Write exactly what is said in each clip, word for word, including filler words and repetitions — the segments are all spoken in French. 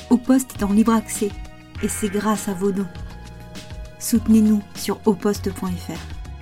Au Poste est en libre accès et c'est grâce à vos dons. Soutenez-nous sur au poste point f r.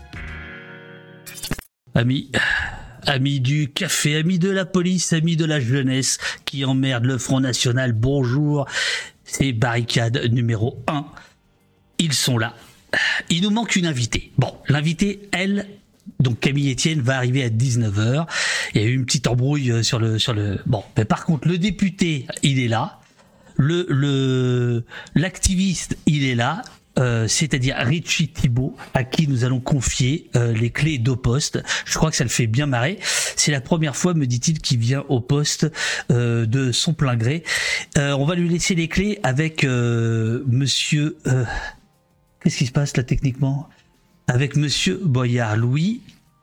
Amis, amis du café, amis de la police, amis de la jeunesse qui emmerdent le Front National, bonjour. C'est Barricade numéro un. Ils sont là. Il nous manque une invitée. Bon, l'invitée, elle, donc Camille Etienne, va arriver à dix-neuf heures. Il y a eu une petite embrouille sur le... sur le. Bon, mais par contre, le député, il est là. Le, le, l'activiste, il est là. Euh, c'est-à-dire Richie Thibault, à qui nous allons confier euh, les clés d'Au Poste. Je crois que ça le fait bien marrer. C'est la première fois, me dit-il, qu'il vient au poste euh, de son plein gré. Euh, on va lui laisser les clés avec euh, monsieur... Euh, qu'est-ce qui se passe là techniquement ? Avec monsieur Boyard Louis,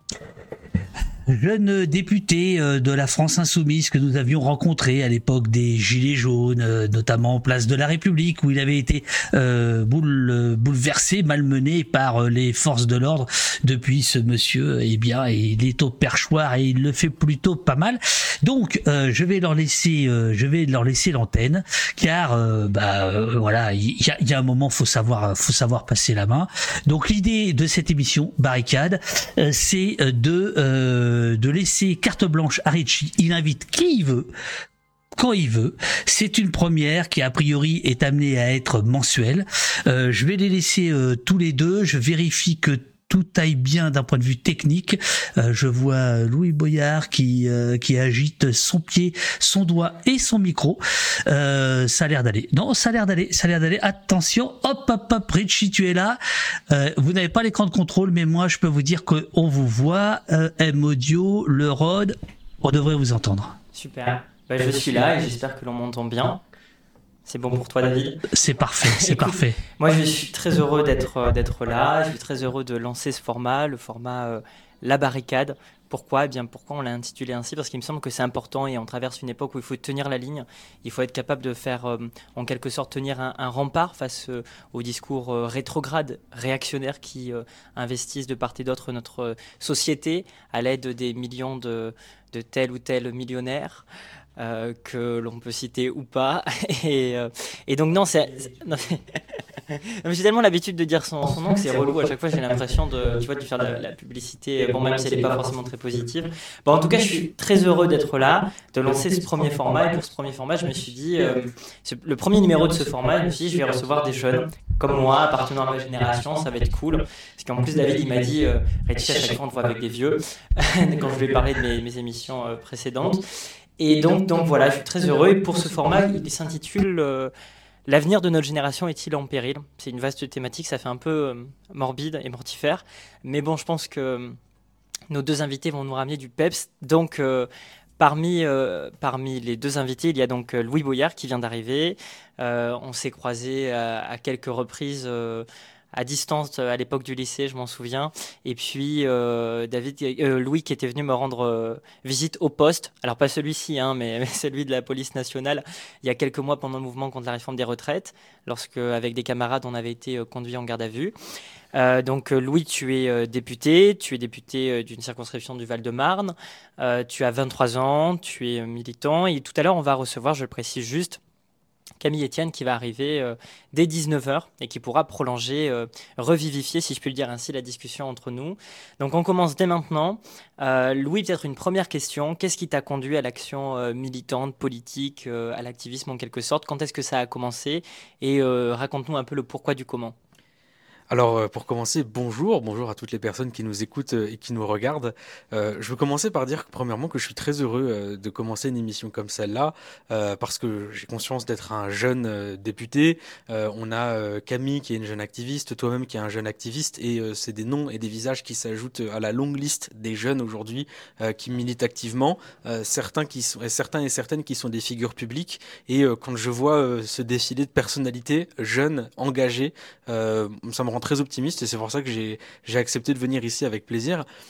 jeune député de la France Insoumise que nous avions rencontré à l'époque des Gilets jaunes, notamment place de la République, où il avait été euh, boule, bouleversé, malmené par les forces de l'ordre. Depuis, ce monsieur, eh bien, il est au perchoir et il le fait plutôt pas mal. Donc, euh, je vais leur laisser, euh, je vais leur laisser l'antenne, car euh, bah euh, voilà, il y a, y a un moment, faut savoir, faut savoir passer la main. Donc, l'idée de cette émission Barricade, euh, c'est de euh, de laisser carte blanche à Richie. Il invite qui il veut, quand il veut. C'est une première qui a priori est amenée à être mensuelle. Euh, je vais les laisser euh, tous les deux. Je vérifie que tout aille bien d'un point de vue technique. Euh, je vois Louis Boyard qui euh, qui agite son pied, son doigt et son micro. Euh, ça a l'air d'aller. Non, ça a l'air d'aller. Ça a l'air d'aller. Attention, hop, hop, hop. Richie, tu es là. Euh, vous n'avez pas l'écran de contrôle, mais moi, je peux vous dire qu'on vous voit. Euh, M Audio, le Rode, on devrait vous entendre. Super. Bah, je suis là et j'espère que l'on m'entend bien. C'est bon pour toi, David ? C'est parfait, c'est Écoute, parfait. Moi, je suis très heureux d'être, d'être là. Je suis très heureux de lancer ce format, le format euh, La Barricade. Pourquoi ? Eh bien, pourquoi on l'a intitulé ainsi ? Parce qu'il me semble que c'est important et on traverse une époque où il faut tenir la ligne. Il faut être capable de faire, euh, en quelque sorte, tenir un, un rempart face euh, aux discours euh, rétrogrades, réactionnaires qui euh, investissent de part et d'autre notre euh, société à l'aide des millions de, de tel ou tel millionnaire. Euh, que l'on peut citer ou pas et, euh, et donc non c'est, c'est, non, c'est j'ai tellement l'habitude de dire son, son nom que c'est relou à chaque fois. J'ai l'impression de tu vois de faire de la, la publicité, bon, même si elle n'est pas forcément très positive. Bon, en tout cas, je suis très heureux d'être là, de lancer ce premier format. Et pour ce premier format, je me suis dit euh, ce, le premier numéro de ce format, je me suis dit je vais recevoir des jeunes comme moi, appartenant à ma génération. Ça va être cool parce qu'en plus David il m'a dit euh, Richie, à chaque fois on te voit avec des vieux quand je lui ai parlé de mes, mes émissions euh, précédentes. Et donc, donc voilà, je suis très heureux. Et pour ce format, il s'intitule euh, « L'avenir de notre génération est-il en péril ?» C'est une vaste thématique, ça fait un peu euh, morbide et mortifère. Mais bon, je pense que euh, nos deux invités vont nous ramener du peps. Donc, euh, parmi, euh, parmi les deux invités, il y a donc euh, Louis Boyard qui vient d'arriver. Euh, on s'est croisés à, à quelques reprises euh, à distance à l'époque du lycée, je m'en souviens. Et puis euh, David, euh, Louis qui était venu me rendre euh, visite au poste. Alors pas celui-ci, hein, mais, mais celui de la police nationale. Il y a quelques mois pendant le mouvement contre la réforme des retraites, lorsque avec des camarades on avait été euh, conduits en garde à vue. Euh, donc euh, Louis, tu es euh, député, tu es député euh, d'une circonscription du Val-de-Marne. Euh, tu as vingt-trois ans, tu es militant. Et tout à l'heure on va recevoir, je le précise juste, Camille Etienne qui va arriver euh, dès dix-neuf heures et qui pourra prolonger, euh, revivifier, si je puis le dire ainsi, la discussion entre nous. Donc on commence dès maintenant. Euh, Louis, peut-être une première question. Qu'est-ce qui t'a conduit à l'action euh, militante, politique, euh, à l'activisme en quelque sorte ? Quand est-ce que ça a commencé ? Et euh, raconte-nous un peu le pourquoi du comment. Alors, pour commencer, bonjour, bonjour à toutes les personnes qui nous écoutent et qui nous regardent. Euh, je veux commencer par dire, premièrement, que je suis très heureux euh, de commencer une émission comme celle-là, euh, parce que j'ai conscience d'être un jeune euh, député. Euh, on a euh, Camille qui est une jeune activiste, toi-même qui est un jeune activiste, et euh, c'est des noms et des visages qui s'ajoutent à la longue liste des jeunes aujourd'hui euh, qui militent activement, euh, certains, qui sont, certains et certaines qui sont des figures publiques. Et euh, quand je vois euh, ce défilé de personnalités jeunes, engagées, euh, ça me rend très optimiste et c'est pour ça que j'ai, j'ai accepté de venir ici avec plaisir.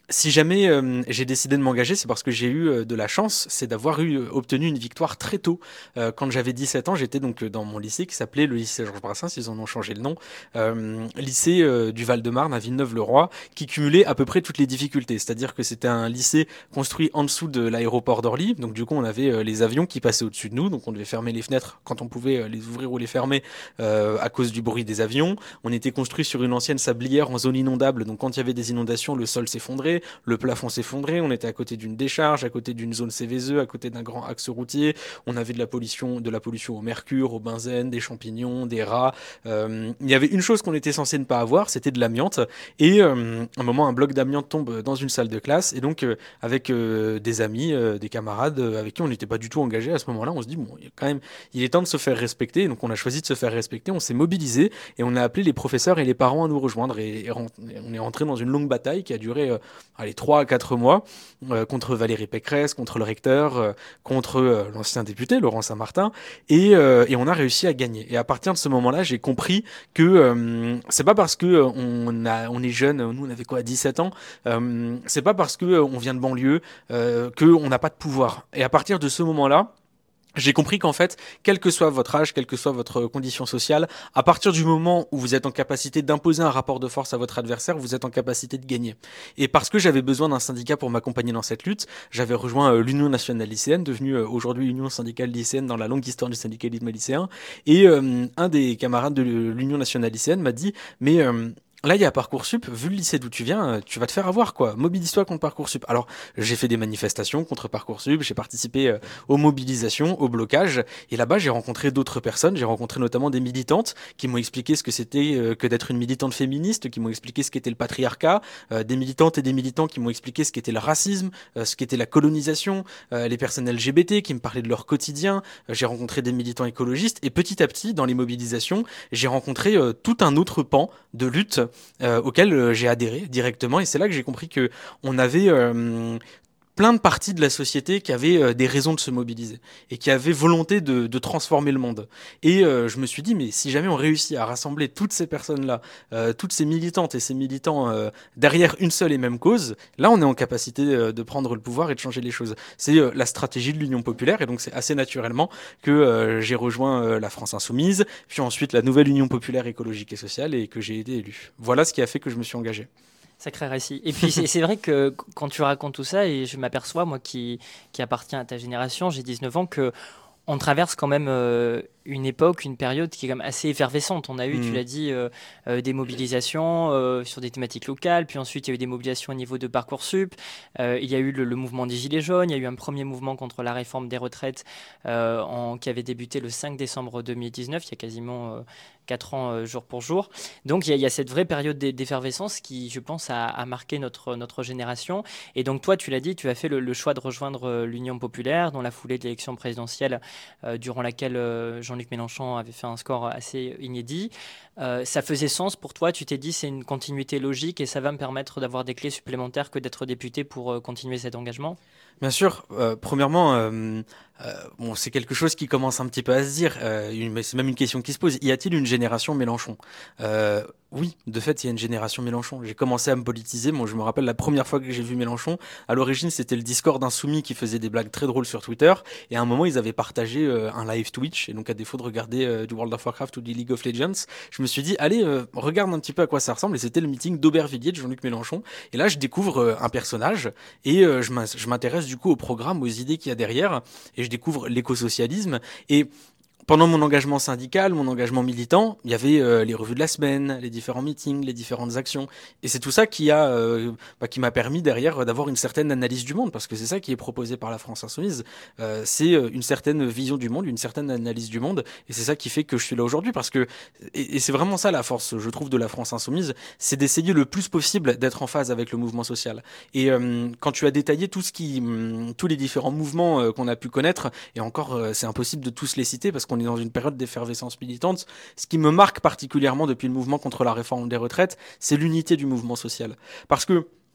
Si jamais euh, j'ai décidé de m'engager, c'est parce que j'ai eu euh, de la chance, c'est d'avoir eu euh, obtenu une victoire très tôt. Euh, quand j'avais dix-sept ans, j'étais donc euh, dans mon lycée qui s'appelait le lycée Georges Brassens, ils en ont changé le nom, euh, lycée euh, du Val-de-Marne à Villeneuve-le-Roi, qui cumulait à peu près toutes les difficultés. C'est-à-dire que c'était un lycée construit en dessous de l'aéroport d'Orly, donc du coup on avait euh, les avions qui passaient au-dessus de nous, donc on devait fermer les fenêtres quand on pouvait euh, les ouvrir ou les fermer euh, à cause du bruit des avions. On était construit sur une ancienne sablière en zone inondable, donc quand il y avait des inondations, le sol s'effondrait. Le plafond s'effondrait, on était à côté d'une décharge, à côté d'une zone C V S E, à côté d'un grand axe routier, on avait de la pollution, de la pollution au mercure, au benzène, des champignons, des rats. Euh, il y avait une chose qu'on était censé ne pas avoir, c'était de l'amiante. Et euh, à un moment, un bloc d'amiante tombe dans une salle de classe, et donc euh, avec euh, des amis, euh, des camarades euh, avec qui on n'était pas du tout engagés à ce moment-là, on se dit bon, il y a quand même, il est temps de se faire respecter. Donc on a choisi de se faire respecter, on s'est mobilisé et on a appelé les professeurs et les parents à nous rejoindre. Et, et on est rentré dans une longue bataille qui a duré euh, allez, trois à quatre mois, euh, contre Valérie Pécresse, contre le recteur, euh, contre euh, l'ancien député, Laurent Saint-Martin, et, euh, et on a réussi à gagner. Et à partir de ce moment-là, j'ai compris que euh, c'est pas parce que euh, on, a, on est jeune, nous on avait quoi, dix-sept ans, euh, c'est pas parce que euh, on vient de banlieue euh, qu'on n'a pas de pouvoir. Et à partir de ce moment-là, j'ai compris qu'en fait, quel que soit votre âge, quelle que soit votre condition sociale, à partir du moment où vous êtes en capacité d'imposer un rapport de force à votre adversaire, vous êtes en capacité de gagner. Et parce que j'avais besoin d'un syndicat pour m'accompagner dans cette lutte, j'avais rejoint euh, l'Union nationale lycéenne, devenue euh, aujourd'hui Union syndicale lycéenne dans la longue histoire du syndicalisme lycéen. Et euh, un des camarades de l'Union nationale lycéenne m'a dit « Mais... Euh, là, il y a Parcoursup, vu le lycée d'où tu viens, tu vas te faire avoir, quoi. Mobilise-toi contre Parcoursup. » Alors, j'ai fait des manifestations contre Parcoursup, j'ai participé euh, aux mobilisations, au blocage, et là-bas, j'ai rencontré d'autres personnes, j'ai rencontré notamment des militantes qui m'ont expliqué ce que c'était euh, que d'être une militante féministe, qui m'ont expliqué ce qu'était le patriarcat, euh, des militantes et des militants qui m'ont expliqué ce qu'était le racisme, euh, ce qu'était la colonisation, euh, les personnes L G B T qui me parlaient de leur quotidien, euh, j'ai rencontré des militants écologistes, et petit à petit, dans les mobilisations, j'ai rencontré euh, tout un autre pan de lutte Euh, auquel euh, j'ai adhéré directement, et c'est là que j'ai compris que on avait euh, plein de parties de la société qui avaient euh, des raisons de se mobiliser et qui avaient volonté de, de transformer le monde. Et euh, je me suis dit, mais si jamais on réussit à rassembler toutes ces personnes-là, euh, toutes ces militantes et ces militants euh, derrière une seule et même cause, là on est en capacité euh, de prendre le pouvoir et de changer les choses. C'est euh, la stratégie de l'Union populaire, et donc c'est assez naturellement que euh, j'ai rejoint euh, la France insoumise, puis ensuite la nouvelle Union populaire écologique et sociale, et que j'ai été élu. Voilà ce qui a fait que je me suis engagé. Sacré récit. Et puis c'est, c'est vrai que quand tu racontes tout ça, et je m'aperçois, moi qui, qui appartiens à ta génération, j'ai dix-neuf ans, que on traverse quand même euh, une époque, une période qui est quand même assez effervescente. On a eu, mmh. tu l'as dit, euh, euh, des mobilisations euh, sur des thématiques locales, puis ensuite il y a eu des mobilisations au niveau de Parcoursup, euh, il y a eu le, le mouvement des Gilets jaunes, il y a eu un premier mouvement contre la réforme des retraites euh, en, qui avait débuté le cinq décembre deux mille dix-neuf, il y a quasiment euh, quatre ans euh, jour pour jour. Donc il y, a, il y a cette vraie période d'effervescence qui, je pense, a, a marqué notre, notre génération. Et donc toi, tu l'as dit, tu as fait le, le choix de rejoindre l'Union populaire dans la foulée de l'élection présidentielle euh, durant laquelle euh, Jean-Luc Mélenchon avait fait un score assez inédit. Euh, ça faisait sens pour toi, tu t'es dit c'est une continuité logique et ça va me permettre d'avoir des clés supplémentaires que d'être député pour euh, continuer cet engagement? Bien sûr. Euh, premièrement, euh, euh, bon, c'est quelque chose qui commence un petit peu à se dire, euh, une, c'est même une question qui se pose. Y a-t-il une génération Mélenchon? euh, Oui, de fait, il y a une génération Mélenchon. J'ai commencé à me politiser. Moi, je me rappelle la première fois que j'ai vu Mélenchon. À l'origine, c'était le Discord d'Insoumis qui faisait des blagues très drôles sur Twitter. Et à un moment, ils avaient partagé euh, un live Twitch. Et donc, à défaut de regarder euh, du World of Warcraft ou du League of Legends, je me suis dit, allez, euh, regarde un petit peu à quoi ça ressemble. Et c'était le meeting d'Aubervilliers de Jean-Luc Mélenchon. Et là, je découvre euh, un personnage et euh, je, je m'intéresse du coup au programme, aux idées qu'il y a derrière. Et je découvre l'écosocialisme. Et pendant mon engagement syndical, mon engagement militant, il y avait euh, les revues de la semaine, les différents meetings, les différentes actions. Et c'est tout ça qui a, euh, bah, qui m'a permis derrière d'avoir une certaine analyse du monde, parce que c'est ça qui est proposé par la France insoumise. Euh, c'est une certaine vision du monde, une certaine analyse du monde, et c'est ça qui fait que je suis là aujourd'hui, parce que et, et c'est vraiment ça la force, je trouve, de la France insoumise, c'est d'essayer le plus possible d'être en phase avec le mouvement social. Et euh, quand tu as détaillé tout ce qui, hum, tous les différents mouvements euh, qu'on a pu connaître, et encore, euh, c'est impossible de tous les citer parce qu'on est dans une période d'effervescence militante. Ce qui me marque particulièrement depuis le mouvement contre la réforme des retraites, c'est l'unité du mouvement social. Parce que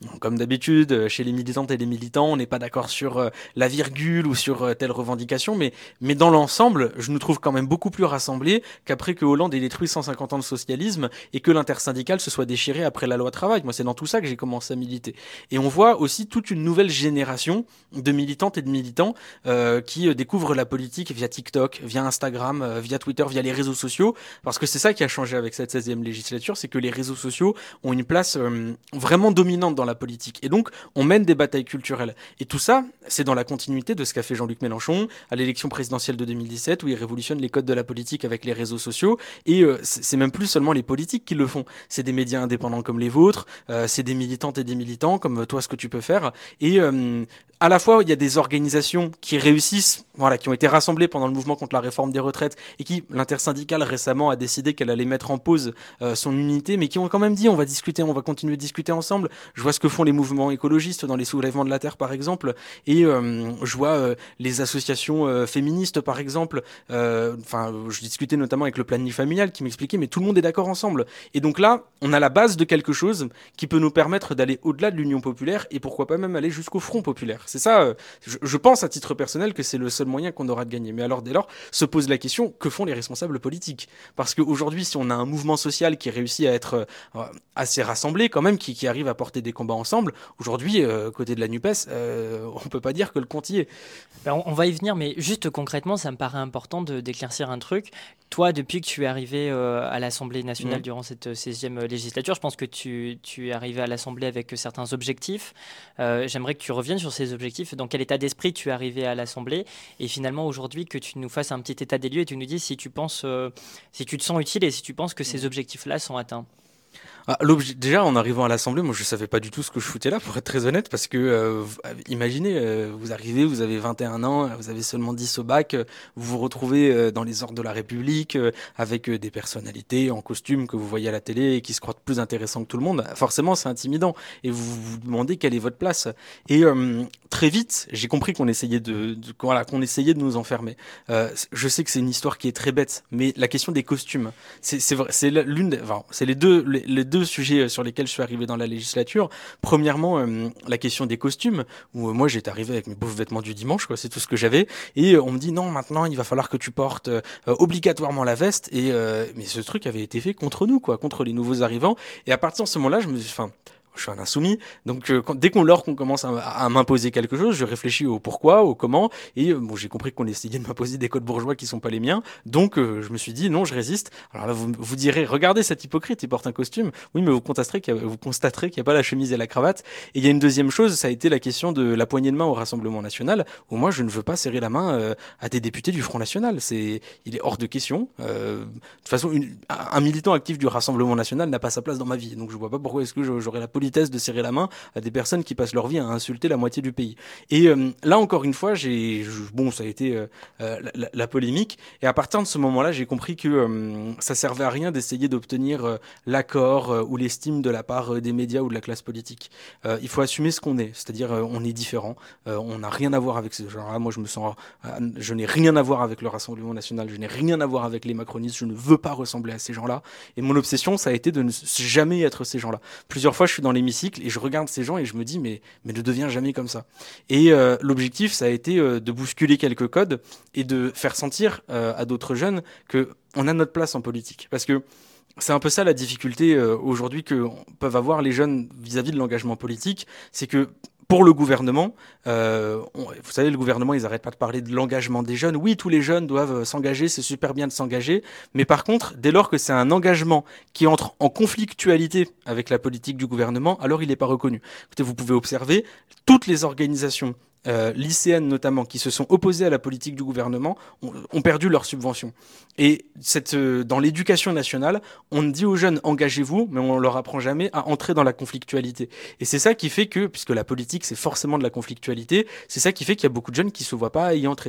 Comme d'habitude, chez les militantes et les militants, on n'est pas d'accord sur euh, la virgule ou sur euh, telle revendication, mais, mais dans l'ensemble, je nous trouve quand même beaucoup plus rassemblés qu'après que Hollande ait détruit cent cinquante ans de socialisme et que l'intersyndicale se soit déchiré après la loi travail. Moi, c'est dans tout ça que j'ai commencé à militer. Et on voit aussi toute une nouvelle génération de militantes et de militants euh, qui euh, découvrent la politique via TikTok, via Instagram, euh, via Twitter, via les réseaux sociaux, parce que c'est ça qui a changé avec cette seizième législature, c'est que les réseaux sociaux ont une place euh, vraiment dominante dans la politique. Et donc, on mène des batailles culturelles. Et tout ça, c'est dans la continuité de ce qu'a fait Jean-Luc Mélenchon à l'élection présidentielle de deux mille dix-sept, où il révolutionne les codes de la politique avec les réseaux sociaux. Et euh, c'est même plus seulement les politiques qui le font. C'est des médias indépendants comme les vôtres, euh, c'est des militantes et des militants comme toi, ce que tu peux faire. Et euh, à la fois, il y a des organisations qui réussissent, voilà, qui ont été rassemblées pendant le mouvement contre la réforme des retraites et qui, l'intersyndicale récemment a décidé qu'elle allait mettre en pause euh, son unité, mais qui ont quand même dit on va discuter, on va continuer de discuter ensemble. Je vois ce que font les mouvements écologistes dans les soulèvements de la terre, par exemple, et euh, je vois euh, les associations euh, féministes, par exemple. Enfin, euh, je discutais notamment avec le planning familial qui m'expliquait, mais tout le monde est d'accord ensemble. Et donc là, on a la base de quelque chose qui peut nous permettre d'aller au-delà de l'Union populaire et pourquoi pas même aller jusqu'au Front populaire. C'est ça, euh, je, je pense à titre personnel que c'est le seul moyen qu'on aura de gagner. Mais alors dès lors, se pose la question, que font les responsables politiques? Parce qu'aujourd'hui, si on a un mouvement social qui réussit à être euh, assez rassemblé quand même, qui, qui arrive à porter des combats ensemble, aujourd'hui, euh, côté de la NUPES, euh, on peut pas dire que le compte y est. Ben, on, on va y venir, mais juste concrètement, ça me paraît important de, d'éclaircir un truc. Toi, depuis que tu es arrivé euh, à l'Assemblée nationale mmh. durant cette seizième législature, je pense que tu, tu es arrivé à l'Assemblée avec certains objectifs. Euh, j'aimerais que tu reviennes sur ces objectifs. Dans quel état d'esprit tu es arrivé à l'Assemblée? Et finalement, aujourd'hui, que tu nous fasses un petit état des lieux et tu nous dises si tu penses, euh, si tu te sens utile et si tu penses que ces objectifs-là sont atteints. Ah, déjà, en arrivant à l'Assemblée, moi, je savais pas du tout ce que je foutais là, pour être très honnête, parce que, euh, imaginez, euh, vous arrivez, vous avez vingt et un ans, vous avez seulement dix au bac, euh, vous vous retrouvez euh, dans les ordres de la République, euh, avec euh, des personnalités en costume que vous voyez à la télé et qui se croient plus intéressants que tout le monde. Forcément, c'est intimidant, et vous vous demandez quelle est votre place. Et euh, très vite, j'ai compris qu'on essayait de, de voilà, qu'on essayait de nous enfermer. Euh, je sais que c'est une histoire qui est très bête, mais la question des costumes, c'est c'est vrai, c'est l'une, des, enfin, c'est les deux, les, les deux sujets sur lesquels je suis arrivé dans la législature. Premièrement, euh, la question des costumes, où euh, moi j'étais arrivé avec mes pauvres vêtements du dimanche, quoi, c'est tout ce que j'avais, et euh, on me dit non, maintenant il va falloir que tu portes euh, obligatoirement la veste, et euh, mais ce truc avait été fait contre nous, quoi, contre les nouveaux arrivants, et à partir de ce moment-là, je me suis, enfin, je suis un insoumis, donc euh, quand, dès qu'on lors qu'on commence à, à m'imposer quelque chose, je réfléchis au pourquoi, au comment, et euh, bon, j'ai compris qu'on essayait de m'imposer des codes bourgeois qui sont pas les miens, donc euh, je me suis dit non, je résiste. Alors là, vous, vous direz, regardez cet hypocrite, il porte un costume. Oui, mais vous constaterez qu'il y a, vous constaterez qu'il n'y a pas la chemise et la cravate. Et il y a une deuxième chose, ça a été la question de la poignée de main au Rassemblement national, où moi je ne veux pas serrer la main euh, à des députés du Front national. C'est, il est hors de question. Euh, de toute façon, une, un militant actif du Rassemblement national n'a pas sa place dans ma vie, donc je vois pas pourquoi est-ce que j'aurais la politesse de serrer la main à des personnes qui passent leur vie à insulter la moitié du pays. Et euh, là encore une fois, j'ai bon, ça a été euh, la, la polémique. Et à partir de ce moment-là, j'ai compris que euh, ça servait à rien d'essayer d'obtenir euh, l'accord euh, ou l'estime de la part euh, des médias ou de la classe politique. Euh, il faut assumer ce qu'on est, c'est-à-dire euh, on est différent. Euh, on n'a rien à voir avec ce genre-là. Moi, je me sens, euh, je n'ai rien à voir avec le Rassemblement national. Je n'ai rien à voir avec les macronistes. Je ne veux pas ressembler à ces gens-là. Et mon obsession, ça a été de ne jamais être ces gens-là. Plusieurs fois, je suis dans l'hémicycle et je regarde ces gens et je me dis mais, mais ne deviens jamais comme ça. Et euh, l'objectif, ça a été euh, de bousculer quelques codes et de faire sentir euh, à d'autres jeunes qu'on a notre place en politique. Parce que c'est un peu ça la difficulté euh, aujourd'hui que peuvent avoir les jeunes vis-à-vis de l'engagement politique, c'est que pour le gouvernement, euh, on, vous savez, le gouvernement, ils n'arrêtent pas de parler de l'engagement des jeunes. Oui, tous les jeunes doivent s'engager, c'est super bien de s'engager. Mais par contre, dès lors que c'est un engagement qui entre en conflictualité avec la politique du gouvernement, alors il n'est pas reconnu. Écoutez, vous pouvez observer, toutes les organisations Euh, lycéennes notamment, qui se sont opposées à la politique du gouvernement, ont, ont perdu leurs subventions. Et cette, euh, dans l'éducation nationale, on dit aux jeunes engagez-vous, mais on leur apprend jamais à entrer dans la conflictualité. Et c'est ça qui fait que, puisque la politique c'est forcément de la conflictualité, c'est ça qui fait qu'il y a beaucoup de jeunes qui se voient pas y entrer.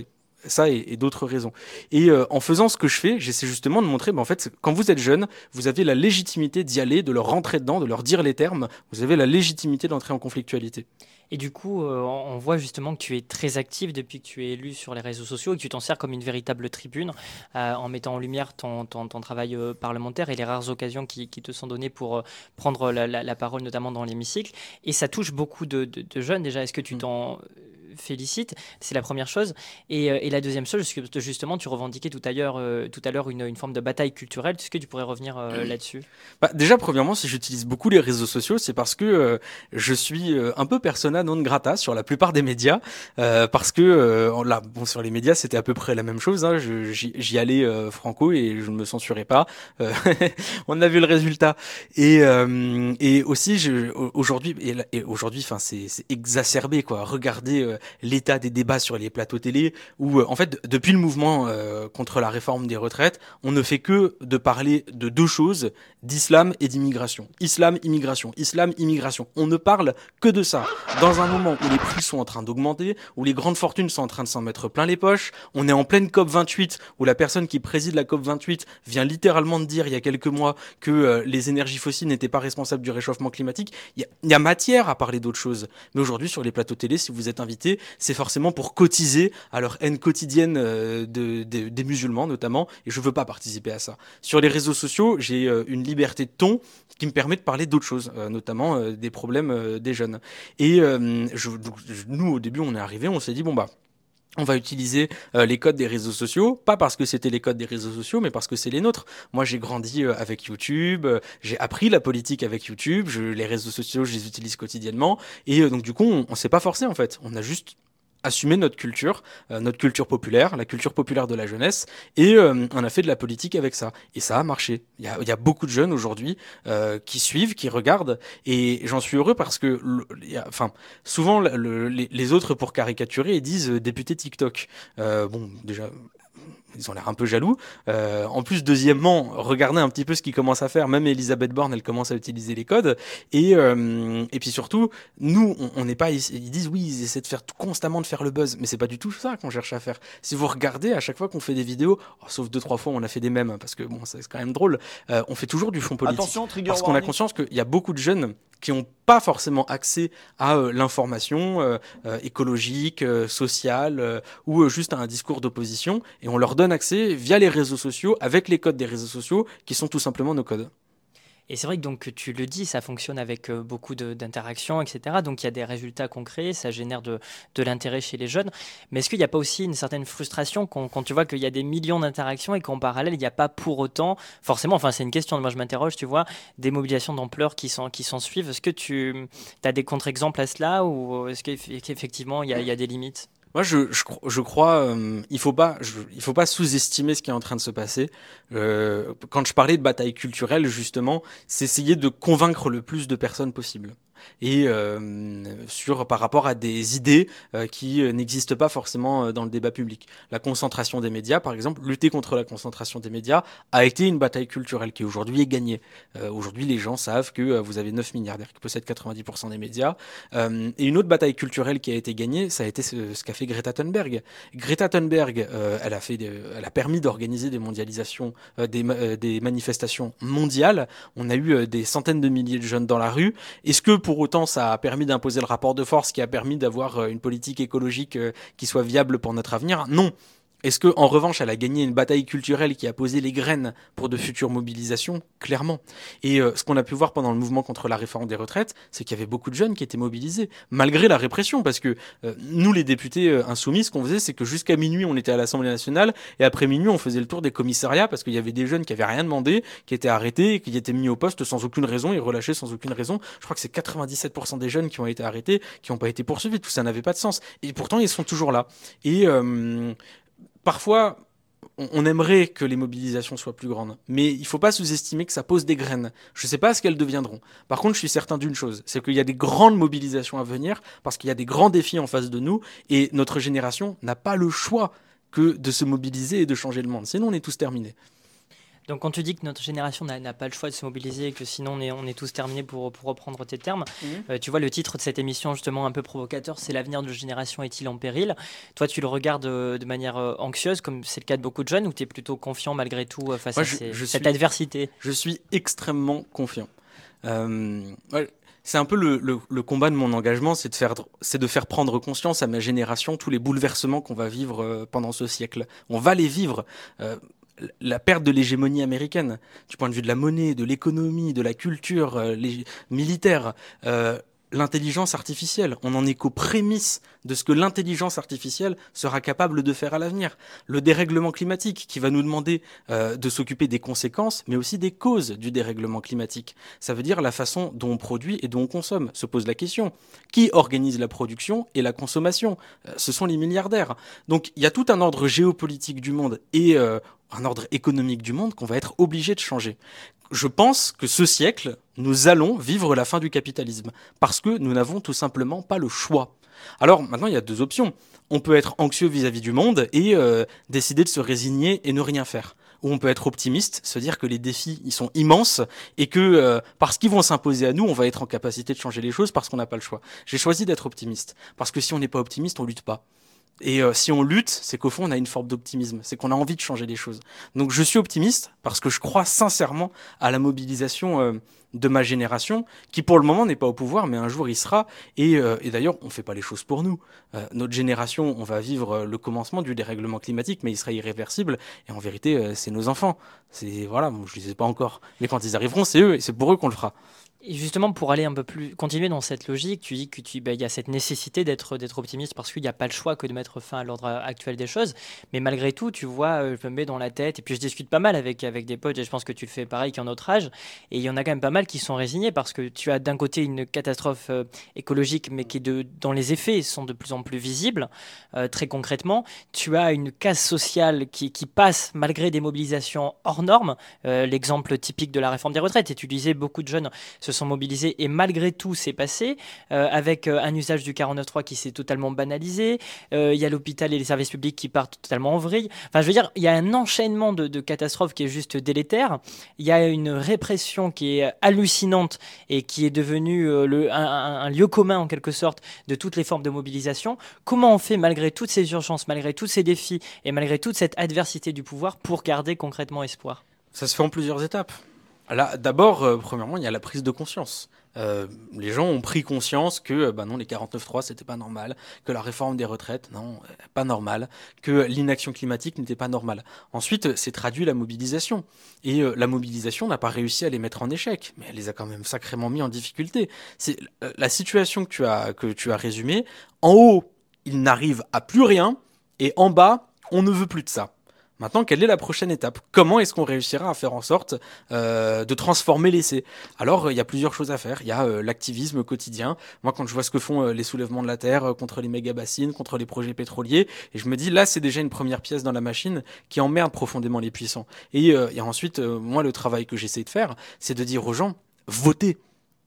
ça et, et d'autres raisons. Et euh, en faisant ce que je fais, j'essaie justement de montrer, ben, en fait, quand vous êtes jeune, vous avez la légitimité d'y aller, de leur rentrer dedans, de leur dire les termes, vous avez la légitimité d'entrer en conflictualité. Et du coup, euh, on voit justement que tu es très actif depuis que tu es élu sur les réseaux sociaux et que tu t'en sers comme une véritable tribune euh, en mettant en lumière ton, ton, ton travail euh, parlementaire et les rares occasions qui, qui te sont données pour euh, prendre la, la, la parole, notamment dans l'hémicycle. Et ça touche beaucoup de, de, de jeunes déjà. Est-ce que tu t'en félicite, c'est la première chose. Et, euh, et la deuxième chose, que justement, tu revendiquais tout à l'heure, euh, tout à l'heure une, une forme de bataille culturelle. Est-ce que tu pourrais revenir euh, là-dessus ? Bah, déjà, premièrement, si j'utilise beaucoup les réseaux sociaux, c'est parce que euh, je suis euh, un peu persona non grata sur la plupart des médias, euh, parce que euh, là, bon, sur les médias, c'était à peu près la même chose. Hein, je, j'y, j'y allais euh, franco et je ne me censurais pas. Euh, on a vu le résultat. Et, euh, et aussi, je, aujourd'hui, et, et aujourd'hui, enfin, c'est, c'est exacerbé, quoi. Regardez euh, l'état des débats sur les plateaux télé, où euh, en fait, depuis le mouvement euh, contre la réforme des retraites, on ne fait que de parler de deux choses, d'islam et d'immigration. Islam, immigration, islam, immigration. On ne parle que de ça. Dans un moment où les prix sont en train d'augmenter, où les grandes fortunes sont en train de s'en mettre plein les poches, on est en pleine COP vingt-huit, où la personne qui préside la COP vingt-huit vient littéralement de dire il y a quelques mois que euh, les énergies fossiles n'étaient pas responsables du réchauffement climatique. Il y a, il y a matière à parler d'autres choses. Mais aujourd'hui, sur les plateaux télé, si vous êtes invité, c'est forcément pour cotiser à leur haine quotidienne euh, de, de, des musulmans notamment, et je veux pas participer à ça. Sur les réseaux sociaux, j'ai euh, une liberté de ton qui me permet de parler d'autres choses, euh, notamment euh, des problèmes euh, des jeunes. Et euh, je, donc, nous, au début, on est arrivé, on s'est dit, bon bah, on va utiliser euh, les codes des réseaux sociaux, pas parce que c'était les codes des réseaux sociaux, mais parce que c'est les nôtres. Moi, j'ai grandi euh, avec YouTube, euh, j'ai appris la politique avec YouTube, je, les réseaux sociaux, je les utilise quotidiennement, et euh, donc du coup, on, on s'est pas forcé en fait. On a juste assumer notre culture, euh, notre culture populaire, la culture populaire de la jeunesse, et euh, on a fait de la politique avec ça. Et ça a marché. Il y a, il y a beaucoup de jeunes aujourd'hui euh, qui suivent, qui regardent, et j'en suis heureux parce que, le, y a, enfin, souvent le, les, les autres, pour caricaturer, ils disent euh, député TikTok. Euh, bon, déjà, ils ont l'air un peu jaloux. Euh, en plus, deuxièmement, regardez un petit peu ce qu'ils commencent à faire. Même Elisabeth Borne, elle commence à utiliser les codes. Et, euh, et puis surtout, nous, on n'est pas... Ils disent, oui, ils essaient de faire tout, constamment de faire le buzz. Mais c'est pas du tout ça qu'on cherche à faire. Si vous regardez, à chaque fois qu'on fait des vidéos, oh, sauf deux, trois fois, on a fait des mèmes, parce que bon, c'est quand même drôle, euh, on fait toujours du fond politique. Attention, trigger parce qu'on warning. a conscience qu'il y a beaucoup de jeunes qui n'ont pas forcément accès à euh, l'information euh, euh, écologique, euh, sociale, euh, ou euh, juste à un discours d'opposition, et on leur donne accès via les réseaux sociaux, avec les codes des réseaux sociaux, qui sont tout simplement nos codes. Et c'est vrai que donc tu le dis, ça fonctionne avec euh, beaucoup de, d'interactions, et cetera. Donc il y a des résultats concrets, ça génère de, de l'intérêt chez les jeunes. Mais est-ce qu'il n'y a pas aussi une certaine frustration quand, quand tu vois qu'il y a des millions d'interactions et qu'en parallèle, il n'y a pas pour autant, forcément, enfin c'est une question, moi je m'interroge, tu vois, des mobilisations d'ampleur qui s'en, qui s'en suivent. Est-ce que tu as des contre-exemples à cela ou est-ce qu'effectivement il y a, il y a des limites ? Moi, je, je, je crois, euh, il faut pas, je, il faut pas sous-estimer ce qui est en train de se passer. Euh, quand je parlais de bataille culturelle, justement, c'est essayer de convaincre le plus de personnes possible. Et euh, sur par rapport à des idées euh, qui euh, n'existent pas forcément euh, dans le débat public. La concentration des médias, par exemple, lutter contre la concentration des médias a été une bataille culturelle qui aujourd'hui est gagnée. Euh, aujourd'hui, les gens savent que euh, vous avez neuf milliardaires qui possèdent quatre-vingt-dix pour cent des médias. Euh, et une autre bataille culturelle qui a été gagnée, ça a été ce, ce qu'a fait Greta Thunberg. Greta Thunberg, euh, elle a fait, des, elle a permis d'organiser des mondialisations, euh, des, euh, des manifestations mondiales. On a eu euh, des centaines de milliers de jeunes dans la rue. Est-ce que pour autant, ça a permis d'imposer le rapport de force qui a permis d'avoir une politique écologique qui soit viable pour notre avenir ? Non. Est-ce que, en revanche, elle a gagné une bataille culturelle qui a posé les graines pour de futures mobilisations ? Clairement. Et euh, ce qu'on a pu voir pendant le mouvement contre la réforme des retraites, c'est qu'il y avait beaucoup de jeunes qui étaient mobilisés, malgré la répression, parce que euh, nous, les députés euh, insoumis, ce qu'on faisait, c'est que jusqu'à minuit, on était à l'Assemblée nationale, et après minuit, on faisait le tour des commissariats, parce qu'il y avait des jeunes qui avaient rien demandé, qui étaient arrêtés, et qui étaient mis au poste sans aucune raison, et relâchés sans aucune raison. Je crois que c'est quatre-vingt-dix-sept pour cent des jeunes qui ont été arrêtés, qui n'ont pas été poursuivis, tout ça n'avait pas de sens. Et pourtant, ils sont toujours là. Et... Euh, Parfois, on aimerait que les mobilisations soient plus grandes, mais il ne faut pas sous-estimer que ça pose des graines. Je ne sais pas ce qu'elles deviendront. Par contre, je suis certain d'une chose, c'est qu'il y a des grandes mobilisations à venir, parce qu'il y a des grands défis en face de nous, et notre génération n'a pas le choix que de se mobiliser et de changer le monde. Sinon, on est tous terminés. Donc quand tu dis que notre génération n'a, n'a pas le choix de se mobiliser et que sinon on est, on est tous terminés pour, pour reprendre tes termes, mmh. euh, tu vois le titre de cette émission justement un peu provocateur, c'est l'avenir de la génération est-il en péril? Toi tu le regardes euh, de manière euh, anxieuse comme c'est le cas de beaucoup de jeunes ou tu es plutôt confiant malgré tout euh, face Moi, à je, ces, je cette suis, adversité? Je suis extrêmement confiant. Euh, ouais. C'est un peu le, le, le combat de mon engagement, c'est de, faire, c'est de faire prendre conscience à ma génération tous les bouleversements qu'on va vivre euh, pendant ce siècle. On va les vivre. Euh, la perte de l'hégémonie américaine, du point de vue de la monnaie, de l'économie, de la culture euh, les, militaire, euh, l'intelligence artificielle. On n'en est qu'aux prémices de ce que l'intelligence artificielle sera capable de faire à l'avenir. Le dérèglement climatique qui va nous demander euh, de s'occuper des conséquences, mais aussi des causes du dérèglement climatique. Ça veut dire la façon dont on produit et dont on consomme. Se pose la question. Qui organise la production et la consommation? euh, Ce sont les milliardaires. Donc il y a tout un ordre géopolitique du monde et euh, un ordre économique du monde qu'on va être obligé de changer. Je pense que ce siècle, nous allons vivre la fin du capitalisme parce que nous n'avons tout simplement pas le choix. Alors maintenant, il y a deux options. On peut être anxieux vis-à-vis du monde et euh, décider de se résigner et ne rien faire. Ou on peut être optimiste, se dire que les défis ils sont immenses et que euh, parce qu'ils vont s'imposer à nous, on va être en capacité de changer les choses parce qu'on n'a pas le choix. J'ai choisi d'être optimiste parce que si on n'est pas optimiste, on lutte pas. Et euh, si on lutte, c'est qu'au fond, on a une forme d'optimisme. C'est qu'on a envie de changer les choses. Donc je suis optimiste parce que je crois sincèrement à la mobilisation euh, de ma génération, qui pour le moment n'est pas au pouvoir, mais un jour il sera. Et, euh, et d'ailleurs, on ne fait pas les choses pour nous. Euh, notre génération, on va vivre le commencement du dérèglement climatique, mais il sera irréversible. Et en vérité, euh, c'est nos enfants. C'est, voilà, moi, je ne les sais pas encore. Mais quand ils arriveront, c'est eux et c'est pour eux qu'on le fera. Et justement, pour aller un peu plus, continuer dans cette logique, tu dis que tu, bah, y a cette nécessité d'être, d'être optimiste parce qu'il n'y a pas le choix que de mettre fin à l'ordre actuel des choses. Mais malgré tout, tu vois, euh, je me mets dans la tête, et puis je discute pas mal avec, avec des potes, et je pense que tu le fais pareil qu'en notre âge. Et il y en a quand même pas mal qui sont résignés parce que tu as d'un côté une catastrophe euh, écologique, mais qui, de, dans les effets, sont de plus en plus visibles. Euh, très concrètement, tu as une casse sociale qui, qui passe malgré des mobilisations hors normes. Euh, l'exemple typique de la réforme des retraites. Et tu disais, beaucoup de jeunes se sont mobilisés et malgré tout c'est passé euh, avec euh, un usage du quarante-neuf trois qui s'est totalement banalisé. Il euh, y a l'hôpital et les services publics qui partent totalement en vrille. Enfin, je veux dire, il y a un enchaînement de, de catastrophes qui est juste délétère. Il y a une répression qui est hallucinante et qui est devenue euh, le, un, un lieu commun en quelque sorte de toutes les formes de mobilisation. Comment on fait malgré toutes ces urgences, malgré tous ces défis et malgré toute cette adversité du pouvoir pour garder concrètement espoir? Ça se fait en plusieurs étapes. Là, d'abord, euh, premièrement, il y a la prise de conscience. Euh, les gens ont pris conscience que euh, bah non, les quarante-neuf trois, c'était pas normal, que la réforme des retraites, non, euh, pas normal, que l'inaction climatique n'était pas normale. Ensuite, euh, c'est traduit la mobilisation. Et euh, la mobilisation n'a pas réussi à les mettre en échec, mais elle les a quand même sacrément mis en difficulté. C'est euh, la situation que tu as, que tu as résumée. En haut, il n'arrive à plus rien, et en bas, on ne veut plus de ça. Maintenant, quelle est la prochaine étape? Comment est-ce qu'on réussira à faire en sorte euh, de transformer l'essai? Alors, il euh, y a plusieurs choses à faire. Il y a euh, l'activisme quotidien. Moi, quand je vois ce que font euh, les soulèvements de la Terre euh, contre les méga-bassines, contre les projets pétroliers, et je me dis, là, c'est déjà une première pièce dans la machine qui emmerde profondément les puissants. Et, euh, et ensuite, euh, moi, le travail que j'essaie de faire, c'est de dire aux gens, votez.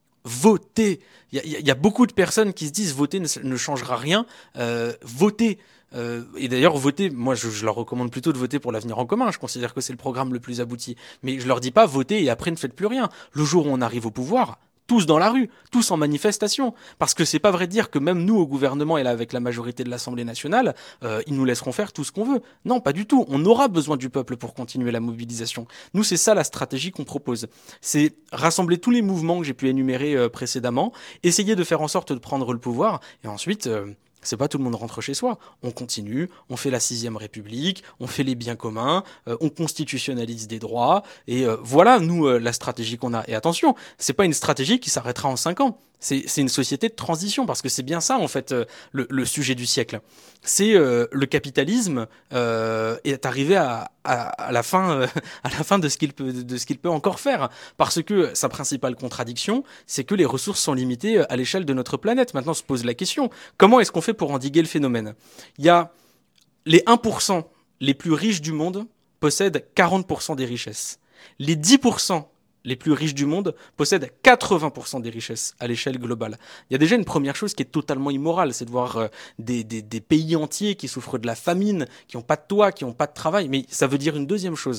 Votez. Il y, y, y a beaucoup de personnes qui se disent, voter ne, ne changera rien. Euh, votez. Euh, et d'ailleurs, voter, moi je, je leur recommande plutôt de voter pour l'avenir en commun. Je considère que c'est le programme le plus abouti. Mais je leur dis pas votez et après ne faites plus rien. Le jour où on arrive au pouvoir, tous dans la rue, tous en manifestation. Parce que c'est pas vrai de dire que même nous au gouvernement et là avec la majorité de l'Assemblée nationale, euh, ils nous laisseront faire tout ce qu'on veut. Non, pas du tout. On aura besoin du peuple pour continuer la mobilisation. Nous, c'est ça la stratégie qu'on propose. C'est rassembler tous les mouvements que j'ai pu énumérer euh, précédemment, essayer de faire en sorte de prendre le pouvoir et ensuite... Euh, c'est pas tout le monde rentre chez soi. On continue, on fait la sixième République, on fait les biens communs, euh, on constitutionnalise des droits, et euh, voilà, nous, euh, la stratégie qu'on a. Et attention, c'est pas une stratégie qui s'arrêtera en cinq ans. C'est, c'est une société de transition, parce que c'est bien ça, en fait, euh, le, le sujet du siècle. C'est euh, le capitalisme euh, est arrivé à, à, à la fin, euh, à la fin de ce qu'il peut, de ce qu'il peut encore faire, parce que sa principale contradiction, c'est que les ressources sont limitées à l'échelle de notre planète. Maintenant, se pose la question, comment est-ce qu'on fait pour endiguer le phénomène? Il y a les un pour cent les plus riches du monde possèdent quarante pour cent des richesses. Les dix pour cent les plus riches du monde possèdent quatre-vingts pour cent des richesses à l'échelle globale. Il y a déjà une première chose qui est totalement immorale, c'est de voir euh, des, des, des pays entiers qui souffrent de la famine, qui n'ont pas de toit, qui n'ont pas de travail. Mais ça veut dire une deuxième chose.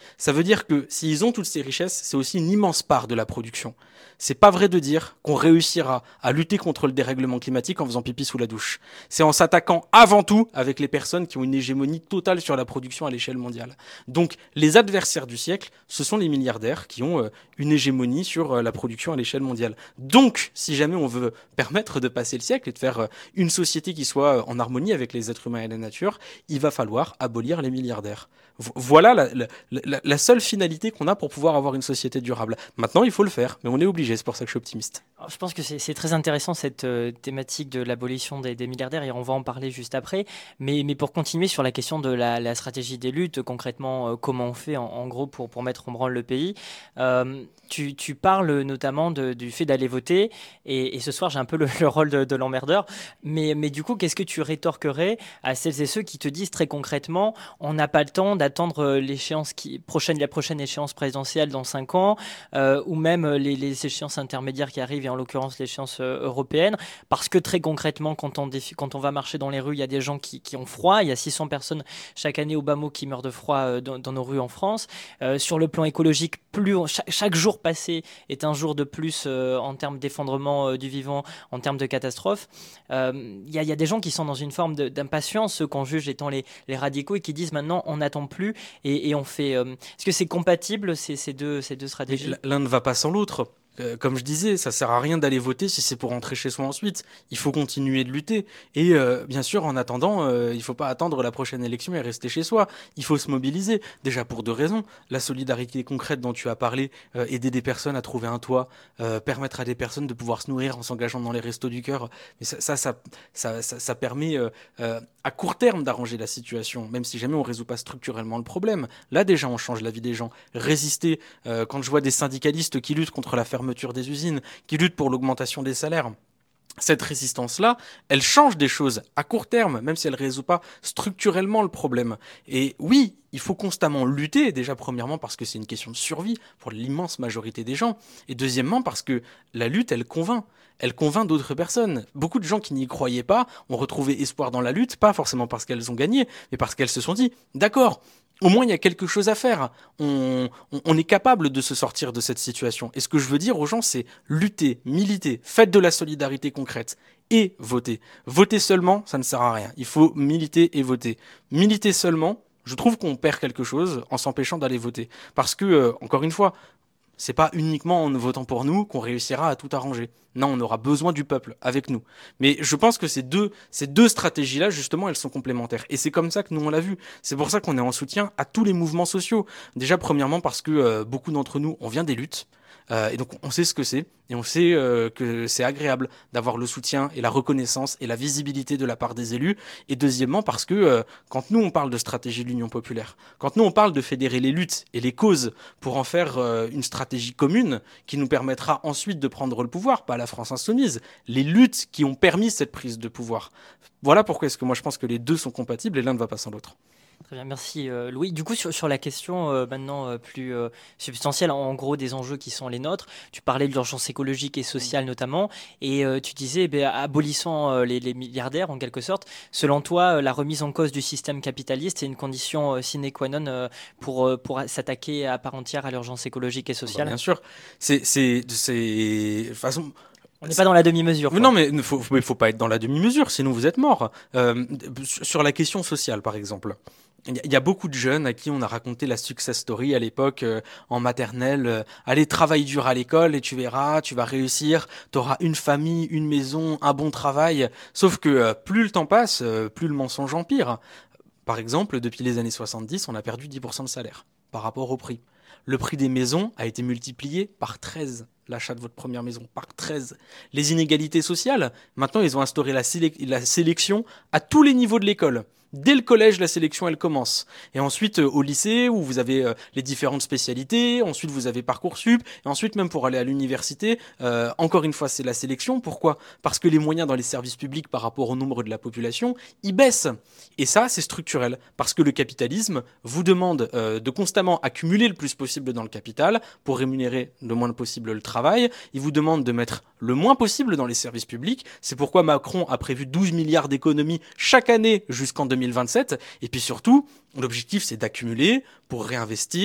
Ça veut dire que s'ils ont toutes ces richesses, c'est aussi une immense part de la production. C'est pas vrai de dire qu'on réussira à lutter contre le dérèglement climatique en faisant pipi sous la douche. C'est en s'attaquant avant tout avec les personnes qui ont une hégémonie totale sur la production à l'échelle mondiale. Donc, les adversaires du siècle, ce sont les milliardaires qui ont euh, une hégémonie sur euh, la production à l'échelle mondiale. Donc, si jamais on veut permettre de passer le siècle et de faire euh, une société qui soit euh, en harmonie avec les êtres humains et la nature, il va falloir abolir les milliardaires. V- voilà la, la, la, la seule finalité qu'on a pour pouvoir avoir une société durable. Maintenant, il faut le faire, mais on est obligé, c'est pour ça que je suis optimiste. Alors, je pense que c'est c'est très intéressant cette euh, thématique de l'abolition des, des milliardaires et on va en parler juste après. Mais, mais pour continuer sur la question de la, la stratégie des luttes, concrètement, euh, comment on fait en, en gros pour, pour mettre en branle le pays, euh, tu, tu parles notamment de, du fait d'aller voter et, et ce soir j'ai un peu le, le rôle de, de l'emmerdeur. Mais, mais du coup, qu'est-ce que tu rétorquerais à celles et ceux qui te disent très concrètement on n'a pas le temps d'attendre l'échéance qui, prochaine, la prochaine échéance présidentielle dans cinq ans euh, ou même les, les échéances intermédiaires qui arrivent et en l'occurrence l'échéance euh, européenne parce que très concrètement quand on, défi- quand on va marcher dans les rues il y a des gens qui, qui ont froid, il y a six cents personnes chaque année au bas mot qui meurent de froid euh, dans, dans nos rues en France. Euh, sur le plan écologique, plus on- chaque, chaque jour passé est un jour de plus euh, en termes d'effondrement euh, du vivant, en termes de catastrophe. Euh, Il y, a- il y a des gens qui sont dans une forme de- d'impatience, ceux qu'on juge étant les, les radicaux et qui disent maintenant on n'attend plus et, et on fait. euh, Est-ce que c'est compatible ces, ces deux, ces deux Mais stratégies? l'un ne va pas sans l'autre. Euh, comme je disais, ça sert à rien d'aller voter si c'est pour rentrer chez soi ensuite. Il faut continuer de lutter. Et euh, bien sûr, en attendant, euh, il faut pas attendre la prochaine élection et rester chez soi. Il faut se mobiliser. Déjà pour deux raisons. La solidarité concrète dont tu as parlé, euh, aider des personnes à trouver un toit, euh, permettre à des personnes de pouvoir se nourrir en s'engageant dans les restos du cœur. Mais ça, ça, ça, ça, ça, ça permet euh, euh, à court terme d'arranger la situation, même si jamais on résout pas structurellement le problème. Là déjà, on change la vie des gens. Résister. Euh, quand je vois des syndicalistes qui luttent contre la fermeture des usines, qui luttent pour l'augmentation des salaires, cette résistance-là, elle change des choses à court terme, même si elle ne résout pas structurellement le problème. Et oui, il faut constamment lutter, déjà premièrement parce que c'est une question de survie pour l'immense majorité des gens, et deuxièmement parce que la lutte, elle convainc. Elle convainc d'autres personnes. Beaucoup de gens qui n'y croyaient pas ont retrouvé espoir dans la lutte, pas forcément parce qu'elles ont gagné, mais parce qu'elles se sont dit, d'accord, au moins il y a quelque chose à faire. On, on, on est capable de se sortir de cette situation. Et ce que je veux dire aux gens, c'est lutter, militer, faites de la solidarité concrète et voter. Voter seulement, ça ne sert à rien. Il faut militer et voter. Militer seulement, je trouve qu'on perd quelque chose en s'empêchant d'aller voter. Parce que, euh, encore une fois, c'est pas uniquement en votant pour nous qu'on réussira à tout arranger. Non, on aura besoin du peuple avec nous. Mais je pense que ces deux, ces deux stratégies-là, justement, elles sont complémentaires. Et c'est comme ça que nous, on l'a vu. C'est pour ça qu'on est en soutien à tous les mouvements sociaux. Déjà, premièrement, parce que euh, beaucoup d'entre nous, on vient des luttes. Euh, et donc, on sait ce que c'est. Et on sait euh, que c'est agréable d'avoir le soutien et la reconnaissance et la visibilité de la part des élus. Et deuxièmement, parce que euh, quand nous, on parle de stratégie de l'Union populaire, quand nous, on parle de fédérer les luttes et les causes pour en faire euh, une stratégie commune qui nous permettra ensuite de prendre le pouvoir, pas la France insoumise, les luttes qui ont permis cette prise de pouvoir. Voilà pourquoi est-ce que moi je pense que les deux sont compatibles et l'un ne va pas sans l'autre. Très bien, merci euh, Louis. Du coup, sur, sur la question euh, maintenant euh, plus euh, substantielle, en gros des enjeux qui sont les nôtres, tu parlais de l'urgence écologique et sociale notamment, et euh, tu disais, eh bien, abolissant euh, les, les milliardaires en quelque sorte, selon toi, euh, la remise en cause du système capitaliste est une condition euh, sine qua non euh, pour, euh, pour s'attaquer à part entière à l'urgence écologique et sociale. Bah, bien sûr, c'est, c'est, c'est, de toute façon. On n'est pas dans la demi-mesure. Mais non, mais il faut, faut, faut pas être dans la demi-mesure, sinon vous êtes mort. Euh, sur la question sociale, par exemple. Il y a beaucoup de jeunes à qui on a raconté la success story à l'époque euh, en maternelle. Euh, allez, travaille dur à l'école et tu verras, tu vas réussir, tu auras une famille, une maison, un bon travail. Sauf que euh, plus le temps passe, euh, plus le mensonge empire. Par exemple, depuis les années soixante-dix, on a perdu dix pour cent de salaire par rapport au prix. Le prix des maisons a été multiplié par treize. L'achat de votre première maison, par treize. Les inégalités sociales, maintenant ils ont instauré la, sélec- la sélection à tous les niveaux de l'école. Dès le collège, la sélection, elle commence. Et ensuite, euh, au lycée, où vous avez euh, les différentes spécialités, ensuite vous avez Parcoursup, et ensuite même pour aller à l'université, euh, encore une fois, c'est la sélection. Pourquoi ? Parce que les moyens dans les services publics par rapport au nombre de la population, ils baissent. Et ça, c'est structurel. Parce que le capitalisme vous demande euh, de constamment accumuler le plus possible dans le capital pour rémunérer le moins possible le travail. Il vous demande de mettre le moins possible dans les services publics. C'est pourquoi Macron a prévu douze milliards d'économies chaque année jusqu'en deux mille vingt-sept. Et puis surtout, l'objectif, c'est d'accumuler pour réinvestir,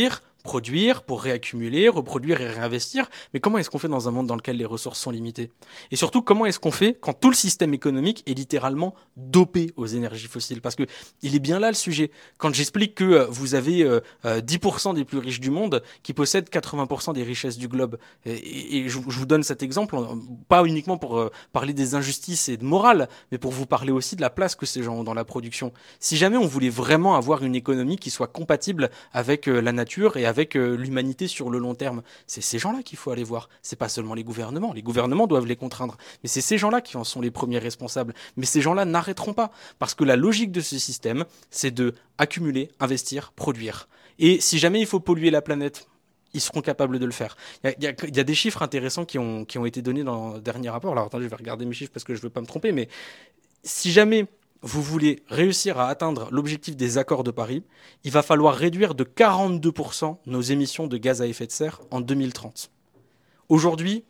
produire, pour réaccumuler, reproduire et réinvestir. Mais comment est-ce qu'on fait dans un monde dans lequel les ressources sont limitées ? Et surtout, comment est-ce qu'on fait quand tout le système économique est littéralement dopé aux énergies fossiles ? Parce que il est bien là le sujet. Quand j'explique que euh, vous avez euh, euh, dix pour cent des plus riches du monde qui possèdent quatre-vingts pour cent des richesses du globe, et, et, et je, je vous donne cet exemple, pas uniquement pour euh, parler des injustices et de morale, mais pour vous parler aussi de la place que ces gens ont dans la production. Si jamais on voulait vraiment avoir une économie qui soit compatible avec euh, la nature et avec euh, l'humanité sur le long terme, c'est ces gens-là qu'il faut aller voir. C'est pas seulement les gouvernements. Les gouvernements doivent les contraindre, mais c'est ces gens-là qui en sont les premiers responsables. Mais ces gens-là n'arrêteront pas, parce que la logique de ce système, c'est de accumuler, investir, produire. Et si jamais il faut polluer la planète, ils seront capables de le faire. Il y a, y a, y a des chiffres intéressants qui ont, qui ont été donnés dans le dernier rapport. Alors attendez, je vais regarder mes chiffres parce que je ne veux pas me tromper, mais si jamais vous voulez réussir à atteindre l'objectif des accords de Paris, il va falloir réduire de quarante-deux pour cent nos émissions de gaz à effet de serre en deux mille trente. Aujourd'hui,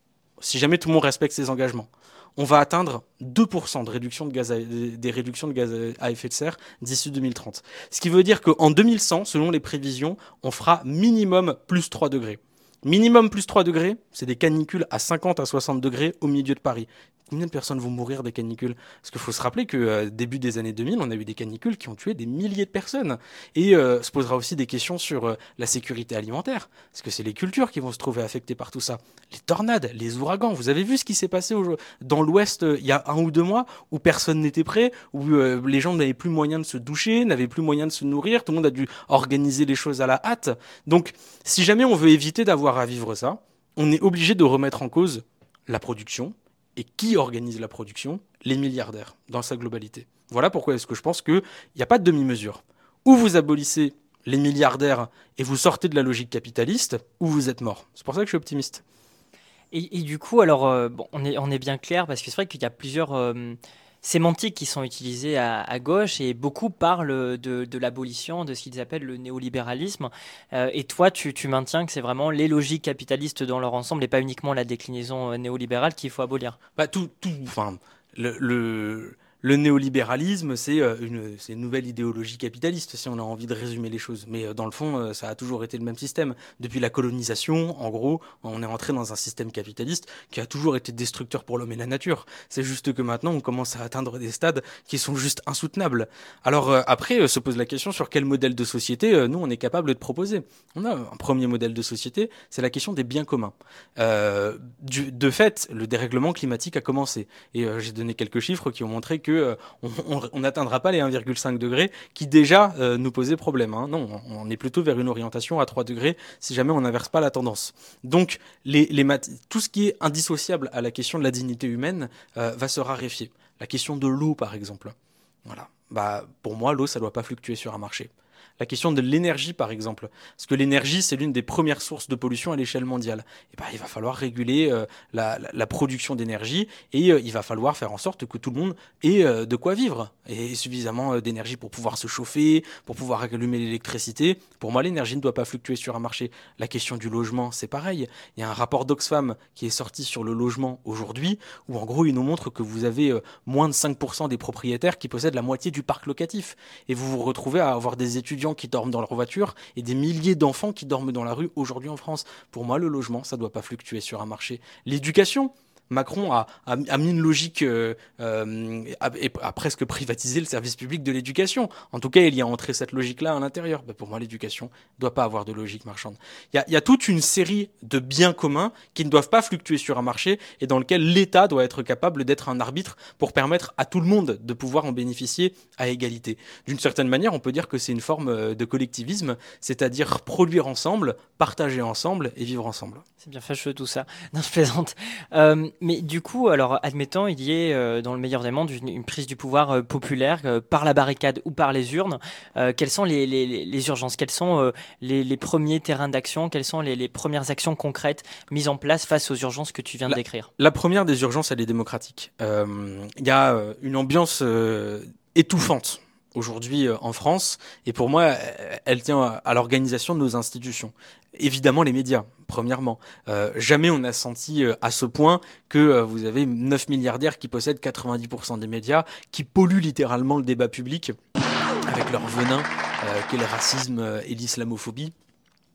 si jamais tout le monde respecte ses engagements, on va atteindre deux pour cent de réduction de gaz à, des réductions de gaz à effet de serre d'ici deux mille trente. Ce qui veut dire qu'en deux mille cent, selon les prévisions, on fera minimum plus trois degrés. Minimum plus trois degrés, c'est des canicules à cinquante à soixante degrés au milieu de Paris. Combien de personnes vont mourir des canicules ? Parce qu'il faut se rappeler que euh, début des années deux mille, on a eu des canicules qui ont tué des milliers de personnes. Et euh, se posera aussi des questions sur euh, la sécurité alimentaire. Parce que c'est les cultures qui vont se trouver affectées par tout ça. Les tornades, les ouragans. Vous avez vu ce qui s'est passé au, dans l'Ouest euh, il y a un ou deux mois, où personne n'était prêt, où euh, les gens n'avaient plus moyen de se doucher, n'avaient plus moyen de se nourrir. Tout le monde a dû organiser les choses à la hâte. Donc, si jamais on veut éviter d'avoir à vivre ça, on est obligé de remettre en cause la production. Et qui organise la production ? Les milliardaires, dans sa globalité. Voilà pourquoi est-ce que je pense qu'il n'y a pas de demi-mesure. Ou vous abolissez les milliardaires et vous sortez de la logique capitaliste, ou vous êtes mort. C'est pour ça que je suis optimiste. Et, et du coup, alors, euh, bon, on est, on est bien clair, parce que c'est vrai qu'il y a plusieurs euh, sémantiques qui sont utilisées à, à gauche, et beaucoup parlent de, de l'abolition, de ce qu'ils appellent le néolibéralisme. Euh, et toi, tu, tu maintiens que c'est vraiment les logiques capitalistes dans leur ensemble, et pas uniquement la déclinaison néolibérale qu'il faut abolir. Bah, tout, tout, enfin, le... le... Le néolibéralisme, c'est une, c'est une nouvelle idéologie capitaliste, si on a envie de résumer les choses. Mais dans le fond, ça a toujours été le même système. Depuis la colonisation, en gros, on est entré dans un système capitaliste qui a toujours été destructeur pour l'homme et la nature. C'est juste que maintenant, on commence à atteindre des stades qui sont juste insoutenables. Alors après, se pose la question sur quel modèle de société nous, on est capable de proposer. On a un premier modèle de société, c'est la question des biens communs. Euh, du, de fait, le dérèglement climatique a commencé. Et euh, j'ai donné quelques chiffres qui ont montré que on n'atteindra pas les un virgule cinq degrés qui déjà euh, nous posaient problème. Hein. Non, on est plutôt vers une orientation à trois degrés si jamais on n'inverse pas la tendance. Donc, les, les mat- tout ce qui est indissociable à la question de la dignité humaine euh, va se raréfier. La question de l'eau, par exemple. Voilà. Bah, pour moi, l'eau, ça ne doit pas fluctuer sur un marché. La question de l'énergie, par exemple. Parce que l'énergie, c'est l'une des premières sources de pollution à l'échelle mondiale. Et ben, il va falloir réguler euh, la, la, la production d'énergie et euh, il va falloir faire en sorte que tout le monde ait euh, de quoi vivre et suffisamment euh, d'énergie pour pouvoir se chauffer, pour pouvoir allumer l'électricité. Pour moi, l'énergie ne doit pas fluctuer sur un marché. La question du logement, c'est pareil. Il y a un rapport d'Oxfam qui est sorti sur le logement aujourd'hui où, en gros, il nous montre que vous avez euh, moins de cinq pour cent des propriétaires qui possèdent la moitié du parc locatif. Et vous vous retrouvez à avoir des étudiants qui dorment dans leur voiture et des milliers d'enfants qui dorment dans la rue aujourd'hui en France. Pour moi, le logement, ça ne doit pas fluctuer sur un marché. L'éducation, Macron a, a, a mis une logique, euh, euh, a, a presque privatisé le service public de l'éducation. En tout cas, il y a entré cette logique-là à l'intérieur. Ben pour moi, l'éducation ne doit pas avoir de logique marchande. Il y a, il y a toute une série de biens communs qui ne doivent pas fluctuer sur un marché et dans lequel l'État doit être capable d'être un arbitre pour permettre à tout le monde de pouvoir en bénéficier à égalité. D'une certaine manière, on peut dire que c'est une forme de collectivisme, c'est-à-dire produire ensemble, partager ensemble et vivre ensemble. C'est bien fâcheux tout ça. Non, je plaisante. Euh, mais du coup, alors admettons, il y ait euh, dans le meilleur des mondes une, une prise du pouvoir euh, populaire euh, par la barricade ou par les urnes. Euh, quelles sont les, les, les urgences ? Quels sont euh, les, les premiers terrains d'action ? Quelles sont les, les premières actions concrètes mises en place face aux urgences que tu viens la, de décrire ? La première des urgences, elle est démocratique. Il euh, y a euh, une ambiance euh, étouffante aujourd'hui euh, en France, et pour moi, elle tient à, à l'organisation de nos institutions. Évidemment, les médias, premièrement. Euh, jamais on a senti euh, à ce point que euh, vous avez neuf milliardaires qui possèdent quatre-vingt-dix pour cent des médias, qui polluent littéralement le débat public avec leur venin, euh, qu'est le racisme euh, et l'islamophobie.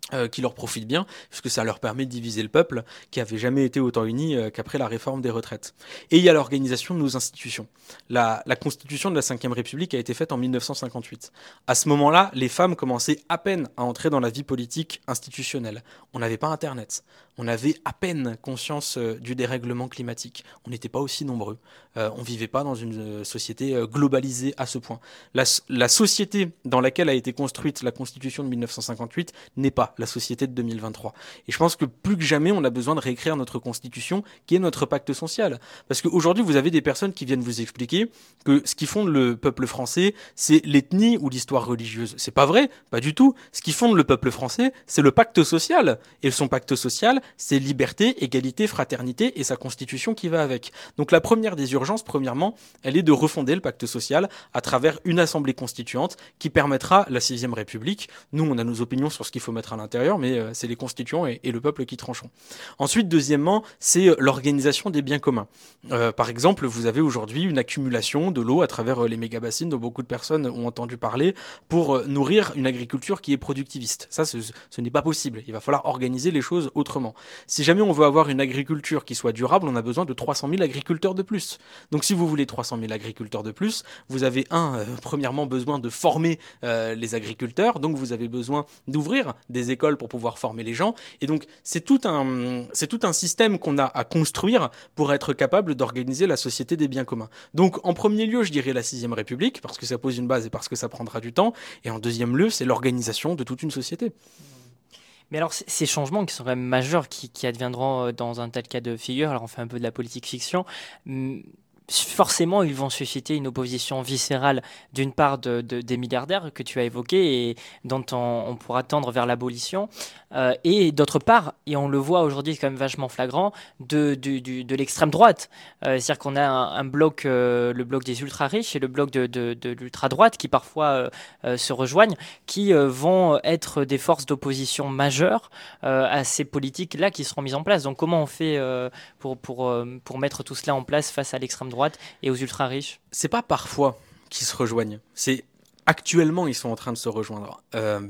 Euh, qui leur profite bien, puisque ça leur permet de diviser le peuple, qui avait jamais été autant uni euh, qu'après la réforme des retraites. Et il y a l'organisation de nos institutions. La, la constitution de la cinquième République a été faite en mille neuf cent cinquante-huit. À ce moment-là, les femmes commençaient à peine à entrer dans la vie politique institutionnelle. On n'avait pas Internet. On avait à peine conscience euh, du dérèglement climatique. On n'était pas aussi nombreux. Euh, on vivait pas dans une euh, société euh, globalisée à ce point. La, la société dans laquelle a été construite la constitution de mille neuf cent cinquante-huit n'est pas la société de deux mille vingt-trois. Et je pense que plus que jamais, on a besoin de réécrire notre constitution, qui est notre pacte social. Parce qu'aujourd'hui, vous avez des personnes qui viennent vous expliquer que ce qui fonde le peuple français, c'est l'ethnie ou l'histoire religieuse. C'est pas vrai, pas du tout. Ce qui fonde le peuple français, c'est le pacte social. Et son pacte social, c'est liberté, égalité, fraternité et sa constitution qui va avec. Donc la première des urgences, premièrement, elle est de refonder le pacte social à travers une assemblée constituante qui permettra la sixième République. Nous, on a nos opinions sur ce qu'il faut mettre à l'intérieur, mais euh, c'est les constituants et, et le peuple qui trancheront. Ensuite, deuxièmement, c'est euh, l'organisation des biens communs. Euh, par exemple, vous avez aujourd'hui une accumulation de l'eau à travers euh, les méga-bassines dont beaucoup de personnes ont entendu parler pour euh, nourrir une agriculture qui est productiviste. Ça, ce, ce n'est pas possible. Il va falloir organiser les choses autrement. Si jamais on veut avoir une agriculture qui soit durable, on a besoin de trois cent mille agriculteurs de plus. Donc si vous voulez trois cent mille agriculteurs de plus, vous avez un, euh, premièrement, besoin de former euh, les agriculteurs, donc vous avez besoin d'ouvrir des écoles pour pouvoir former les gens. Et donc, c'est tout un, c'est tout un système qu'on a à construire pour être capable d'organiser la société des biens communs. Donc, en premier lieu, je dirais la sixième République, parce que ça pose une base et parce que ça prendra du temps. Et en deuxième lieu, c'est l'organisation de toute une société. Mais alors, ces changements qui sont quand même majeurs, qui, qui adviendront dans un tel cas de figure, alors on fait un peu de la politique fiction, forcément, ils vont susciter une opposition viscérale d'une part de, de, des milliardaires que tu as évoqués et dont on, on pourra tendre vers l'abolition, euh, et d'autre part, et on le voit aujourd'hui c'est quand même vachement flagrant, de, de, de, de l'extrême droite. Euh, c'est-à-dire qu'on a un, un bloc, euh, le bloc des ultra-riches et le bloc de, de, de l'ultra-droite qui parfois euh, euh, se rejoignent, qui euh, vont être des forces d'opposition majeures euh, à ces politiques-là qui seront mises en place. Donc comment on fait euh, pour, pour, euh, pour mettre tout cela en place face à l'extrême droite et aux ultra-riches? C'est pas parfois qu'ils se rejoignent, c'est actuellement ils sont en train de se rejoindre. Euh,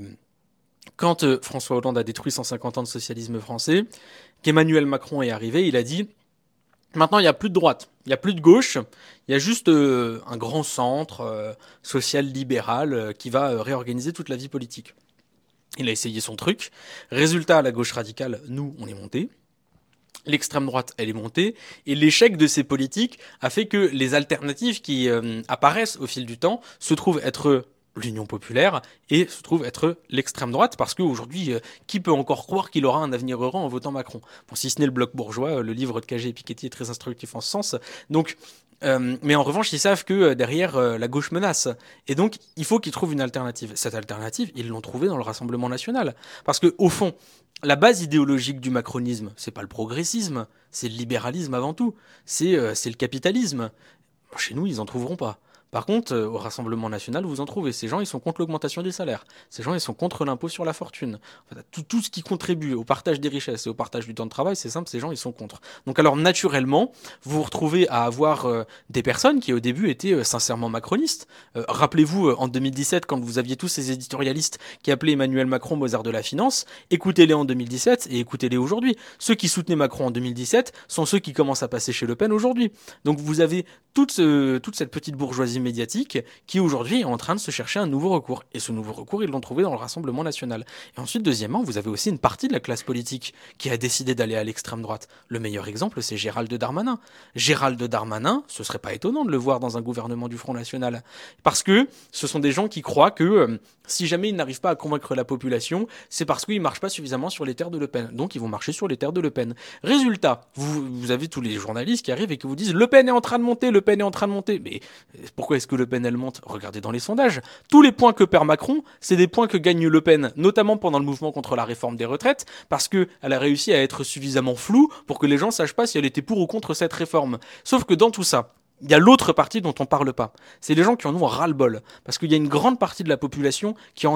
quand euh, François Hollande a détruit cent cinquante ans de socialisme français, qu'Emmanuel Macron est arrivé, il a dit « Maintenant, il n'y a plus de droite, il n'y a plus de gauche, il y a juste euh, un grand centre euh, social-libéral euh, qui va euh, réorganiser toute la vie politique. » Il a essayé son truc. Résultat, la gauche radicale, nous, on est monté. L'extrême droite, elle est montée, et l'échec de ces politiques a fait que les alternatives qui euh, apparaissent au fil du temps se trouvent être l'Union populaire et se trouvent être l'extrême droite, parce qu'aujourd'hui, euh, qui peut encore croire qu'il aura un avenir heureux en votant Macron? Bon, si ce n'est le bloc bourgeois, le livre de Cagé et Piketty est très instructif en ce sens. Donc, euh, mais en revanche, ils savent que euh, derrière, euh, la gauche menace. Et donc, il faut qu'ils trouvent une alternative. Cette alternative, ils l'ont trouvée dans le Rassemblement national. Parce que, au fond, la base idéologique du macronisme, c'est pas le progressisme, c'est le libéralisme avant tout. C'est euh, c'est le capitalisme. Chez nous, ils en trouveront pas. Par contre, euh, au Rassemblement national, vous en trouvez. Ces gens, ils sont contre l'augmentation des salaires. Ces gens, ils sont contre l'impôt sur la fortune. Enfin, tout, tout ce qui contribue au partage des richesses et au partage du temps de travail, c'est simple, ces gens, ils sont contre. Donc alors, naturellement, vous vous retrouvez à avoir euh, des personnes qui, au début, étaient euh, sincèrement macronistes. Euh, rappelez-vous, euh, en deux mille dix-sept, quand vous aviez tous ces éditorialistes qui appelaient Emmanuel Macron Mozart de la finance, écoutez-les en deux mille dix-sept et écoutez-les aujourd'hui. Ceux qui soutenaient Macron en deux mille dix-sept sont ceux qui commencent à passer chez Le Pen aujourd'hui. Donc vous avez toute, ce, toute cette petite bourgeoisie médiatique qui aujourd'hui est en train de se chercher un nouveau recours. Et ce nouveau recours, ils l'ont trouvé dans le Rassemblement national. Et ensuite, deuxièmement, vous avez aussi une partie de la classe politique qui a décidé d'aller à l'extrême droite. Le meilleur exemple, c'est Gérald Darmanin. Gérald Darmanin, ce serait pas étonnant de le voir dans un gouvernement du Front National. Parce que ce sont des gens qui croient que euh, si jamais ils n'arrivent pas à convaincre la population, c'est parce qu'ils marchent pas suffisamment sur les terres de Le Pen. Donc ils vont marcher sur les terres de Le Pen. Résultat, vous, vous avez tous les journalistes qui arrivent et qui vous disent « Le Pen est en train de monter, Le Pen est en train de monter ». Mais pourquoi est-ce que Le Pen, elle monte? Regardez dans les sondages. Tous les points que perd Macron, c'est des points que gagne Le Pen, notamment pendant le mouvement contre la réforme des retraites, parce qu'elle a réussi à être suffisamment floue pour que les gens sachent pas si elle était pour ou contre cette réforme. Sauf que dans tout ça, il y a l'autre partie dont on parle pas. C'est les gens qui en ont ras-le-bol. Parce qu'il y a une grande partie de la population qui en a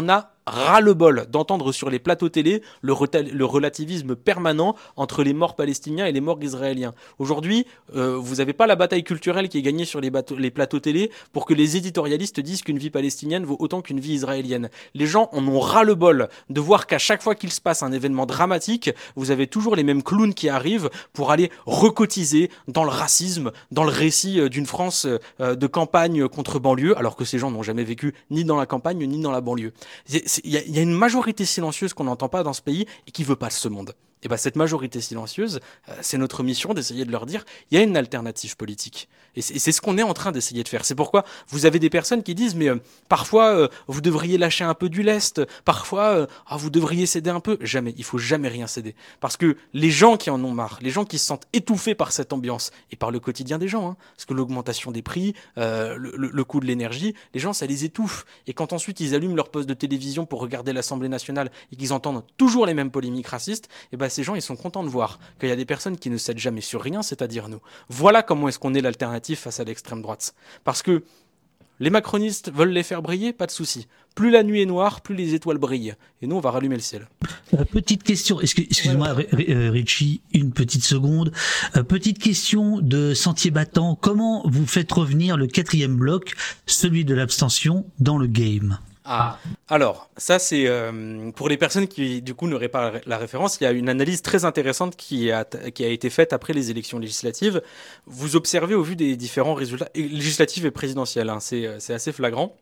ras-le-bol d'entendre sur les plateaux télé le, reta- le relativisme permanent entre les morts palestiniens et les morts israéliens. Aujourd'hui, euh, vous n'avez pas la bataille culturelle qui est gagnée sur les, bateaux, les plateaux télé pour que les éditorialistes disent qu'une vie palestinienne vaut autant qu'une vie israélienne. Les gens en ont ras-le-bol de voir qu'à chaque fois qu'il se passe un événement dramatique, vous avez toujours les mêmes clowns qui arrivent pour aller recotiser dans le racisme, dans le récit d'une France euh, de campagne contre banlieue, alors que ces gens n'ont jamais vécu ni dans la campagne ni dans la banlieue. Il y, y a une majorité silencieuse qu'on n'entend pas dans ce pays et qui veut pas ce monde. Et ben cette majorité silencieuse, euh, c'est notre mission d'essayer de leur dire il y a une alternative politique. Et c'est, et c'est ce qu'on est en train d'essayer de faire. C'est pourquoi vous avez des personnes qui disent mais euh, parfois euh, vous devriez lâcher un peu du lest, parfois euh, ah, vous devriez céder un peu. Jamais, il faut jamais rien céder. Parce que les gens qui en ont marre, les gens qui se sentent étouffés par cette ambiance et par le quotidien des gens, hein, parce que l'augmentation des prix, euh, le, le, le coût de l'énergie, les gens ça les étouffe. Et quand ensuite ils allument leur poste de télévision pour regarder l'Assemblée nationale et qu'ils entendent toujours les mêmes polémiques racistes, et ben ces gens, ils sont contents de voir qu'il y a des personnes qui ne cèdent jamais sur rien, c'est-à-dire nous. Voilà comment est-ce qu'on est l'alternative face à l'extrême droite. Parce que les macronistes veulent les faire briller, pas de souci. Plus la nuit est noire, plus les étoiles brillent. Et nous, on va rallumer le ciel. Euh, petite question, excuse-moi ouais. Richie, une petite seconde. Euh, petite question de Sentier Battant. Comment vous faites revenir le quatrième bloc, celui de l'abstention, dans le game ? Ah, alors, ça c'est euh, pour les personnes qui du coup n'auraient pas la référence, il y a une analyse très intéressante qui a, qui a été faite après les élections législatives. Vous observez au vu des différents résultats législatifs et présidentiels, hein, c'est, c'est assez flagrant.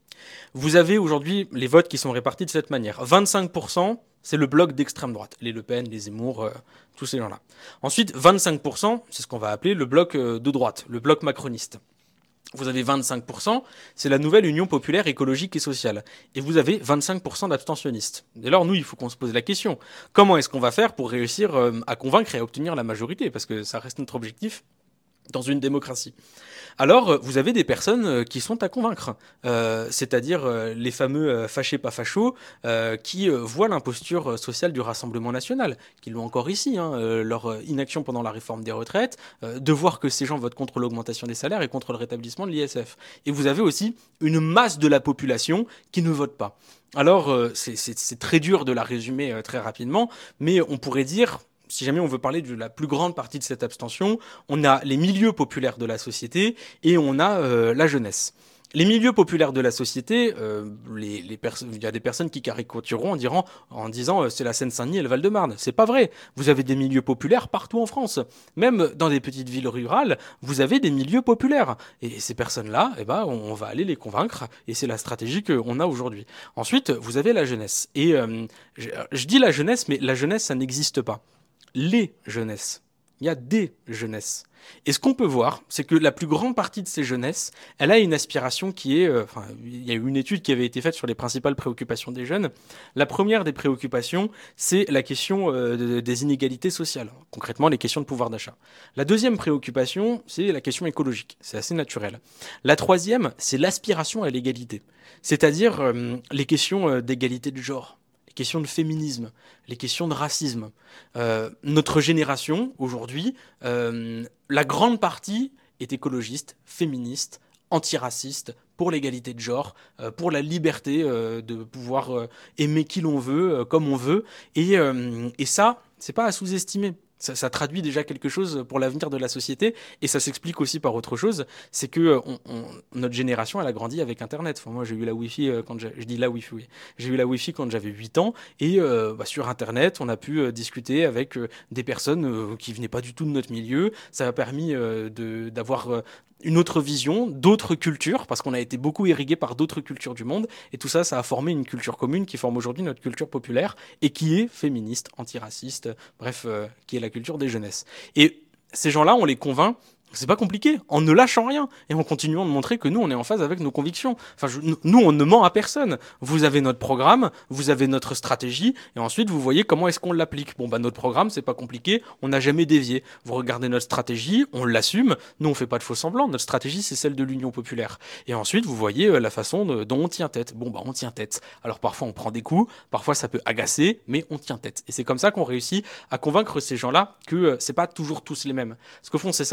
Vous avez aujourd'hui les votes qui sont répartis de cette manière. vingt-cinq pour cent, c'est le bloc d'extrême droite, les Le Pen, les Zemmour, euh, tous ces gens-là. Ensuite, vingt-cinq pour cent, c'est ce qu'on va appeler le bloc de droite, le bloc macroniste. Vous avez vingt-cinq pour cent, c'est la nouvelle Union populaire écologique et sociale. Et vous avez vingt-cinq pour cent d'abstentionnistes. Dès lors, nous, il faut qu'on se pose la question. Comment est-ce qu'on va faire pour réussir euh, à convaincre et à obtenir la majorité ? Parce que ça reste notre objectif dans une démocratie. Alors, vous avez des personnes qui sont à convaincre, euh, c'est-à-dire euh, les fameux euh, fâchés pas fachos euh, qui euh, voient l'imposture sociale du Rassemblement national, qui l'ont encore ici, hein, euh, leur inaction pendant la réforme des retraites, euh, de voir que ces gens votent contre l'augmentation des salaires et contre le rétablissement de l'I S F. Et vous avez aussi une masse de la population qui ne vote pas. Alors, euh, c'est, c'est, c'est très dur de la résumer euh, très rapidement, mais on pourrait dire... Si jamais on veut parler de la plus grande partie de cette abstention, on a les milieux populaires de la société et on a euh, la jeunesse. Les milieux populaires de la société, euh, les, les pers- il y a des personnes qui caricatureront en, dirant, en disant euh, c'est la Seine-Saint-Denis et le Val-de-Marne. C'est pas vrai. Vous avez des milieux populaires partout en France. Même dans des petites villes rurales, vous avez des milieux populaires. Et ces personnes-là, eh ben, on, on va aller les convaincre. Et c'est la stratégie qu'on a aujourd'hui. Ensuite, vous avez la jeunesse. Et euh, je, je dis la jeunesse, mais la jeunesse, ça n'existe pas. Les jeunesses. Il y a des jeunesses. Et ce qu'on peut voir, c'est que la plus grande partie de ces jeunesses, elle a une aspiration qui est... Euh, enfin, il y a eu une étude qui avait été faite sur les principales préoccupations des jeunes. La première des préoccupations, c'est la question euh, de, des inégalités sociales. Concrètement, les questions de pouvoir d'achat. La deuxième préoccupation, c'est la question écologique. C'est assez naturel. La troisième, c'est l'aspiration à l'égalité. C'est-à-dire euh, les questions euh, d'égalité de genre. Les questions de féminisme, les questions de racisme. Euh, notre génération, aujourd'hui, euh, la grande partie est écologiste, féministe, antiraciste, pour l'égalité de genre, euh, pour la liberté euh, de pouvoir euh, aimer qui l'on veut, euh, comme on veut. Et, euh, et ça, c'est pas à sous-estimer. Ça, ça traduit déjà quelque chose pour l'avenir de la société et ça s'explique aussi par autre chose, c'est que on, on, notre génération elle a grandi avec Internet. Enfin, moi j'ai eu la Wi-Fi quand j'ai, je dis la Wi-Fi, oui. J'ai eu la Wi-Fi quand j'avais huit ans et euh, bah, sur Internet on a pu euh, discuter avec euh, des personnes euh, qui venaient pas du tout de notre milieu. Ça a permis euh, de, d'avoir euh, une autre vision, d'autres cultures, parce qu'on a été beaucoup irrigué par d'autres cultures du monde, et tout ça, ça a formé une culture commune qui forme aujourd'hui notre culture populaire, et qui est féministe, antiraciste, bref, euh, qui est la culture des jeunesses. Et ces gens-là, on les convainc, c'est pas compliqué, en ne lâchant rien, et en continuant de montrer que nous, on est en phase avec nos convictions. Enfin, je, nous, on ne ment à personne. Vous avez notre programme, vous avez notre stratégie, et ensuite, vous voyez comment est-ce qu'on l'applique. Bon, bah, notre programme, c'est pas compliqué, on n'a jamais dévié. Vous regardez notre stratégie, on l'assume, nous, on fait pas de faux semblants. Notre stratégie, c'est celle de l'Union populaire. Et ensuite, vous voyez euh, la façon de, dont on tient tête. Bon, bah, on tient tête. Alors, parfois, on prend des coups, parfois, ça peut agacer, mais on tient tête. Et c'est comme ça qu'on réussit à convaincre ces gens-là que euh, c'est pas toujours tous les mêmes. Parce qu'au fond, c'est ça que disent les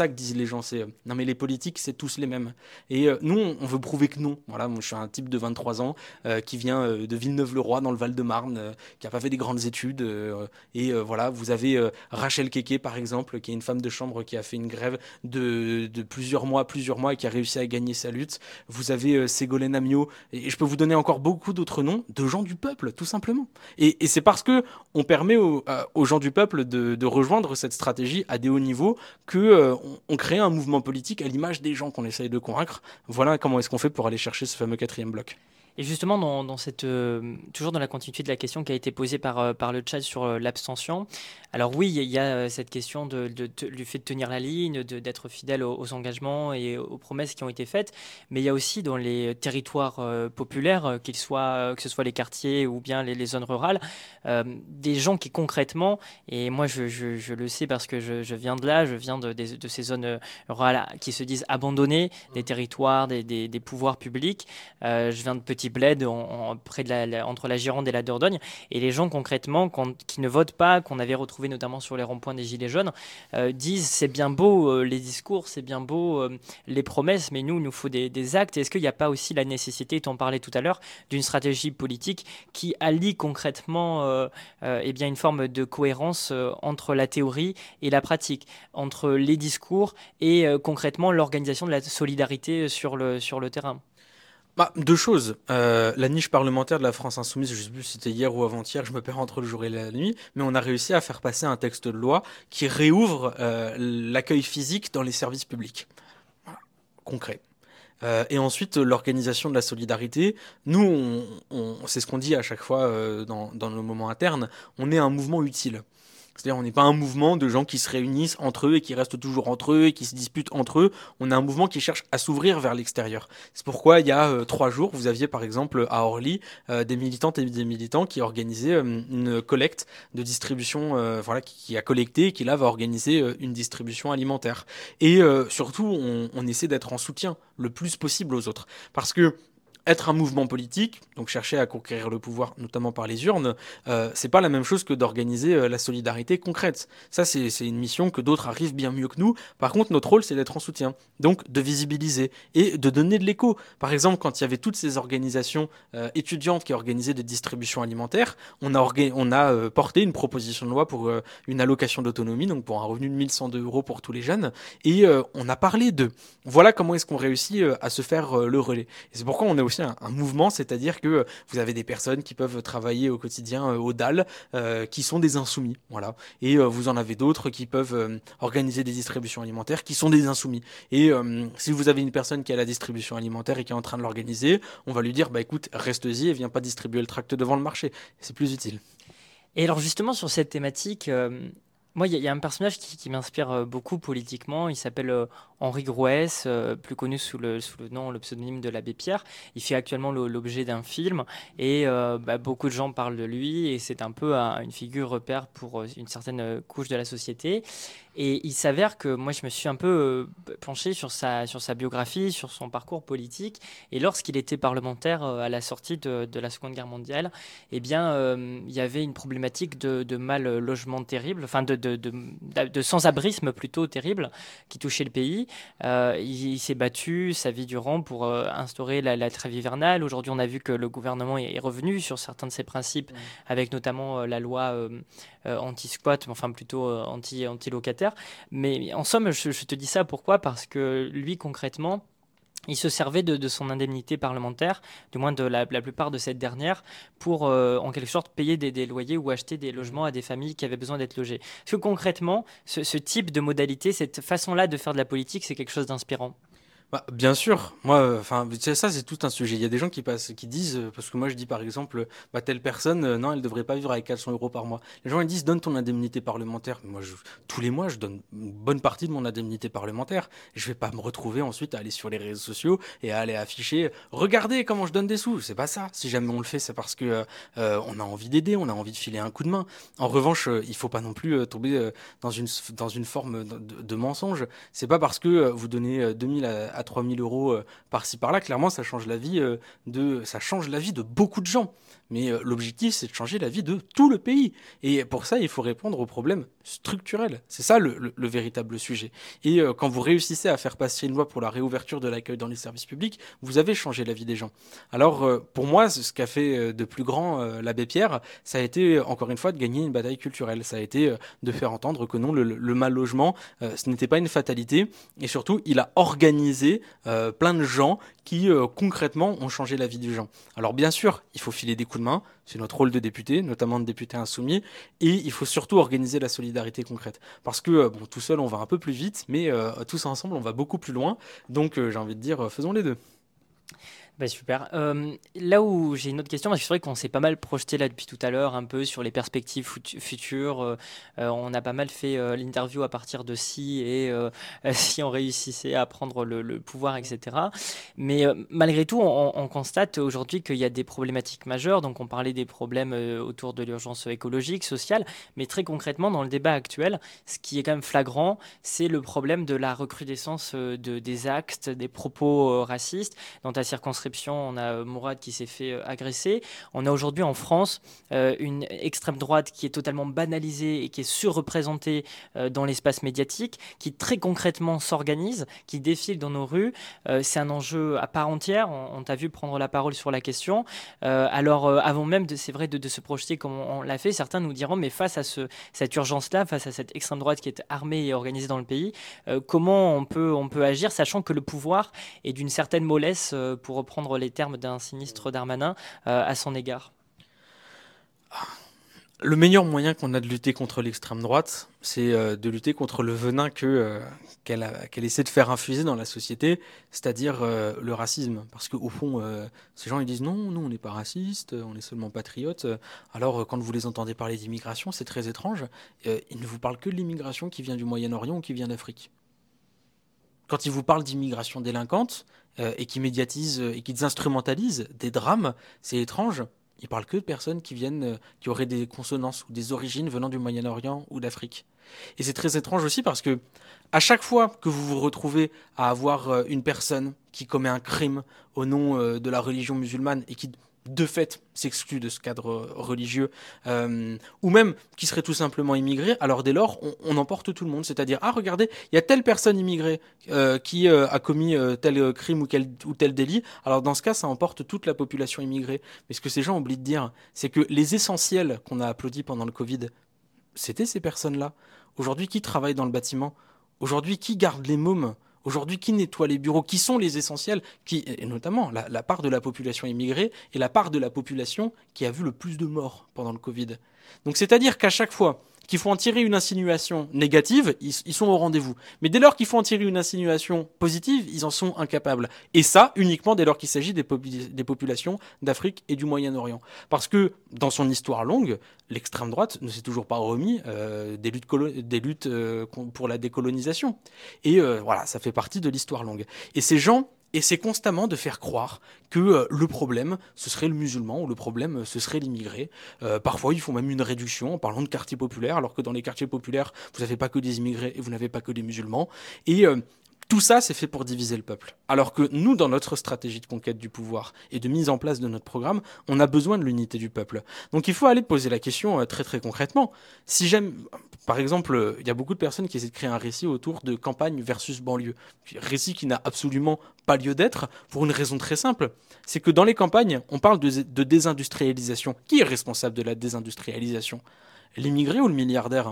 gens, c'est euh, non mais les politiques c'est tous les mêmes. Et euh, nous on, on veut prouver que non. Voilà, moi je suis un type de vingt-trois ans euh, qui vient euh, de Villeneuve-le-Roi dans le Val-de-Marne, euh, qui a pas fait des grandes études. Euh, et euh, voilà, vous avez euh, Rachel Keke par exemple, qui est une femme de chambre qui a fait une grève de, de plusieurs mois, plusieurs mois et qui a réussi à gagner sa lutte. Vous avez euh, Ségolène Amiot, et, et je peux vous donner encore beaucoup d'autres noms de gens du peuple, tout simplement. Et, et c'est parce que on permet aux, euh, aux gens du peuple de, de rejoindre cette stratégie à des hauts niveaux que euh, on, on crée un mouvement politique à l'image des gens qu'on essaye de convaincre. Voilà comment est-ce qu'on fait pour aller chercher ce fameux quatrième bloc. Et justement, dans, dans cette, euh, toujours dans la continuité de la question qui a été posée par, euh, par le chat sur euh, l'abstention, alors oui, il y, y a euh, cette question de, de, de- du fait de tenir la ligne, de- d'être fidèle aux, aux engagements et aux promesses qui ont été faites, mais il y a aussi dans les territoires euh, populaires, euh, qu'ils soient, euh, que ce soit les quartiers ou bien les, les zones rurales, euh, des gens qui concrètement, et moi je, je- je le sais parce que je, je viens de là, je viens de, des- de ces zones euh, rurales qui se disent abandonnées, des territoires, des, des- des pouvoirs publics. Euh, je viens de petits bleds en- en- près de la, la- entre la Gironde et la Dordogne. Et les gens, concrètement, quand- qui ne votent pas, qu'on avait retrouvé notamment sur les ronds-points des Gilets jaunes, euh, disent c'est bien beau euh, les discours, c'est bien beau euh, les promesses, mais nous, il nous faut des, des actes. Est-ce qu'il n'y a pas aussi la nécessité, tu en parlais tout à l'heure, d'une stratégie politique qui allie concrètement euh, euh, eh bien, une forme de cohérence euh, entre la théorie et la pratique, entre les discours et euh, concrètement l'organisation de la solidarité sur le, sur le terrain? Bah, deux choses. Euh, la niche parlementaire de la France Insoumise, je sais plus si c'était hier ou avant-hier, je me perds entre le jour et la nuit, mais on a réussi à faire passer un texte de loi qui réouvre euh, l'accueil physique dans les services publics. Voilà, concret. Euh, et ensuite, euh, l'organisation de la solidarité. Nous, on, on- c'est ce qu'on dit à chaque fois euh, dans, dans nos moments internes, on est un mouvement utile. C'est-à-dire, on n'est pas un mouvement de gens qui se réunissent entre eux et qui restent toujours entre eux et qui se disputent entre eux. On est un mouvement qui cherche à s'ouvrir vers l'extérieur. C'est pourquoi, il y a euh, trois jours, vous aviez par exemple à Orly euh, des militantes et des militants qui organisaient euh, une collecte de distribution, euh, voilà, qui, qui a collecté et qui là va organiser euh, une distribution alimentaire. Et euh, surtout, on, on essaie d'être en soutien le plus possible aux autres. Parce que être un mouvement politique, donc chercher à conquérir le pouvoir, notamment par les urnes, euh, c'est pas la même chose que d'organiser euh, la solidarité concrète. Ça, c'est c'est une mission que d'autres arrivent bien mieux que nous. Par contre, notre rôle, c'est d'être en soutien, donc de visibiliser et de donner de l'écho. Par exemple, quand il y avait toutes ces organisations euh, étudiantes qui organisaient des distributions alimentaires, on a, orga- on a euh, porté une proposition de loi pour euh, une allocation d'autonomie, donc pour un revenu de mille cent deux euros pour tous les jeunes, et euh, on a parlé de voilà comment est-ce qu'on réussit euh, à se faire euh, le relais. Et c'est pourquoi on a aussi un, un mouvement, c'est-à-dire que euh, vous avez des personnes qui peuvent travailler au quotidien euh, au D A L, euh, qui sont des insoumis, voilà. Et euh, vous en avez d'autres qui peuvent euh, organiser des distributions alimentaires, qui sont des insoumis. Et euh, si vous avez une personne qui a la distribution alimentaire et qui est en train de l'organiser, on va lui dire, bah écoute, reste-y et viens pas distribuer le tract devant le marché. C'est plus utile. Et alors justement sur cette thématique, euh, moi il y, a il y a un personnage qui, qui m'inspire euh, beaucoup politiquement. Il s'appelle euh, Henri Grouès, euh, plus connu sous le, sous le nom, le pseudonyme de l'abbé Pierre. Il fait actuellement le- l'objet d'un film et euh, bah, beaucoup de gens parlent de lui et c'est un peu un- une figure repère pour euh, une certaine euh, couche de la société. Et il s'avère que moi je me suis un peu euh, penché sur sa, sur sa biographie, sur son parcours politique. Et lorsqu'il était parlementaire euh, à la sortie de, de la Seconde Guerre mondiale, eh bien, euh, il y avait une problématique de, de mal logement terrible, enfin de, de, de, de sans-abrisme plutôt terrible qui touchait le pays. Euh, il il s'est battu sa vie durant pour euh, instaurer la, la trêve hivernale. Aujourd'hui, on a vu que le gouvernement est, est revenu sur certains de ses principes, avec notamment euh, la loi euh, euh, anti-squat, enfin plutôt euh, anti, anti-locataire. Mais en somme, je, je te dis ça pourquoi? Parce que lui, concrètement, il se servait de, de son indemnité parlementaire, du moins de la, la plupart de cette dernière, pour euh, en quelque sorte payer des, des loyers ou acheter des logements à des familles qui avaient besoin d'être logées. Parce que concrètement, ce, ce type de modalité, cette façon-là de faire de la politique, c'est quelque chose d'inspirant. Bah, bien sûr, moi, enfin, ça c'est tout un sujet. Il y a des gens qui passent, qui disent, euh, parce que moi je dis par exemple, bah, telle personne, euh, non, elle devrait pas vivre avec quatre cents euros par mois. Les gens ils disent, donne ton indemnité parlementaire. Moi, je, tous les mois, je donne une bonne partie de mon indemnité parlementaire. Je vais pas me retrouver ensuite à aller sur les réseaux sociaux et à aller afficher, regardez comment je donne des sous. C'est pas ça. Si jamais on le fait, c'est parce que euh, euh, on a envie d'aider, on a envie de filer un coup de main. En revanche, euh, il faut pas non plus euh, tomber euh, dans une dans une forme de, de, de mensonge. C'est pas parce que euh, vous donnez euh, deux mille à, à trois mille euros euh, par-ci par-là, clairement ça change la vie euh, de ça change la vie de beaucoup de gens. mais euh, l'objectif, c'est de changer la vie de tout le pays. Et pour ça, il faut répondre aux problèmes structurels. C'est ça le, le, le véritable sujet. Et euh, quand vous réussissez à faire passer une loi pour la réouverture de l'accueil dans les services publics, vous avez changé la vie des gens. Alors, euh, pour moi, ce qu'a fait de plus grand euh, l'abbé Pierre, ça a été, encore une fois, de gagner une bataille culturelle. Ça a été euh, de faire entendre que non, le, le mal logement, euh, ce n'était pas une fatalité. Et surtout, il a organisé euh, plein de gens qui, euh, concrètement, ont changé la vie des gens. Alors, bien sûr, il faut filer des coups de main. C'est notre rôle de député, notamment de député insoumis. Et il faut surtout organiser la solidarité concrète. Parce que, euh, bon, tout seul, on va un peu plus vite, mais euh, tous ensemble, on va beaucoup plus loin. Donc, euh, j'ai envie de dire, euh, faisons les deux. Bah super. Euh, là où j'ai une autre question, parce que c'est vrai qu'on s'est pas mal projeté là depuis tout à l'heure, un peu sur les perspectives fut- futures. Euh, euh, on a pas mal fait euh, l'interview à partir de si et euh, si on réussissait à prendre le, le pouvoir, et cetera. Mais euh, malgré tout, on, on constate aujourd'hui qu'il y a des problématiques majeures. Donc on parlait des problèmes euh, autour de l'urgence écologique, sociale, mais très concrètement dans le débat actuel, ce qui est quand même flagrant, c'est le problème de la recrudescence euh, de, des actes, des propos euh, racistes. Dans ta circonscription, on a Mourad qui s'est fait euh, agresser. On a aujourd'hui en France euh, une extrême droite qui est totalement banalisée et qui est surreprésentée euh, dans l'espace médiatique, qui très concrètement s'organise, qui défile dans nos rues. Euh, c'est un enjeu à part entière. On, on t'a vu prendre la parole sur la question. Euh, alors, euh, avant même, de, c'est vrai, de, de se projeter comme on, on l'a fait, certains nous diront, mais face à ce, cette urgence-là, face à cette extrême droite qui est armée et organisée dans le pays, euh, comment on peut, on peut agir, sachant que le pouvoir est d'une certaine mollesse, euh, pour reprendre les termes d'un sinistre Darmanin, euh, à son égard? Le meilleur moyen qu'on a de lutter contre l'extrême droite, c'est euh, de lutter contre le venin que, euh, qu'elle, a- qu'elle essaie de faire infuser dans la société, c'est-à-dire euh, le racisme. Parce qu'au fond, euh, ces gens ils disent non, nous on n'est pas racistes, on est seulement patriotes. Alors euh, quand vous les entendez parler d'immigration, c'est très étrange. Euh, ils ne vous parlent que de l'immigration qui vient du Moyen-Orient ou qui vient d'Afrique. Quand ils vous parlent d'immigration délinquante euh, et qui médiatisent euh, et qui instrumentalisent des drames, c'est étrange. Ils parlent que de personnes qui viennent, euh, qui auraient des consonances ou des origines venant du Moyen-Orient ou d'Afrique. Et c'est très étrange aussi parce que à chaque fois que vous vous retrouvez à avoir euh, une personne qui commet un crime au nom euh, de la religion musulmane et qui de fait s'exclut de ce cadre euh, religieux, euh, ou même qui serait tout simplement immigré, alors dès lors, on, on emporte tout le monde. C'est-à-dire, ah regardez, il y a telle personne immigrée euh, qui euh, a commis euh, tel crime ou, quel, ou tel délit, alors dans ce cas, ça emporte toute la population immigrée. Mais ce que ces gens oublient de dire, c'est que les essentiels qu'on a applaudis pendant le Covid, c'était ces personnes-là. Aujourd'hui, qui travaille dans le bâtiment? Aujourd'hui, qui garde les mômes? Aujourd'hui, qui nettoie les bureaux? Qui sont les essentiels? Qui, et notamment la, la part de la population immigrée et la part de la population qui a vu le plus de morts pendant le Covid. Donc c'est-à-dire qu'à chaque fois qu'il faut en tirer une insinuation négative, ils, ils sont au rendez-vous. Mais dès lors qu'il faut en tirer une insinuation positive, ils en sont incapables. Et ça, uniquement dès lors qu'il s'agit des, popu- des populations d'Afrique et du Moyen-Orient. Parce que, dans son histoire longue, l'extrême droite ne s'est toujours pas remis euh, des luttes, colo- des luttes euh, pour la décolonisation. Et euh, voilà, ça fait partie de l'histoire longue. Et ces gens essaient constamment de faire croire que euh, le problème, ce serait le musulman, ou le problème, euh, ce serait l'immigré. Euh, parfois, ils font même une réduction en parlant de quartiers populaires, alors que dans les quartiers populaires, vous n'avez pas que des immigrés et vous n'avez pas que des musulmans. Et euh, tout ça, c'est fait pour diviser le peuple. Alors que nous, dans notre stratégie de conquête du pouvoir et de mise en place de notre programme, on a besoin de l'unité du peuple. Donc il faut aller poser la question euh, très très concrètement. Si j'aime, par exemple, euh, il y a beaucoup de personnes qui essaient de créer un récit autour de campagne versus banlieue. Récit qui n'a absolument pas lieu d'être pour une raison très simple. C'est que dans les campagnes, on parle de, de désindustrialisation. Qui est responsable de la désindustrialisation? L'immigré ou le milliardaire?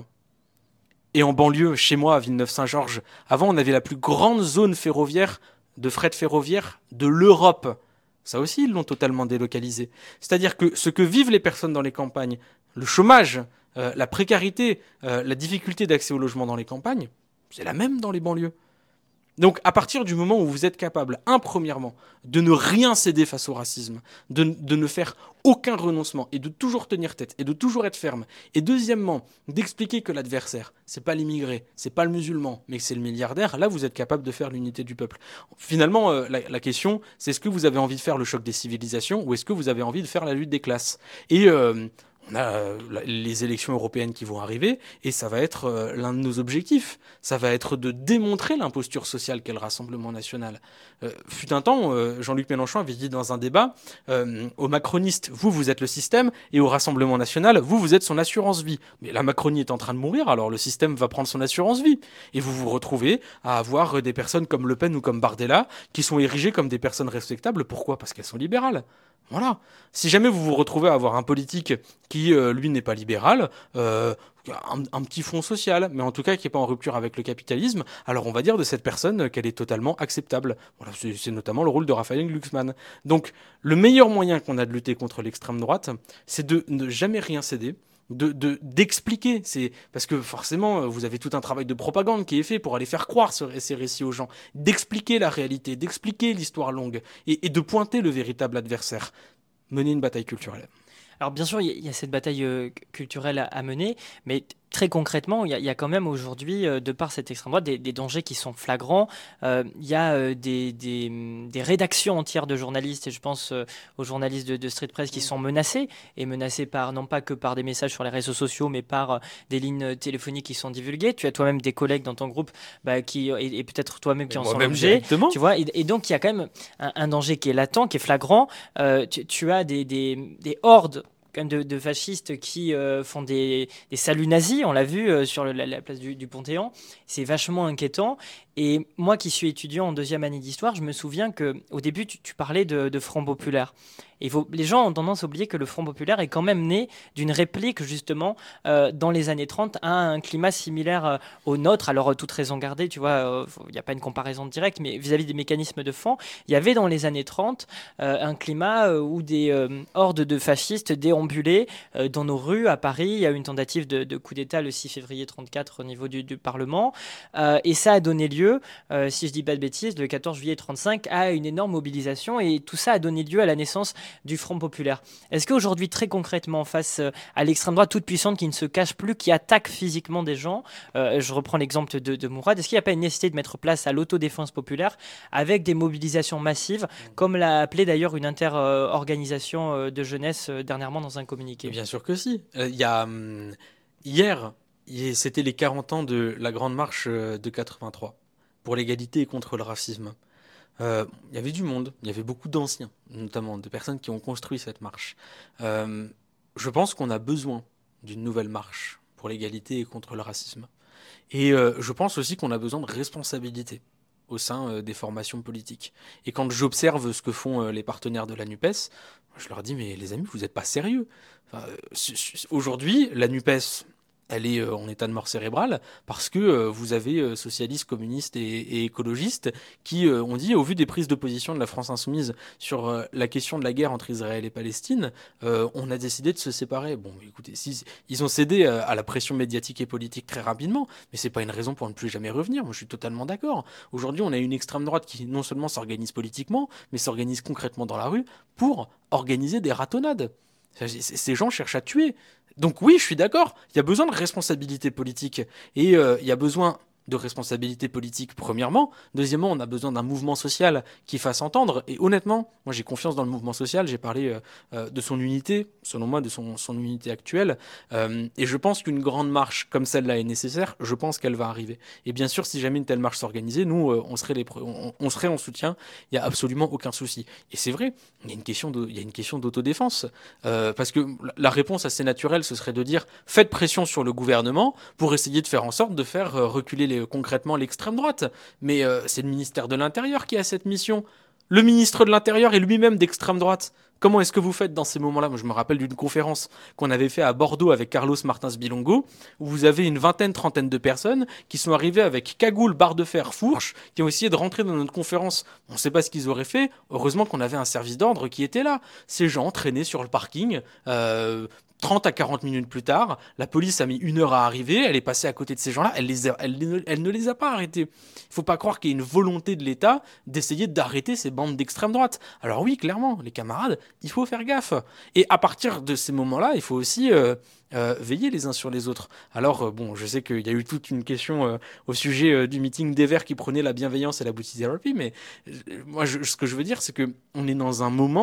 Et en banlieue, chez moi, à Villeneuve-Saint-Georges, avant, on avait la plus grande zone ferroviaire, de fret ferroviaire, de l'Europe. Ça aussi, ils l'ont totalement délocalisé. C'est-à-dire que ce que vivent les personnes dans les campagnes, le chômage, euh, la précarité, euh, la difficulté d'accès au logement dans les campagnes, c'est la même dans les banlieues. Donc, à partir du moment où vous êtes capable, un, premièrement, de ne rien céder face au racisme, de, de ne faire aucun renoncement et de toujours tenir tête et de toujours être ferme, et deuxièmement, d'expliquer que l'adversaire, c'est pas l'immigré, c'est pas le musulman, mais que c'est le milliardaire, là, vous êtes capable de faire l'unité du peuple. Finalement, euh, la, la question, c'est est-ce que vous avez envie de faire le choc des civilisations ou est-ce que vous avez envie de faire la lutte des classes? Et euh, on a euh, les élections européennes qui vont arriver, et ça va être euh, l'un de nos objectifs. Ça va être de démontrer l'imposture sociale qu'est le Rassemblement national. Euh, fut un temps, euh, Jean-Luc Mélenchon avait dit dans un débat, euh, aux macronistes, vous, vous êtes le système, et au Rassemblement national, vous, vous êtes son assurance-vie. Mais la Macronie est en train de mourir, alors le système va prendre son assurance-vie. Et vous vous retrouvez à avoir des personnes comme Le Pen ou comme Bardella qui sont érigées comme des personnes respectables. Pourquoi ? Parce qu'elles sont libérales. Voilà. Si jamais vous vous retrouvez à avoir un politique qui, euh, lui, n'est pas libéral, euh, un, un petit front social, mais en tout cas qui n'est pas en rupture avec le capitalisme, alors on va dire de cette personne qu'elle est totalement acceptable. Voilà, c'est, c'est notamment le rôle de Raphaël Glucksmann. Donc, le meilleur moyen qu'on a de lutter contre l'extrême droite, c'est de ne jamais rien céder, de, de, d'expliquer. C'est, parce que forcément, vous avez tout un travail de propagande qui est fait pour aller faire croire ce, ces récits aux gens, d'expliquer la réalité, d'expliquer l'histoire longue, et, et de pointer le véritable adversaire. Mener une bataille culturelle. Alors bien sûr, il y, y a cette bataille euh, culturelle à, à mener, mais t- très concrètement, il y, y a quand même aujourd'hui, euh, de par cette extrême droite, des, des dangers qui sont flagrants. Euh, Il y a euh, des, des, des rédactions entières de journalistes, et je pense euh, aux journalistes de, de Street Press qui sont menacés, et menacés par, non pas que par des messages sur les réseaux sociaux, mais par euh, des lignes téléphoniques qui sont divulguées. Tu as toi-même des collègues dans ton groupe bah, qui, et, et peut-être toi-même qui en sont l'objet. Tu vois, et, et donc il y a quand même un, un danger qui est latent, qui est flagrant. Euh, tu, tu as des, des, des hordes De, de fascistes qui euh, font des, des saluts nazis, on l'a vu euh, sur le, la, la place du, du Panthéon. C'est vachement inquiétant. Et moi qui suis étudiant en deuxième année d'histoire, je me souviens qu'au début, tu, tu parlais de, de Front populaire. Et faut, les gens ont tendance à oublier que le Front populaire est quand même né d'une réplique, justement, euh, dans les années trente, à un climat similaire euh, au nôtre. Alors, euh, toute raison gardée, tu vois, il n'y a pas une comparaison directe, mais vis-à-vis des mécanismes de fond, il y avait dans les années trente euh, un climat euh, où des euh, hordes de fascistes déambulaient euh, dans nos rues à Paris. Il y a eu une tentative de, de coup d'État le six février trente-quatre au niveau du, du Parlement. Euh, et ça a donné lieu, euh, si je ne dis pas de bêtises, le quatorze juillet trente-cinq, à une énorme mobilisation. Et tout ça a donné lieu à la naissance du Front populaire. Est-ce qu'aujourd'hui, très concrètement, face à l'extrême droite toute puissante qui ne se cache plus, qui attaque physiquement des gens, euh, je reprends l'exemple de, de Mourad, est-ce qu'il n'y a pas une nécessité de mettre place à l'autodéfense populaire avec des mobilisations massives, comme l'a appelé d'ailleurs une inter-organisation de jeunesse dernièrement dans un communiqué ? Et bien sûr que si. Il y a, hum, hier, c'était les quarante ans de la Grande Marche de quatre-vingt-trois pour l'égalité et contre le racisme. Il euh, y avait du monde, il y avait beaucoup d'anciens, notamment de personnes qui ont construit cette marche. Euh, je pense qu'on a besoin d'une nouvelle marche pour l'égalité et contre le racisme. Et euh, je pense aussi qu'on a besoin de responsabilité au sein euh, des formations politiques. Et quand j'observe ce que font euh, les partenaires de la NUPES, je leur dis, mais les amis, vous n'êtes pas sérieux. Enfin, euh, aujourd'hui, la NUPES, elle est euh, en état de mort cérébrale parce que euh, vous avez euh, socialistes, communistes et, et écologistes qui euh, ont dit, au vu des prises de position de la France insoumise sur euh, la question de la guerre entre Israël et Palestine, euh, on a décidé de se séparer. Bon, écoutez, si, ils ont cédé euh, à la pression médiatique et politique très rapidement, mais c'est pas une raison pour ne plus jamais revenir. Moi, je suis totalement d'accord. Aujourd'hui, on a une extrême droite qui non seulement s'organise politiquement, mais s'organise concrètement dans la rue pour organiser des ratonnades. Ces gens cherchent à tuer. Donc oui, je suis d'accord, il y a besoin de responsabilité politique. Et euh, il y a besoin de responsabilité politique, premièrement. Deuxièmement, on a besoin d'un mouvement social qui fasse entendre. Et honnêtement, moi j'ai confiance dans le mouvement social. J'ai parlé euh, euh, de son unité, selon moi, de son, son unité actuelle. Euh, et je pense qu'une grande marche comme celle-là est nécessaire. Je pense qu'elle va arriver. Et bien sûr, si jamais une telle marche s'organisait, nous, euh, on, serait les pre- on, on serait en soutien. Il n'y a absolument aucun souci. Et c'est vrai, il y a une question, de, il y a une question d'autodéfense. Euh, parce que la réponse assez naturelle, ce serait de dire faites pression sur le gouvernement pour essayer de faire en sorte de faire euh, reculer les concrètement l'extrême droite. Mais euh, c'est le ministère de l'Intérieur qui a cette mission. Le ministre de l'Intérieur est lui-même d'extrême droite. Comment est-ce que vous faites dans ces moments-là ? Moi, je me rappelle d'une conférence qu'on avait fait à Bordeaux avec Carlos Martins Bilongo, où vous avez une vingtaine, trentaine de personnes qui sont arrivées avec cagoule, barre de fer, fourche, qui ont essayé de rentrer dans notre conférence. On ne sait pas ce qu'ils auraient fait. Heureusement qu'on avait un service d'ordre qui était là. Ces gens traînaient sur le parking, euh, trente à quarante minutes plus tard, la police a mis une heure à arriver, elle est passée à côté de ces gens-là, elle, les a, elle, ne, elle ne les a pas arrêtés. Il ne faut pas croire qu'il y a une volonté de l'État d'essayer d'arrêter ces bandes d'extrême droite. Alors oui, clairement, les camarades, il faut faire gaffe. Et à partir de ces moments-là, il faut aussi euh, euh, veiller les uns sur les autres. Alors, euh, bon, je sais qu'il y a eu toute une question euh, au sujet euh, du meeting des Verts qui prenait la bienveillance et la boutique thérapie, mais euh, moi, je, ce que je veux dire, c'est qu'on est dans un moment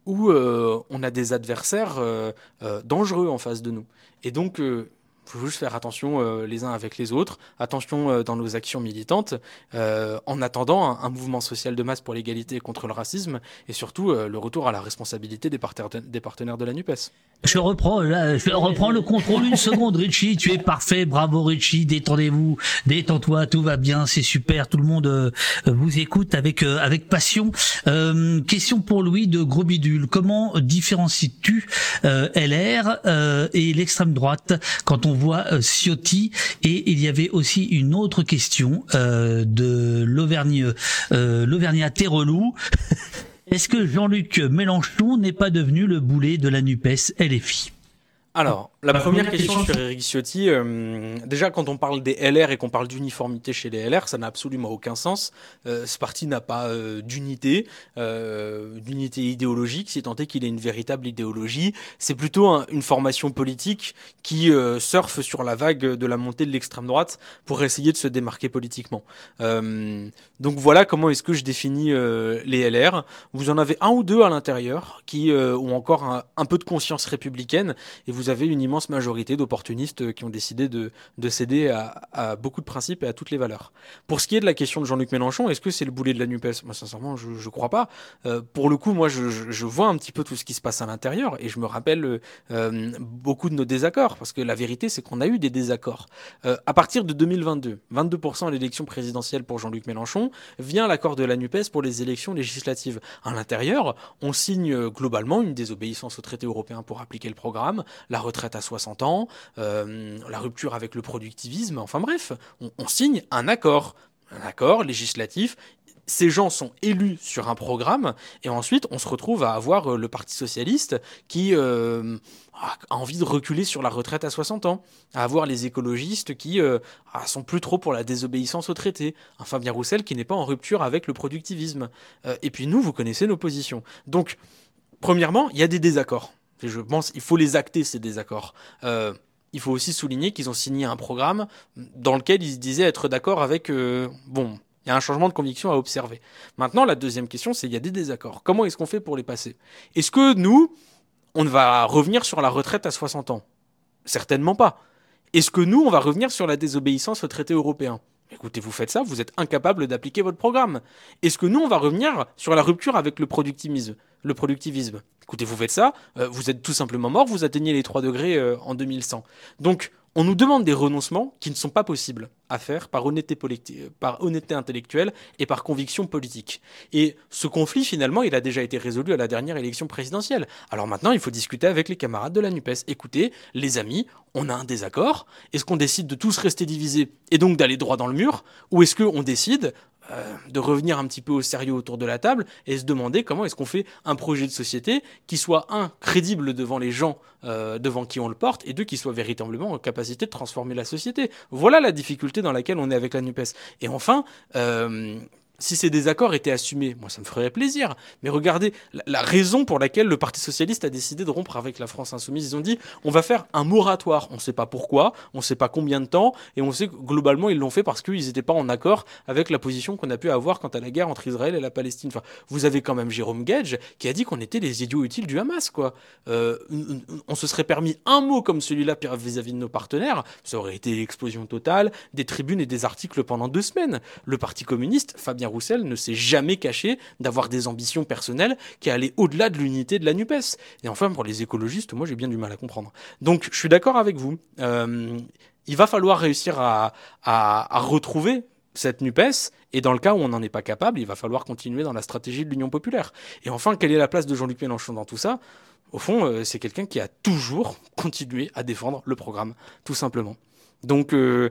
où euh, on a des adversaires euh, euh, dangereux en face de nous. Et donc, il euh, faut juste faire attention euh, les uns avec les autres, attention euh, dans nos actions militantes, euh, en attendant un, un mouvement social de masse pour l'égalité et contre le racisme, et surtout euh, le retour à la responsabilité des, partenaires, des partenaires de la NUPES. Je reprends, là, je reprends le contrôle une seconde, Richie, tu es parfait, bravo Richie, détendez-vous, détends-toi, tout va bien, c'est super, tout le monde euh, vous écoute avec euh, avec passion. Euh, question pour Louis de Gros Bidule, comment différencies-tu euh, L R euh, et l'extrême droite quand on voit euh, Ciotti? Et il y avait aussi une autre question euh, de l'Auvergne, euh, l'Auvergnat Terrelou. Est-ce que Jean-Luc Mélenchon n'est pas devenu le boulet de la NUPES L F I? Alors, la première question sur Éric Ciotti, euh, déjà quand on parle des L R et qu'on parle d'uniformité chez les L R, ça n'a absolument aucun sens. Euh, ce parti n'a pas euh, d'unité, euh, d'unité idéologique, si tant est qu'il ait une véritable idéologie. C'est plutôt un, une formation politique qui euh, surfe sur la vague de la montée de l'extrême droite pour essayer de se démarquer politiquement. Euh, donc voilà comment est-ce que je définis euh, les L R. Vous en avez un ou deux à l'intérieur qui euh, ont encore un, un peu de conscience républicaine, et vous Vous avez une immense majorité d'opportunistes qui ont décidé de, de céder à, à beaucoup de principes et à toutes les valeurs. Pour ce qui est de la question de Jean-Luc Mélenchon, est-ce que c'est le boulet de la NUPES? Moi, sincèrement, je ne crois pas. Euh, pour le coup, moi, je, je, je vois un petit peu tout ce qui se passe à l'intérieur et je me rappelle euh, beaucoup de nos désaccords, parce que la vérité, c'est qu'on a eu des désaccords. Euh, à partir de deux mille vingt-deux, vingt-deux pour cent à l'élection présidentielle pour Jean-Luc Mélenchon, vient l'accord de la NUPES pour les élections législatives. À l'intérieur, on signe globalement une désobéissance au traité européen pour appliquer le programme, la retraite à soixante ans, euh, la rupture avec le productivisme, enfin bref, on, on signe un accord, un accord législatif. Ces gens sont élus sur un programme et ensuite on se retrouve à avoir le Parti socialiste qui euh, a envie de reculer sur la retraite à soixante ans, à avoir les écologistes qui euh, sont plus trop pour la désobéissance au traité, un Fabien Roussel qui n'est pas en rupture avec le productivisme. Euh, et puis nous, vous connaissez nos positions. Donc, premièrement, il y a des désaccords. Je pense qu'il faut les acter, ces désaccords. Euh, il faut aussi souligner qu'ils ont signé un programme dans lequel ils se disaient être d'accord avec... Euh, bon, il y a un changement de conviction à observer. Maintenant, la deuxième question, c'est il y a des désaccords. Comment est-ce qu'on fait pour les passer? Est-ce que nous, on va revenir sur la retraite à soixante ans? Certainement pas. Est-ce que nous, on va revenir sur la désobéissance au traité européen? Écoutez, vous faites ça, vous êtes incapable d'appliquer votre programme. Est-ce que nous, on va revenir sur la rupture avec le productivisme? Le productivisme. Écoutez, vous faites ça, euh, vous êtes tout simplement mort, vous atteignez les trois degrés euh, en deux mille cent. Donc, on nous demande des renoncements qui ne sont pas possibles à faire par honnêteté, politi- par honnêteté intellectuelle et par conviction politique. Et ce conflit, finalement, il a déjà été résolu à la dernière élection présidentielle. Alors maintenant, il faut discuter avec les camarades de la NUPES. Écoutez, les amis, on a un désaccord. Est-ce qu'on décide de tous rester divisés et donc d'aller droit dans le mur? Ou est-ce qu'on décide euh, de revenir un petit peu au sérieux autour de la table et se demander comment est-ce qu'on fait un projet de société qui soit, un, crédible devant les gens euh, devant qui on le porte, et deux, qui soit véritablement en capacité de transformer la société. Voilà la difficulté dans laquelle on est avec la NUPES. Et enfin, euh, si ces désaccords étaient assumés, moi ça me ferait plaisir. Mais regardez, la, la raison pour laquelle le Parti Socialiste a décidé de rompre avec la France Insoumise, ils ont dit on va faire un moratoire. On ne sait pas pourquoi, on ne sait pas combien de temps, et on sait que globalement ils l'ont fait parce qu'ils n'étaient pas en accord avec la position qu'on a pu avoir quant à la guerre entre Israël et la Palestine. Enfin, vous avez quand même Jérôme Gage qui a dit qu'on était les idiots utiles du Hamas, quoi. Euh, on se serait permis un mot comme celui-là vis-à-vis de nos partenaires, ça aurait été l'explosion totale, des tribunes et des articles pendant deux semaines. Le Parti communiste, Fabien Roussel, ne s'est jamais caché d'avoir des ambitions personnelles qui allaient au-delà de l'unité de la NUPES. Et enfin, pour les écologistes, moi j'ai bien du mal à comprendre. Donc je suis d'accord avec vous. Euh, il va falloir réussir à, à, à retrouver cette NUPES, et dans le cas où on n'en est pas capable, il va falloir continuer dans la stratégie de l'Union populaire. Et enfin, quelle est la place de Jean-Luc Mélenchon dans tout ça? Au fond, euh, c'est quelqu'un qui a toujours continué à défendre le programme, tout simplement. Donc, euh,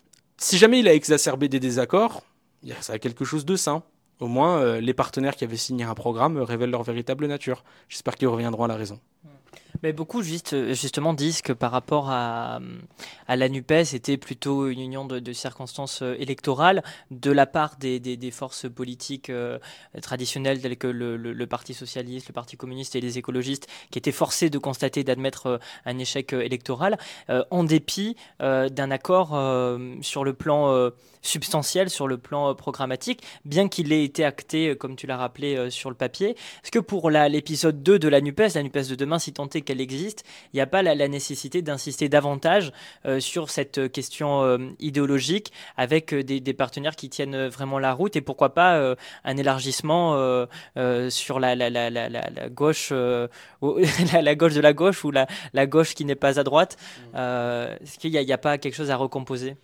si jamais il a exacerbé des désaccords, ça a quelque chose de sain. Au moins, euh, les partenaires qui avaient signé un programme révèlent leur véritable nature. J'espère qu'ils reviendront à la raison. Mais beaucoup juste, justement disent que par rapport à, à la NUPES, c'était plutôt une union de, de circonstances électorales de la part des, des, des forces politiques euh, traditionnelles telles que le, le, le Parti socialiste, le Parti communiste et les écologistes, qui étaient forcés de constater, d'admettre euh, un échec euh, électoral, euh, en dépit euh, d'un accord euh, sur le plan euh, substantiel, sur le plan euh, programmatique, bien qu'il ait été acté, euh, comme tu l'as rappelé, euh, sur le papier. Est-ce que pour la, l'épisode deux de la NUPES, la NUPES de demain, si tant est qu'elle existe, il n'y a pas la, la nécessité d'insister davantage euh, sur cette question euh, idéologique avec euh, des, des partenaires qui tiennent vraiment la route et pourquoi pas euh, un élargissement euh, euh, sur la, la, la, la, la, la gauche euh, la, la gauche de la gauche ou la, la gauche qui n'est pas à droite. Euh, est-ce qu'il n'y a, il y a pas quelque chose à recomposer?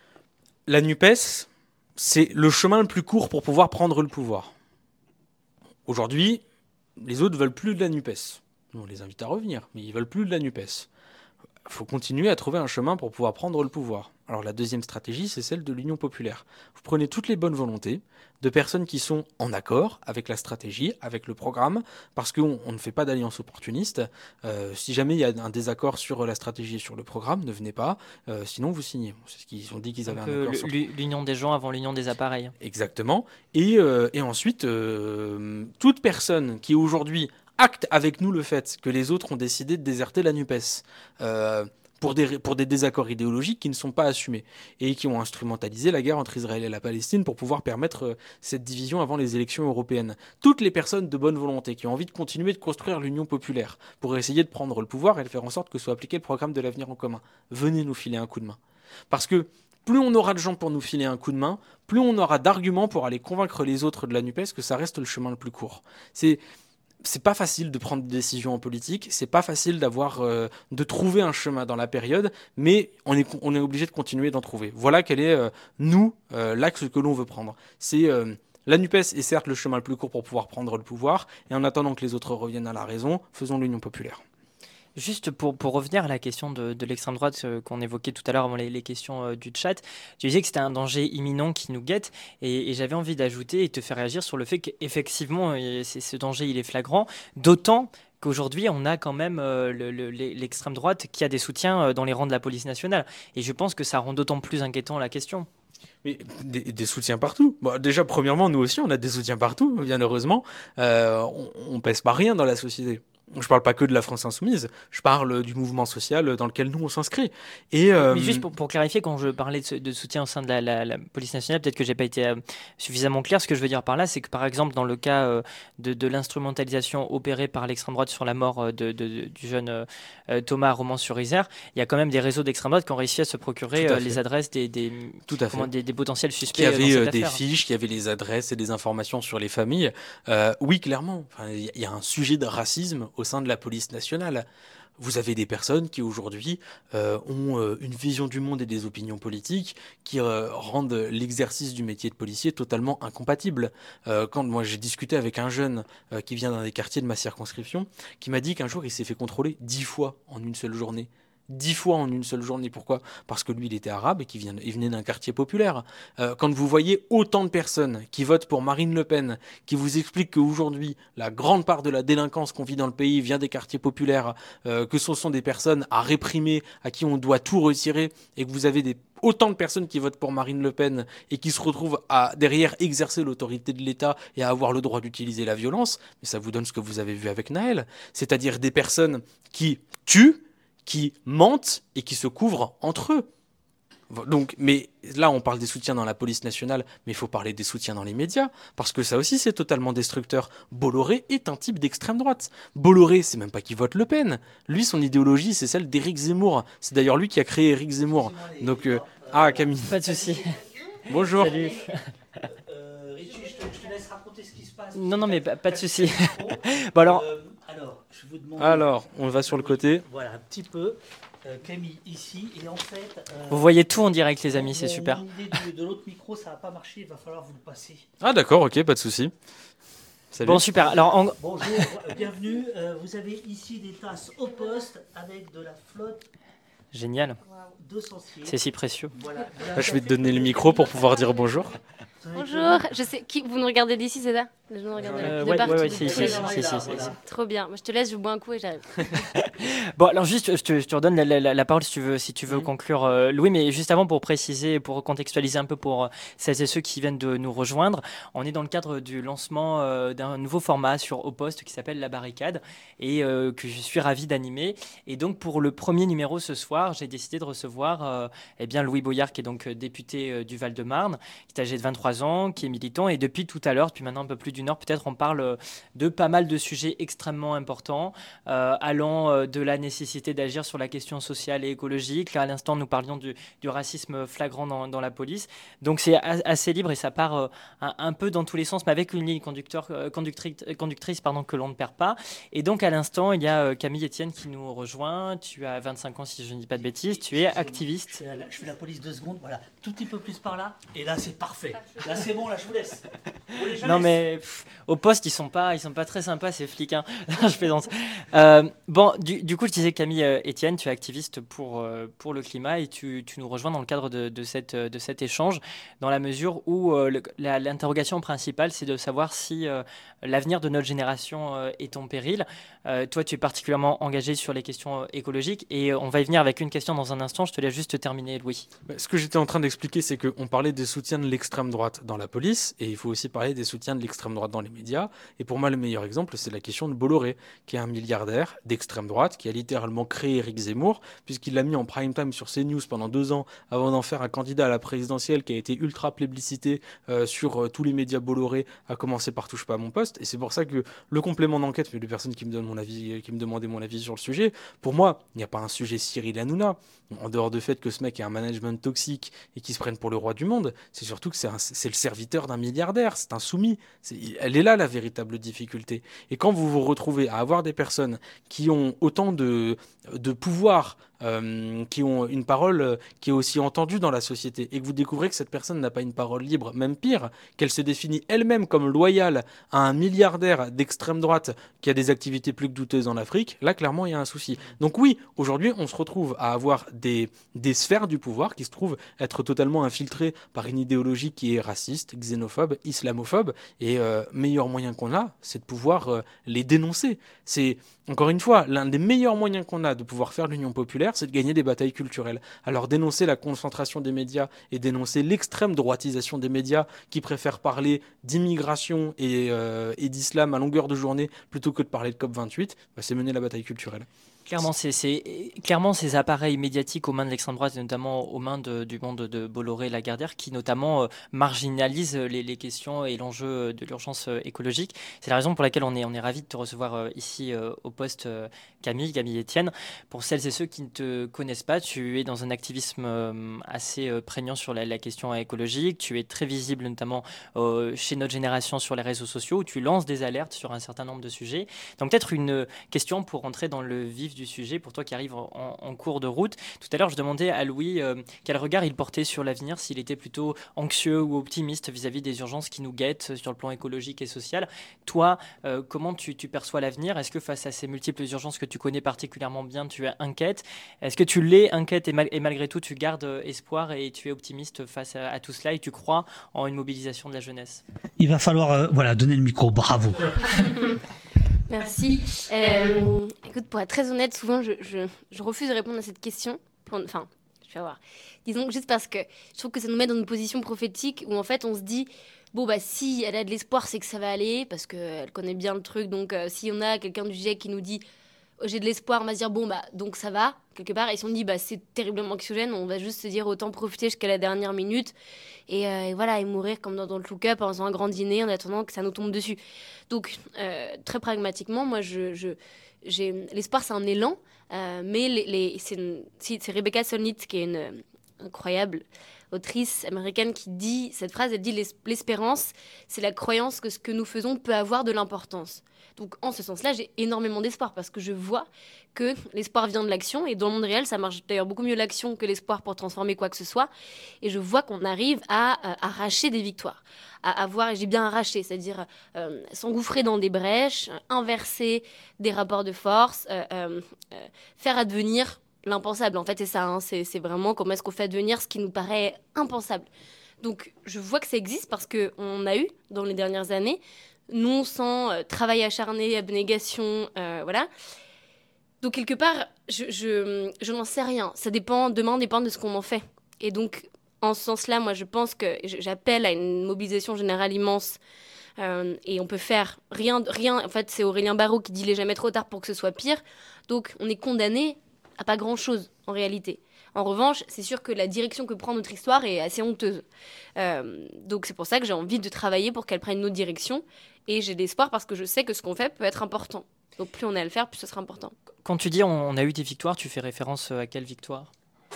La NUPES, c'est le chemin le plus court pour pouvoir prendre le pouvoir. Aujourd'hui, les autres veulent plus de la NUPES. On les invite à revenir, mais ils veulent plus de la NUPES. Il faut continuer à trouver un chemin pour pouvoir prendre le pouvoir. Alors la deuxième stratégie, c'est celle de l'Union populaire. Vous prenez toutes les bonnes volontés de personnes qui sont en accord avec la stratégie, avec le programme, parce qu'on on ne fait pas d'alliance opportuniste. Euh, si jamais il y a un désaccord sur la stratégie et sur le programme, ne venez pas, euh, sinon vous signez. C'est ce qu'ils ont dit qu'ils avaient un, un accord sur. L'union des gens avant l'union des appareils. Exactement. Et, euh, et ensuite, euh, toute personne qui aujourd'hui acte avec nous le fait que les autres ont décidé de déserter la NUPES euh, pour, des, pour des désaccords idéologiques qui ne sont pas assumés et qui ont instrumentalisé la guerre entre Israël et la Palestine pour pouvoir permettre euh, cette division avant les élections européennes. Toutes les personnes de bonne volonté qui ont envie de continuer de construire l'Union populaire pour essayer de prendre le pouvoir et de faire en sorte que soit appliqué le programme de l'avenir en commun, venez nous filer un coup de main. Parce que plus on aura de gens pour nous filer un coup de main, plus on aura d'arguments pour aller convaincre les autres de la NUPES que ça reste le chemin le plus court. C'est... C'est pas facile de prendre des décisions en politique, c'est pas facile d'avoir, euh, de trouver un chemin dans la période, mais on est, on est obligé de continuer d'en trouver. Voilà quel est, euh, nous, euh, l'axe que l'on veut prendre. C'est, euh, la NUPES est certes le chemin le plus court pour pouvoir prendre le pouvoir, et en attendant que les autres reviennent à la raison, faisons l'Union populaire. Juste pour, pour revenir à la question de, de l'extrême droite euh, qu'on évoquait tout à l'heure avant les, les questions euh, du chat, tu disais que c'était un danger imminent qui nous guette et, et j'avais envie d'ajouter et te faire réagir sur le fait qu'effectivement euh, c'est, ce danger il est flagrant, d'autant qu'aujourd'hui on a quand même euh, le, le, l'extrême droite qui a des soutiens euh, dans les rangs de la police nationale et je pense que ça rend d'autant plus inquiétant la question. Mais des, des soutiens partout. Bon, déjà, premièrement, nous aussi, on a des soutiens partout, bien heureusement. Euh, on ne pèse pas rien dans la société. Je parle pas que de la France insoumise, je parle du mouvement social dans lequel nous on s'inscrit. Et euh... Mais juste pour, pour clarifier, quand je parlais de, de soutien au sein de la, la, la police nationale, peut-être que j'ai pas été euh, suffisamment clair. Ce que je veux dire par là, c'est que par exemple dans le cas euh, de, de l'instrumentalisation opérée par l'extrême droite sur la mort euh, de, de, de, du jeune euh, Thomas à Romans-sur-Isère, il y a quand même des réseaux d'extrême droite qui ont réussi à se procurer à euh, les adresses des, des, Tout à fait. Comment, des, des potentiels suspects. Qui avaient euh, des fiches, qui avaient les adresses et des informations sur les familles. Euh, oui, clairement, il y a un sujet de racisme au sein de la police nationale. Vous avez des personnes qui aujourd'hui euh, ont euh, une vision du monde et des opinions politiques qui euh, rendent l'exercice du métier de policier totalement incompatible. Euh, quand moi j'ai discuté avec un jeune euh, qui vient d'un des quartiers de ma circonscription, qui m'a dit qu'un jour il s'est fait contrôler dix fois en une seule journée. Dix fois en une seule journée. Pourquoi ? Parce que lui, il était arabe et qu'il vient, il venait d'un quartier populaire. Euh, quand vous voyez autant de personnes qui votent pour Marine Le Pen, qui vous expliquent qu'aujourd'hui, la grande part de la délinquance qu'on vit dans le pays vient des quartiers populaires, euh, que ce sont des personnes à réprimer, à qui on doit tout retirer, et que vous avez des, autant de personnes qui votent pour Marine Le Pen et qui se retrouvent à derrière exercer l'autorité de l'État et à avoir le droit d'utiliser la violence, mais ça vous donne ce que vous avez vu avec Naël, c'est-à-dire des personnes qui tuent, qui mentent et qui se couvrent entre eux. Donc, mais là, on parle des soutiens dans la police nationale, mais il faut parler des soutiens dans les médias, parce que ça aussi, c'est totalement destructeur. Bolloré est un type d'extrême droite. Bolloré, c'est même pas qu'il vote Le Pen. Lui, son idéologie, c'est celle d'Éric Zemmour. C'est d'ailleurs lui qui a créé Éric Zemmour. Donc, euh... ah, Camille. Pas de souci. Bonjour. Salut. Euh, Richie, je te, je te laisse raconter ce qui se passe. Non, non, mais pas, pas de souci. Bon, alors... Euh, alors, je vous demande... Alors, on va sur le côté. Voilà, un petit peu. Euh, Camille, ici, et en fait... Euh, Vous voyez tout en direct, les amis, c'est mon, super. Mon idée de, de l'autre micro, ça va pas marcher, il va falloir vous le passer. Ah d'accord, ok, pas de souci. Salut. Bon, super. Alors, en... Bonjour, bienvenue. Euh, vous avez ici des tasses au poste avec de la flotte. Génial. deux centiers. C'est si précieux. Voilà. Là, je vais te donner le micro pour pouvoir dire bonjour. Bonjour, je sais, qui, vous nous regardez d'ici, c'est ça? Les gens nous regardent Euh, de ouais, partout. ouais, ouais, c'est ici, c'est ici, c'est ici. Trop bien, moi, je te laisse, je bois un coup et j'arrive. Bon, alors juste, je te, je te redonne la, la- la parole si tu veux, si tu veux Mhm. conclure, euh, Louis, mais juste avant pour préciser, pour contextualiser un peu pour euh, celles et ceux qui viennent de nous rejoindre, on est dans le cadre du lancement euh, d'un nouveau format sur Au Poste qui s'appelle La Barricade et euh, que je suis ravi d'animer. Et donc pour le premier numéro ce soir, j'ai décidé de recevoir euh, eh bien Louis Boyard, qui est donc euh, député euh, du Val-de-Marne, qui est âgé de vingt-trois ans, qui est militant, et depuis tout à l'heure, depuis maintenant un peu plus d'une heure, peut-être on parle euh, de pas mal de sujets extrêmement importants, euh, allant euh, de la nécessité d'agir sur la question sociale et écologique. Là, à l'instant, nous parlions du, du racisme flagrant dans, dans la police. Donc c'est a- assez libre et ça part euh, un, un peu dans tous les sens, mais avec une ligne conducteur, euh, conductrice, conductrice pardon, que l'on ne perd pas. Et donc à l'instant, il y a euh, Camille Etienne qui nous rejoint. Tu as vingt-cinq ans, si je ne dis pas de bêtises. Tu es activiste. Je fais la police deux secondes, voilà, tout petit peu plus par là, et là c'est parfait. Là c'est bon, là je vous laisse. Vous voulez, je Non laisse. mais pff, au poste ils sont pas ils sont pas très sympas ces flics hein. Je plaisante. Euh, bon du, du coup je disais Camille euh, Etienne, tu es activiste pour euh, pour le climat et tu, tu nous rejoins dans le cadre de, de cette de cet échange dans la mesure où euh, le- la- l'interrogation principale c'est de savoir si euh, l'avenir de notre génération euh, est en péril. Euh, toi tu es particulièrement engagé sur les questions euh, écologiques et euh, on va y venir avec une question dans un instant. Je te laisse juste terminer Louis. Bah, Ce que j'étais en train d'expliquer, c'est qu'on parlait des soutiens de l'extrême droite dans la police, et il faut aussi parler des soutiens de l'extrême droite dans les médias. Et pour moi, le meilleur exemple, c'est la question de Bolloré, qui est un milliardaire d'extrême droite, qui a littéralement créé Éric Zemmour, puisqu'il l'a mis en prime time sur CNews pendant deux ans, avant d'en faire un candidat à la présidentielle qui a été ultra plébiscité euh, sur euh, tous les médias Bolloré, à commencer par Touche pas à mon poste. Et c'est pour ça que le complément d'enquête, mais les personnes qui me donnent mon avis, qui me demandaient mon avis sur le sujet, pour moi, il n'y a pas un sujet Cyril Hanouna. En dehors du fait que ce mec ait un management toxique et qu'il se prenne pour le roi du monde, c'est surtout que c'est un- c'est le serviteur d'un milliardaire, c'est un soumis. C'est- elle est là la véritable difficulté. Et quand vous vous retrouvez à avoir des personnes qui ont autant de, de pouvoir, euh, qui ont une parole euh, qui est aussi entendue dans la société, et que vous découvrez que cette personne n'a pas une parole libre, même pire, qu'elle se définit elle-même comme loyale à un milliardaire d'extrême droite qui a des activités plus que douteuses en Afrique, là clairement il y a un souci. Donc oui, aujourd'hui on se retrouve à avoir des, des sphères du pouvoir qui se trouvent être totalement infiltrées par une idéologie qui est raciste, xénophobe, islamophobe, et euh, meilleur moyen qu'on a, c'est de pouvoir euh, les dénoncer. C'est, encore une fois, l'un des meilleurs moyens qu'on a de pouvoir faire l'union populaire, c'est de gagner des batailles culturelles. Alors dénoncer la concentration des médias et dénoncer l'extrême droitisation des médias qui préfèrent parler d'immigration et, euh, et d'islam à longueur de journée plutôt que de parler de COP vingt-huit, bah, c'est mener la bataille culturelle. Clairement, c'est, c'est, clairement, ces appareils médiatiques aux mains de l'extrême droite, et notamment aux mains de- du monde de Bolloré et Lagardère, qui notamment euh, marginalisent les, les questions et l'enjeu de l'urgence euh, écologique. C'est la raison pour laquelle on est, on est ravis de te recevoir euh, ici euh, au poste, euh, Camille, Camille Etienne. Pour celles et ceux qui ne te connaissent pas, tu es dans un activisme euh, assez euh, prégnant sur la, la question écologique. Tu es très visible, notamment euh, chez notre génération sur les réseaux sociaux, où tu lances des alertes sur un certain nombre de sujets. Donc peut-être une euh, question pour rentrer dans le vif du sujet, pour toi qui arrive en, en cours de route. Tout à l'heure, je demandais à Louis euh, quel regard il portait sur l'avenir, s'il était plutôt anxieux ou optimiste vis-à-vis des urgences qui nous guettent sur le plan écologique et social. Toi, euh, comment tu, tu perçois l'avenir? Est-ce que face à ces multiples urgences que tu connais particulièrement bien, tu es inquiète? Est-ce que tu l'es inquiète et, mal- et malgré tout, tu gardes euh, espoir et tu es optimiste face à, à tout cela et tu crois en une mobilisation de la jeunesse? Il va falloir euh, voilà, donner le micro, bravo. Merci. Euh, écoute, pour être très honnête, souvent je, je, je refuse de répondre à cette question. Pour- Enfin, je vais voir. Disons que juste parce que je trouve que ça nous met dans une position prophétique où en fait on se dit bon bah si elle a de l'espoir c'est que ça va aller parce qu'elle connaît bien le truc, donc euh, si on a quelqu'un du G I E C qui nous dit oh, j'ai de l'espoir, on va se dire bon bah donc ça va quelque part, et si on dit bah c'est terriblement anxiogène, on va juste se dire autant profiter jusqu'à la dernière minute et, euh, et voilà, et mourir comme dans, dans le Look Up en faisant un grand dîner en attendant que ça nous tombe dessus. Donc euh, très pragmatiquement, moi je, je j'ai l'espoir, c'est un élan, euh, mais les, les, c'est, une, si, c'est Rebecca Solnit qui est une euh, incroyable autrice américaine qui dit cette phrase, elle dit l'es- l'espérance, c'est la croyance que ce que nous faisons peut avoir de l'importance. Donc en ce sens-là, j'ai énormément d'espoir parce que je vois que l'espoir vient de l'action, et dans le monde réel, ça marche d'ailleurs beaucoup mieux l'action que l'espoir pour transformer quoi que ce soit, et je vois qu'on arrive à euh, arracher des victoires, à avoir, et j'ai bien arraché, c'est-à-dire euh, s'engouffrer dans des brèches, euh, inverser des rapports de force, euh, euh, euh, faire advenir l'impensable. En fait, c'est ça, hein, c'est, c'est vraiment comment est-ce qu'on fait advenir ce qui nous paraît impensable. Donc, je vois que ça existe parce qu'on a eu, dans les dernières années, non sans euh, travail acharné, abnégation, euh, voilà. Donc, quelque part, je, je, je n'en sais rien. Ça dépend, demain dépend de ce qu'on en fait. Et donc, en ce sens-là, moi, je pense que j'appelle à une mobilisation générale immense. Euh, et on peut faire rien, rien. En fait, c'est Aurélien Barraud qui dit « il n'est jamais trop tard pour que ce soit pire ». Donc, on est condamné à pas grand-chose, en réalité. En revanche, c'est sûr que la direction que prend notre histoire est assez honteuse. Euh, donc, c'est pour ça que j'ai envie de travailler pour qu'elle prenne une autre direction. Et j'ai de l'espoir parce que je sais que ce qu'on fait peut être important. Donc, plus on est à le faire, plus ce sera important. Quand tu dis on, on a eu des victoires, tu fais référence à quelle victoire ?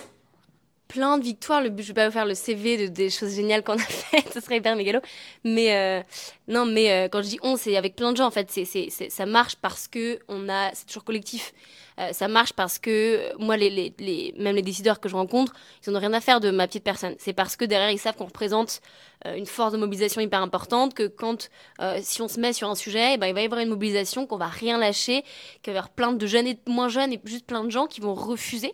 Plein de victoires. Le, je ne vais pas vous faire le C V de, des choses géniales qu'on a faites, ce serait hyper mégalo. Mais euh, non, mais euh, quand je dis on, c'est avec plein de gens en fait. C'est, c'est, c'est, ça marche parce que on a, c'est toujours collectif. Euh, ça marche parce que moi, les, les, les, même les décideurs que je rencontre, ils n'en ont rien à faire de ma petite personne. C'est parce que derrière, ils savent qu'on représente euh, une force de mobilisation hyper importante, que quand, euh, si on se met sur un sujet, eh ben, il va y avoir une mobilisation, qu'on va rien lâcher, qu'il va y avoir plein de jeunes et de moins jeunes et juste plein de gens qui vont refuser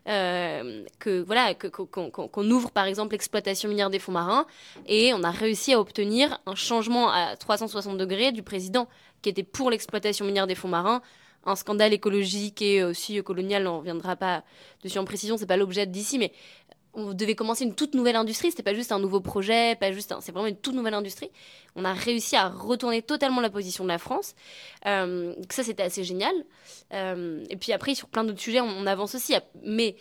euh, que, voilà, que, qu'on, qu'on, qu'on ouvre par exemple l'exploitation minière des fonds marins. Et on a réussi à obtenir un changement à trois cent soixante degrés du président qui était pour l'exploitation minière des fonds marins. Un scandale écologique et aussi colonial, on ne reviendra pas dessus en précision, c'est pas l'objet d'ici, mais on devait commencer une toute nouvelle industrie, c'était pas juste un nouveau projet, pas juste un, c'est vraiment une toute nouvelle industrie. On a réussi à retourner totalement la position de la France, euh, ça c'était assez génial. Euh, et puis après, sur plein d'autres sujets, on, on avance aussi, mais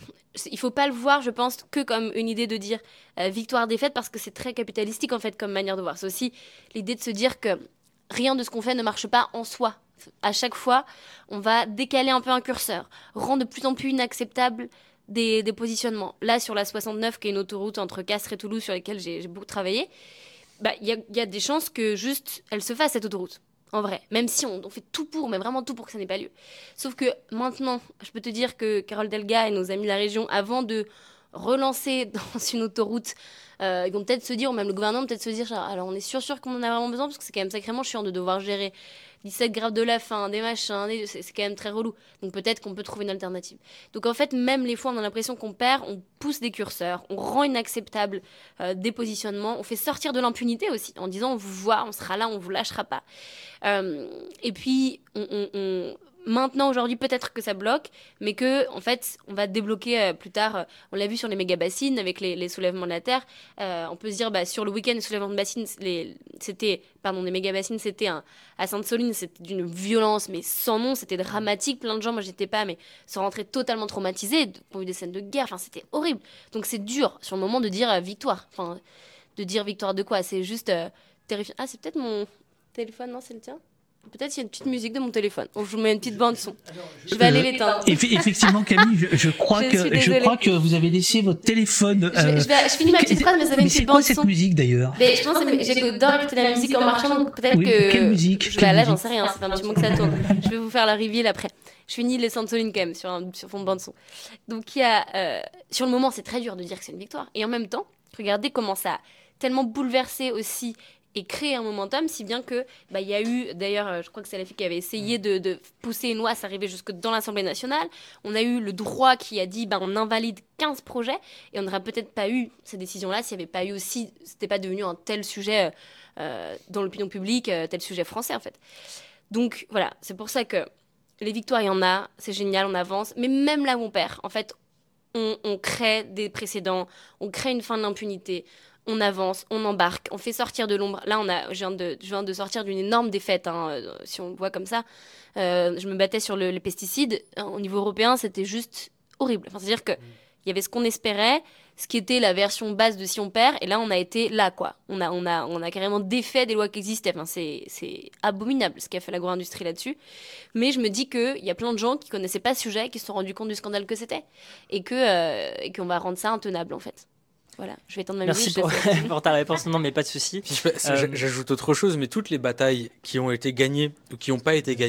il faut pas le voir, je pense, que comme une idée de dire euh, victoire-défaite, parce que c'est très capitalistique en fait comme manière de voir. C'est aussi l'idée de se dire que rien de ce qu'on fait ne marche pas en soi. À chaque fois, on va décaler un peu un curseur, rendre de plus en plus inacceptable des, des positionnements. Là, sur la soixante-neuf, qui est une autoroute entre Castres et Toulouse, sur laquelle j'ai, j'ai beaucoup travaillé, bah, y a, y a des chances que juste elle se fasse, cette autoroute. En vrai, même si on, on fait tout pour, mais vraiment tout pour que ça n'ait pas lieu. Sauf que maintenant, je peux te dire que Carole Delga et nos amis de la région, avant de relancer dans une autoroute, euh, ils vont peut-être se dire, ou même le gouvernement peut-être se dire, alors on est sûr sûr qu'on en a vraiment besoin, parce que c'est quand même sacrément chiant de devoir gérer dix-sept grèves de la faim, des machins, des... C'est, c'est quand même très relou. Donc peut-être qu'on peut trouver une alternative. Donc en fait, même les fois où on a l'impression qu'on perd, on pousse des curseurs, on rend inacceptable euh, des positionnements, on fait sortir de l'impunité aussi, en disant on vous voit, on sera là, on vous lâchera pas. Euh, et puis, on... on, on... Maintenant, aujourd'hui, peut-être que ça bloque, mais que, en fait, on va débloquer euh, plus tard. Euh, on l'a vu sur les méga-bassines avec les, les soulèvements de la Terre. Euh, on peut se dire, bah, sur le week-end, les soulèvements de bassines, les, c'était, pardon, les méga-bassines, c'était un, à Sainte-Soline, c'était d'une violence, mais sans nom, c'était dramatique. Plein de gens, moi, j'étais pas, mais sont rentrés totalement traumatisés, ont eu des scènes de guerre. Enfin, c'était horrible. Donc, c'est dur, sur le moment, de dire euh, victoire. Enfin, de dire victoire de quoi ? C'est juste euh, terrifiant. Ah, c'est peut-être mon téléphone, non, c'est le tien ? Peut-être qu'il y a une petite musique de mon téléphone. Je vous mets une petite bande son. Je vais aller l'éteindre. Eff- effectivement, Camille, je, je crois je que je crois que vous avez laissé votre téléphone. Euh... Je, vais, je, vais, je finis ma petite phrase, mais ça va une petite bande son. C'est quoi cette musique d'ailleurs ? Mais je pense que j'adore écouter la musique en marchant, donc peut-être oui, que. Quelle musique ? Je, bah, là, j'en sais rien. Ça fait un petit moment que ça tourne. Je vais vous faire la reveal après. Je finis les Sainte-Soline quand même sur un sur fond de bande son. Donc il y a euh, sur le moment, c'est très dur de dire que c'est une victoire, et en même temps, regardez comment ça a tellement bouleversé aussi. Et créer un momentum, si bien que bah, y a eu, d'ailleurs, je crois que c'est la fille qui avait essayé de, de pousser une loi, ça arrivait jusque dans l'Assemblée nationale. On a eu le droit qui a dit, bah, on invalide quinze projets, et on n'aurait peut-être pas eu ces décisions-là s'il n'y avait pas eu aussi, c'était pas devenu un tel sujet euh, dans l'opinion publique, euh, tel sujet français en fait. Donc voilà, c'est pour ça que les victoires, il y en a, c'est génial, on avance, mais même là où on perd, en fait, on, on crée des précédents, on crée une fin de l'impunité. On avance, on embarque, on fait sortir de l'ombre. Là, on a, je, viens de, je viens de sortir d'une énorme défaite, hein, si on le voit comme ça. Euh, je me battais sur le, les pesticides. Au niveau européen, c'était juste horrible. Enfin, c'est-à-dire qu'il y avait ce qu'on espérait, ce qui était la version base de si on perd, et là, on a été là, quoi. On a, on a, on a carrément défait des lois qui existaient. Enfin, c'est, c'est abominable ce qu'a fait l'agro-industrie là-dessus. Mais je me dis qu'il y a plein de gens qui ne connaissaient pas ce sujet, qui se sont rendus compte du scandale que c'était, et, que, euh, et qu'on va rendre ça intenable, en fait. Voilà, je vais tendre ma Merci musique, pour, pour ta réponse. Non, mais pas de souci. Euh... J'ajoute autre chose, mais toutes les batailles qui ont été gagnées ou qui n'ont pas été gagnées,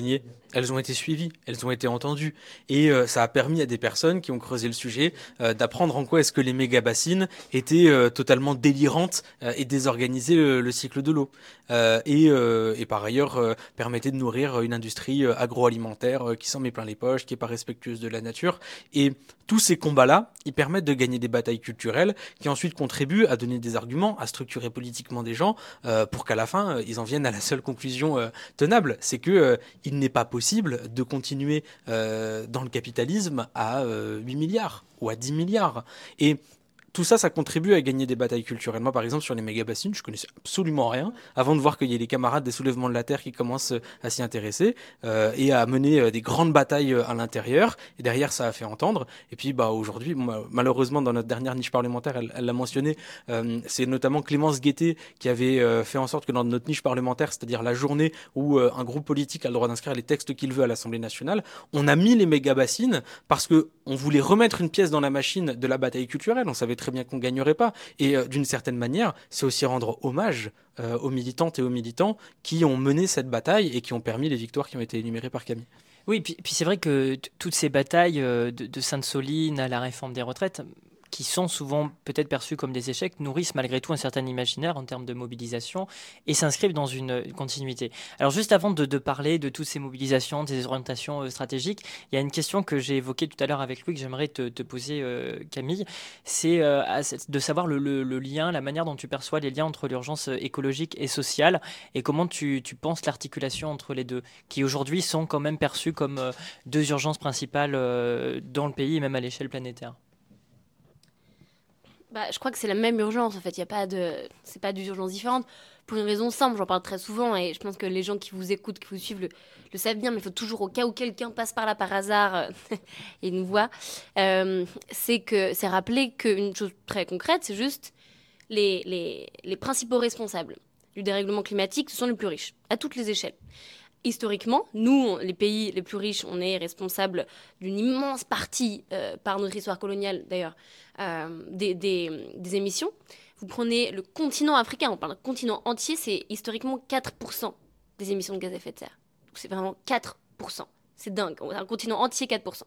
elles ont été suivies, elles ont été entendues. Et euh, ça a permis à des personnes qui ont creusé le sujet euh, d'apprendre en quoi est-ce que les méga-bassines étaient euh, totalement délirantes euh, et désorganisaient le, le cycle de l'eau. Euh, et, euh, et par ailleurs, euh, permettaient de nourrir une industrie euh, agroalimentaire euh, qui s'en met plein les poches, qui n'est pas respectueuse de la nature. Et tous ces combats-là, ils permettent de gagner des batailles culturelles qui ensuite contribuent à donner des arguments, à structurer politiquement des gens euh, pour qu'à la fin, euh, ils en viennent à la seule conclusion euh, tenable. C'est que euh, il n'est pas possible de continuer euh, dans le capitalisme à euh, huit milliards ou à dix milliards. Et tout ça, ça contribue à gagner des batailles culturelles. Moi, par exemple, sur les méga-bassines, je connaissais absolument rien avant de voir qu'il y a les camarades des soulèvements de la Terre qui commencent à s'y intéresser euh, et à mener euh, des grandes batailles à l'intérieur. Et derrière, ça a fait entendre. Et puis, bah, aujourd'hui, bon, malheureusement, dans notre dernière niche parlementaire, elle, elle l'a mentionné, euh, c'est notamment Clémence Guettet qui avait euh, fait en sorte que dans notre niche parlementaire, c'est-à-dire la journée où euh, un groupe politique a le droit d'inscrire les textes qu'il veut à l'Assemblée nationale, on a mis les méga-bassines parce que on voulait remettre une pièce dans la machine de la bataille culturelle. On savait très bien qu'on ne gagnerait pas. Et euh, d'une certaine manière, c'est aussi rendre hommage euh, aux militantes et aux militants qui ont mené cette bataille et qui ont permis les victoires qui ont été énumérées par Camille. Oui, puis, puis c'est vrai que t- toutes ces batailles euh, de, de Sainte-Soline à la réforme des retraites, qui sont souvent peut-être perçues comme des échecs, nourrissent malgré tout un certain imaginaire en termes de mobilisation et s'inscrivent dans une continuité. Alors juste avant de, de parler de toutes ces mobilisations, des orientations euh, stratégiques, il y a une question que j'ai évoquée tout à l'heure avec Louis que j'aimerais te, te poser, euh, Camille, c'est euh, de savoir le, le, le lien, la manière dont tu perçois les liens entre l'urgence écologique et sociale et comment tu, tu penses l'articulation entre les deux, qui aujourd'hui sont quand même perçues comme euh, deux urgences principales euh, dans le pays et même à l'échelle planétaire. Bah, je crois que c'est la même urgence, en fait. Y a pas de... C'est pas deux urgences différentes. Pour une raison simple, j'en parle très souvent, et je pense que les gens qui vous écoutent, qui vous suivent, le, le savent bien, mais il faut toujours, au cas où quelqu'un passe par là par hasard euh, et nous voit, euh, c'est que c'est rappeler qu'une chose très concrète, c'est juste les, les, les principaux responsables du dérèglement climatique, ce sont les plus riches, à toutes les échelles. Historiquement, nous, les pays les plus riches, on est responsables d'une immense partie, euh, par notre histoire coloniale d'ailleurs, euh, des, des, des émissions. Vous prenez le continent africain, on parle d'un continent entier, c'est historiquement quatre pour cent des émissions de gaz à effet de serre. Donc c'est vraiment quatre pour cent. C'est dingue, un continent entier, quatre pour cent.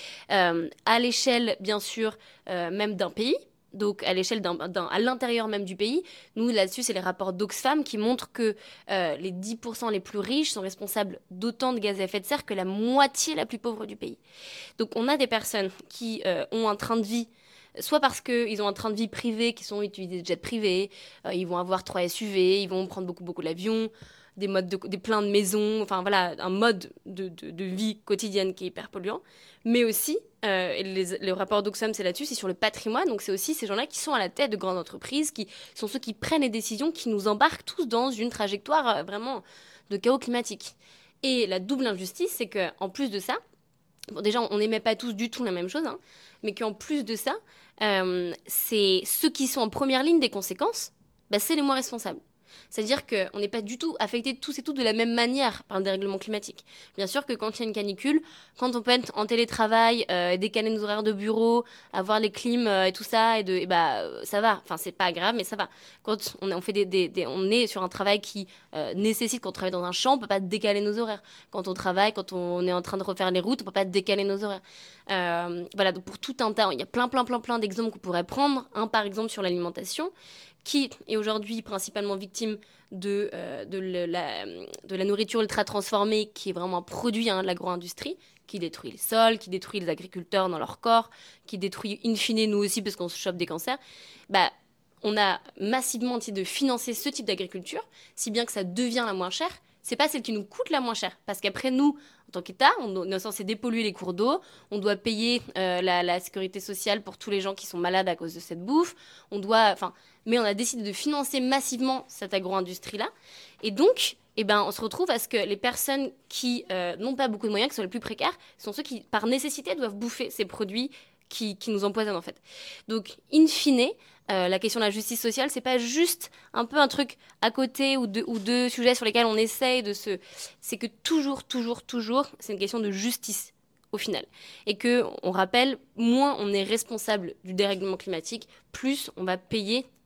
Euh, à l'échelle, bien sûr, euh, même d'un pays, donc à l'échelle d'un, d'un, à l'intérieur même du pays, nous là-dessus c'est les rapports d'Oxfam qui montrent que euh, les dix pour cent les plus riches sont responsables d'autant de gaz à effet de serre que la moitié la plus pauvre du pays. Donc on a des personnes qui euh, ont un train de vie, soit parce qu'ils ont un train de vie privé, qui sont utilisés des jets privés, euh, ils vont avoir trois S U V, ils vont prendre beaucoup beaucoup l'avion, des modes de, des plein de maisons, enfin voilà, un mode de, de, de vie quotidienne qui est hyper polluant, mais aussi, euh, et les, les rapports d'Oxfam c'est là-dessus, c'est sur le patrimoine, donc c'est aussi ces gens-là qui sont à la tête de grandes entreprises, qui sont ceux qui prennent les décisions, qui nous embarquent tous dans une trajectoire euh, vraiment de chaos climatique. Et la double injustice, c'est qu'en plus de ça, bon, déjà on n'aimait pas tous du tout la même chose, hein, mais qu'en plus de ça, euh, c'est ceux qui sont en première ligne des conséquences, bah, c'est les moins responsables. C'est-à-dire qu'on n'est pas du tout affectés tous et toutes de la même manière par le dérèglement climatique. Bien sûr que quand il y a une canicule, quand on peut être en télétravail, euh, décaler nos horaires de bureau, avoir les clims euh, et tout ça, et, de, et bah, ça va. Enfin, c'est pas grave, mais ça va. Quand on, on, fait des, des, des, on est sur un travail qui euh, nécessite, quand on travaille dans un champ, on ne peut pas décaler nos horaires. Quand on travaille, quand on est en train de refaire les routes, on ne peut pas décaler nos horaires. Euh, voilà, donc pour tout un tas, il y a plein, plein, plein, plein d'exemples qu'on pourrait prendre. Un, par exemple, sur l'alimentation, qui est aujourd'hui principalement victime de, euh, de, le, la, de la nourriture ultra transformée, qui est vraiment un produit hein, de l'agro-industrie, qui détruit les sols, qui détruit les agriculteurs dans leur corps, qui détruit in fine nous aussi parce qu'on se chope des cancers. Bah, on a massivement essayé de financer ce type d'agriculture, si bien que ça devient la moins chère. C'est pas celle qui nous coûte la moins chère, parce qu'après nous, en tant qu'État, on est censé dépolluer les cours d'eau, on doit payer euh, la, la sécurité sociale pour tous les gens qui sont malades à cause de cette bouffe, on doit, enfin, mais on a décidé de financer massivement cette agro-industrie-là, et donc, eh ben, on se retrouve à ce que les personnes qui euh, n'ont pas beaucoup de moyens, qui sont les plus précaires, sont ceux qui, par nécessité, doivent bouffer ces produits qui, qui nous empoisonnent en fait. Donc, in fine, euh, la question de la justice sociale, c'est pas juste un peu un truc à côté ou deux, ou deux sujets sur lesquels on essaye de se... C'est que toujours, toujours, toujours, c'est une question de justice au final. Et que, on rappelle, moins on est responsable du dérèglement climatique, plus on va payer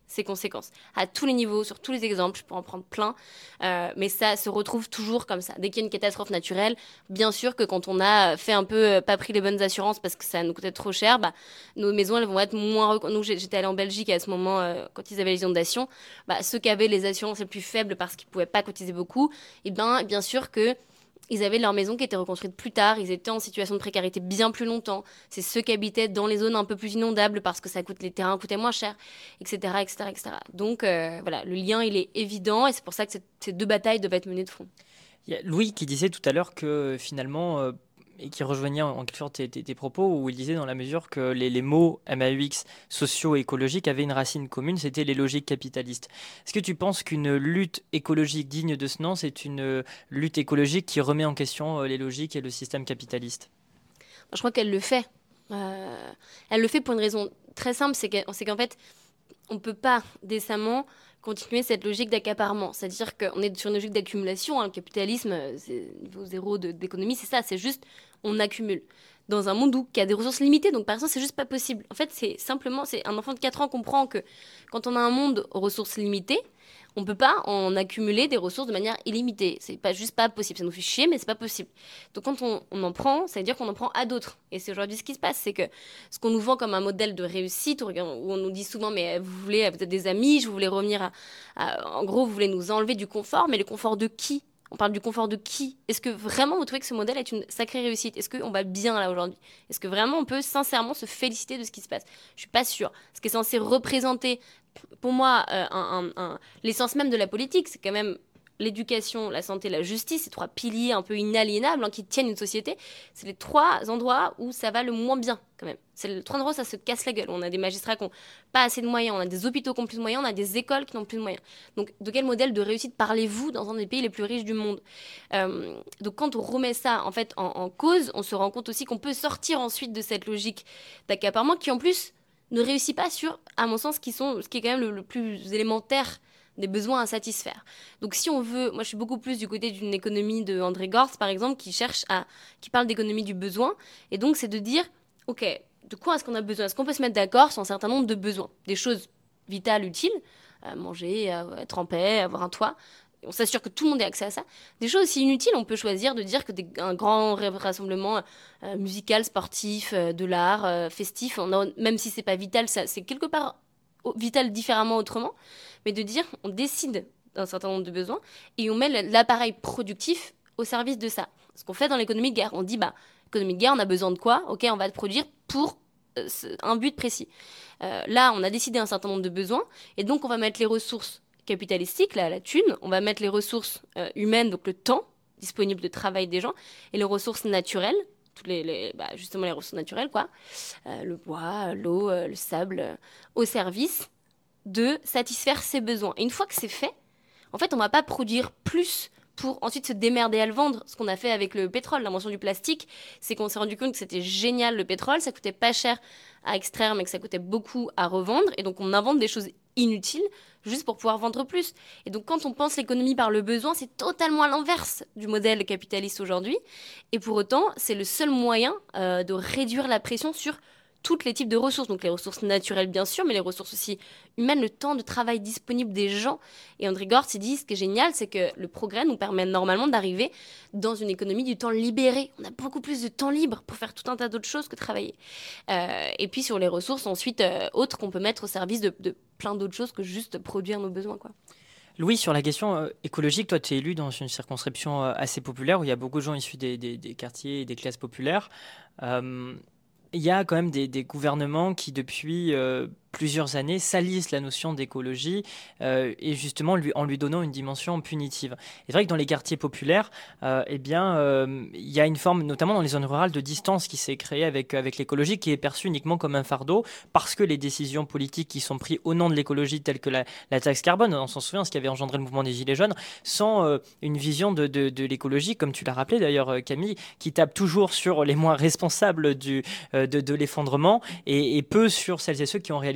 ses conséquences. À tous les niveaux, sur tous les exemples, je pourrais en prendre plein, euh, mais ça se retrouve toujours comme ça. Dès qu'il y a une catastrophe naturelle, bien sûr que quand on a fait un peu, euh, pas pris les bonnes assurances parce que ça nous coûtait trop cher, bah, nos maisons elles vont être moins... Rec... Nous, j'étais allée en Belgique à ce moment, euh, quand ils avaient les inondations, bah, ceux qui avaient les assurances les plus faibles parce qu'ils ne pouvaient pas cotiser beaucoup, et ben, bien sûr que ils avaient leur maison qui était reconstruite plus tard, ils étaient en situation de précarité bien plus longtemps. C'est ceux qui habitaient dans les zones un peu plus inondables parce que ça coûte, les terrains coûtaient moins cher, et cetera, et cetera, et cetera. Donc euh, voilà, le lien il est évident et c'est pour ça que cette, ces deux batailles doivent être menées de front. Il y a Louis qui disait tout à l'heure que finalement, euh, et qui rejoignait en quelque sorte tes, tes, tes propos, où il disait dans la mesure que les, les mots M A U X socio-écologiques avaient une racine commune, c'était les logiques capitalistes. Est-ce que tu penses qu'une lutte écologique digne de ce nom, c'est une lutte écologique qui remet en question les logiques et le système capitaliste ? Je crois qu'elle le fait. Euh, elle le fait pour une raison très simple, c'est, que, c'est qu'en fait, on ne peut pas décemment continuer cette logique d'accaparement. C'est-à-dire qu'on est sur une logique d'accumulation. Hein. Le capitalisme, c'est niveau zéro de, d'économie, c'est ça. C'est juste, on accumule. Dans un monde où il y a des ressources limitées, donc par exemple, c'est juste pas possible. En fait, c'est simplement, c'est un enfant de quatre ans comprend que quand on a un monde aux ressources limitées, on ne peut pas en accumuler des ressources de manière illimitée. C'est pas juste pas possible. Ça nous fait chier, mais c'est pas possible. Donc quand on, on en prend, ça veut dire qu'on en prend à d'autres. Et c'est aujourd'hui ce qui se passe, c'est que ce qu'on nous vend comme un modèle de réussite, où on nous dit souvent, mais vous voulez, vous êtes des amis, je voulais revenir à, à... En gros, vous voulez nous enlever du confort, mais le confort de qui ? On parle du confort de qui ? Est-ce que vraiment vous trouvez que ce modèle est une sacrée réussite ? Est-ce qu'on va bien là aujourd'hui ? Est-ce que vraiment on peut sincèrement se féliciter de ce qui se passe ? Je suis pas sûre. Ce qui est censé représenter, pour moi, euh, un, un, un... l'essence même de la politique, c'est quand même l'éducation, la santé, la justice, ces trois piliers un peu inaliénables hein, qui tiennent une société. C'est les trois endroits où ça va le moins bien quand même. C'est les trois endroits où ça se casse la gueule. On a des magistrats qui n'ont pas assez de moyens, on a des hôpitaux qui n'ont plus de moyens, on a des écoles qui n'ont plus de moyens. Donc de quel modèle de réussite parlez-vous dans un des pays les plus riches du monde ? euh, Donc quand on remet ça en fait en, en cause, on se rend compte aussi qu'on peut sortir ensuite de cette logique d'accaparement qui en plus ne réussit pas sur, à mon sens, qui sont, ce qui est quand même le, le plus élémentaire des besoins à satisfaire. Donc si on veut, moi je suis beaucoup plus du côté d'une économie de André Gortz par exemple, qui cherche à, qui parle d'économie du besoin, et donc c'est de dire, ok, de quoi est-ce qu'on a besoin ? Est-ce qu'on peut se mettre d'accord sur un certain nombre de besoins ? Des choses vitales, utiles, euh, manger, euh, être en paix, avoir un toit, on s'assure que tout le monde ait accès à ça. Des choses aussi inutiles, on peut choisir de dire que des, un grand rassemblement euh, musical, sportif, euh, de l'art, euh, festif, on a, même si c'est pas vital, ça, c'est quelque part vital différemment autrement, mais de dire on décide d'un certain nombre de besoins et on met l'appareil productif au service de ça. Ce qu'on fait dans l'économie de guerre, on dit bah économie de guerre, on a besoin de quoi ? Ok, on va te produire pour euh, un but précis. Euh, là, on a décidé un certain nombre de besoins et donc on va mettre les ressources capitalistiques, là, la thune, on va mettre les ressources euh, humaines, donc le temps disponible de travail des gens, et les ressources naturelles, toutes les, les bah, justement les ressources naturelles, quoi, euh, le bois, l'eau, euh, le sable, euh, au service de satisfaire ses besoins. Et une fois que c'est fait, en fait, on ne va pas produire plus pour ensuite se démerder à le vendre. Ce qu'on a fait avec le pétrole, l'invention du plastique, c'est qu'on s'est rendu compte que c'était génial le pétrole, ça coûtait pas cher à extraire, mais que ça coûtait beaucoup à revendre. Et donc, on invente des choses inutiles juste pour pouvoir vendre plus. Et donc, quand on pense l'économie par le besoin, c'est totalement à l'inverse du modèle capitaliste aujourd'hui. Et pour autant, c'est le seul moyen euh, de réduire la pression sur tous les types de ressources, donc les ressources naturelles bien sûr, mais les ressources aussi humaines, le temps de travail disponible des gens. Et André Gortz, il dit, ce qui est génial, c'est que le progrès nous permet normalement d'arriver dans une économie du temps libéré. On a beaucoup plus de temps libre pour faire tout un tas d'autres choses que travailler. Euh, et puis sur les ressources ensuite euh, autres qu'on peut mettre au service de, de plein d'autres choses que juste produire nos besoins, quoi. Louis, sur la question euh, écologique, toi tu es élu dans une circonscription euh, assez populaire où il y a beaucoup de gens issus des, des, des quartiers et des classes populaires. Euh, Il y a quand même des, des gouvernements qui, depuis euh, plusieurs années, salissent la notion d'écologie euh, et justement lui, en lui donnant une dimension punitive. Et c'est vrai que dans les quartiers populaires, euh, eh bien, euh, il y a une forme, notamment dans les zones rurales, de distance qui s'est créée avec, avec l'écologie, qui est perçue uniquement comme un fardeau, parce que les décisions politiques qui sont prises au nom de l'écologie, telles que la, la taxe carbone, on s'en souvient, ce qui avait engendré le mouvement des Gilets jaunes, sans euh, une vision de, de, de l'écologie, comme tu l'as rappelé d'ailleurs, Camille, qui tape toujours sur les moins responsables du, euh, de, de l'effondrement et, et peu sur celles et ceux qui ont en réalité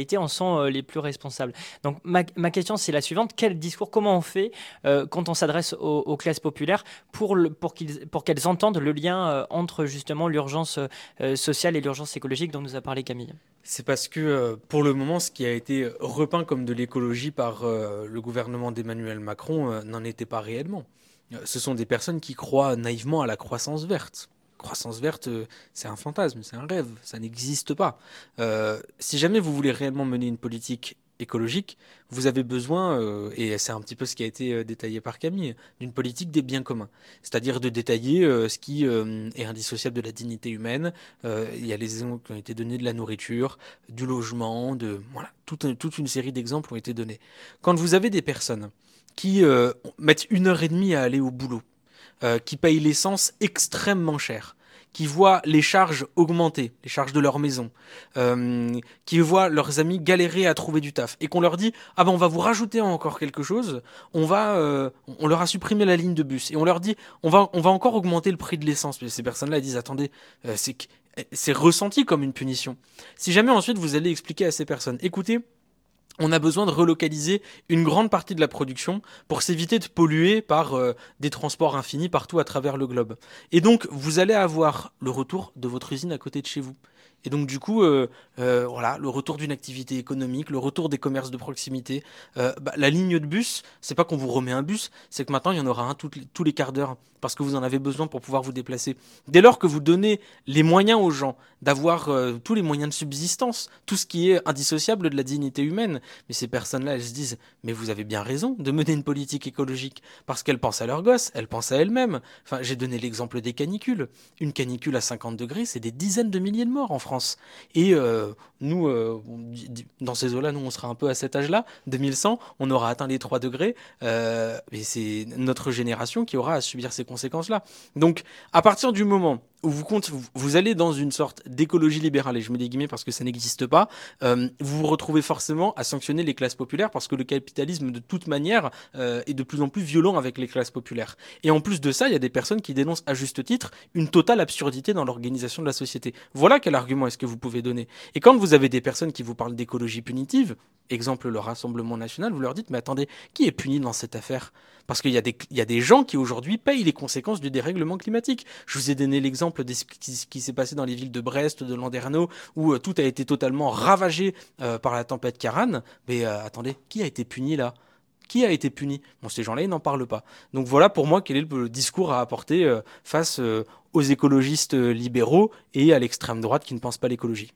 réalité en sont euh, les plus responsables. Donc ma, ma question c'est la suivante, quel discours, comment on fait euh, quand on s'adresse aux, aux classes populaires pour, le, pour, qu'ils, pour qu'elles entendent le lien euh, entre justement l'urgence euh, sociale et l'urgence écologique dont nous a parlé Camille? C'est parce que euh, pour le moment, ce qui a été repeint comme de l'écologie par euh, le gouvernement d'Emmanuel Macron euh, n'en était pas réellement. Euh, ce sont des personnes qui croient naïvement à la croissance verte. Croissance verte, euh, c'est un fantasme, c'est un rêve, ça n'existe pas. Euh, si jamais vous voulez réellement mener une politique écologique, vous avez besoin, euh, et c'est un petit peu ce qui a été euh, détaillé par Camille, d'une politique des biens communs. C'est-à-dire de détailler euh, ce qui euh, est indissociable de la dignité humaine. Euh, il y a les exemples qui ont été donnés de la nourriture, du logement, de voilà, toute, toute une série d'exemples ont été donnés. Quand vous avez des personnes qui euh, mettent une heure et demie à aller au boulot, euh, qui payent l'essence extrêmement cher, qui voient les charges augmenter, les charges de leur maison, euh, qui voient leurs amis galérer à trouver du taf, et qu'on leur dit « Ah ben on va vous rajouter encore quelque chose, on va, euh, on leur a supprimé la ligne de bus, et on leur dit on va, on va encore augmenter le prix de l'essence. » Mais ces personnes-là disent « Attendez, euh, c'est, c'est ressenti comme une punition. » Si jamais ensuite vous allez expliquer à ces personnes « Écoutez, on a besoin de relocaliser une grande partie de la production pour s'éviter de polluer par euh, des transports infinis partout à travers le globe. Et donc, vous allez avoir le retour de votre usine à côté de chez vous. Et donc, du coup, euh, euh, voilà, le retour d'une activité économique, le retour des commerces de proximité. Euh, bah, la ligne de bus, c'est pas qu'on vous remet un bus, c'est que maintenant, il y en aura un tous les, tous les quarts d'heure parce que vous en avez besoin pour pouvoir vous déplacer. Dès lors que vous donnez les moyens aux gens d'avoir euh, tous les moyens de subsistance, tout ce qui est indissociable de la dignité humaine, mais ces personnes-là, elles se disent « Mais vous avez bien raison de mener une politique écologique parce qu'elles pensent à leurs gosses, elles pensent à elles-mêmes. » Enfin, j'ai donné l'exemple des canicules. Une canicule à cinquante degrés, c'est des dizaines de milliers de morts en France. Et euh, nous, euh, dans ces eaux-là, nous, on sera un peu à cet âge-là, deux mille cent, on aura atteint les trois degrés, euh, et c'est notre génération qui aura à subir ces conséquences-là. Donc, à partir du moment où vous, compte, vous, vous allez dans une sorte d'écologie libérale, et je mets des guillemets parce que ça n'existe pas, euh, vous vous retrouvez forcément à sanctionner les classes populaires parce que le capitalisme, de toute manière, euh, est de plus en plus violent avec les classes populaires. Et en plus de ça, il y a des personnes qui dénoncent à juste titre une totale absurdité dans l'organisation de la société. Voilà quel argument est-ce que vous pouvez donner. Et quand vous avez des personnes qui vous parlent d'écologie punitive, exemple le Rassemblement National, vous leur dites « Mais attendez, qui est puni dans cette affaire ?» Parce qu'il y a des, il y a des gens qui aujourd'hui payent les conséquences du dérèglement climatique. Je vous ai donné l'exemple de ce qui, qui s'est passé dans les villes de Brest, de Landerneau, où euh, tout a été totalement ravagé euh, par la tempête Karan. Mais euh, attendez, qui a été puni là ? Qui a été puni ? Bon, ces gens-là, ils n'en parlent pas. Donc voilà pour moi quel est le, le discours à apporter euh, face euh, aux écologistes euh, libéraux et à l'extrême droite qui ne pensent pas l'écologie.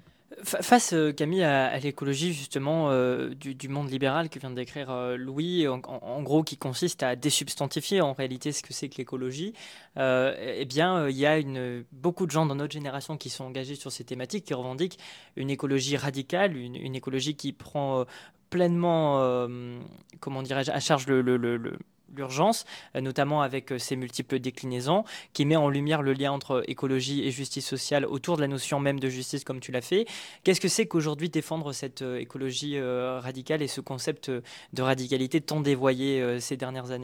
Face, euh, Camille, à, à l'écologie justement euh, du, du monde libéral que vient de décrire euh, Louis, en, en, en gros qui consiste à désubstantifier en réalité ce que c'est que l'écologie, euh, eh bien il euh, y a une, beaucoup de gens dans notre génération qui sont engagés sur ces thématiques, qui revendiquent une écologie radicale, une, une écologie qui prend euh, pleinement, euh, comment dirais-je, à charge le, le, le, le l'urgence, notamment avec ses multiples déclinaisons, qui met en lumière le lien entre écologie et justice sociale autour de la notion même de justice comme tu l'as fait. Qu'est-ce que c'est qu'aujourd'hui défendre cette écologie euh, radicale et ce concept de radicalité tant dévoyé euh, ces dernières années ?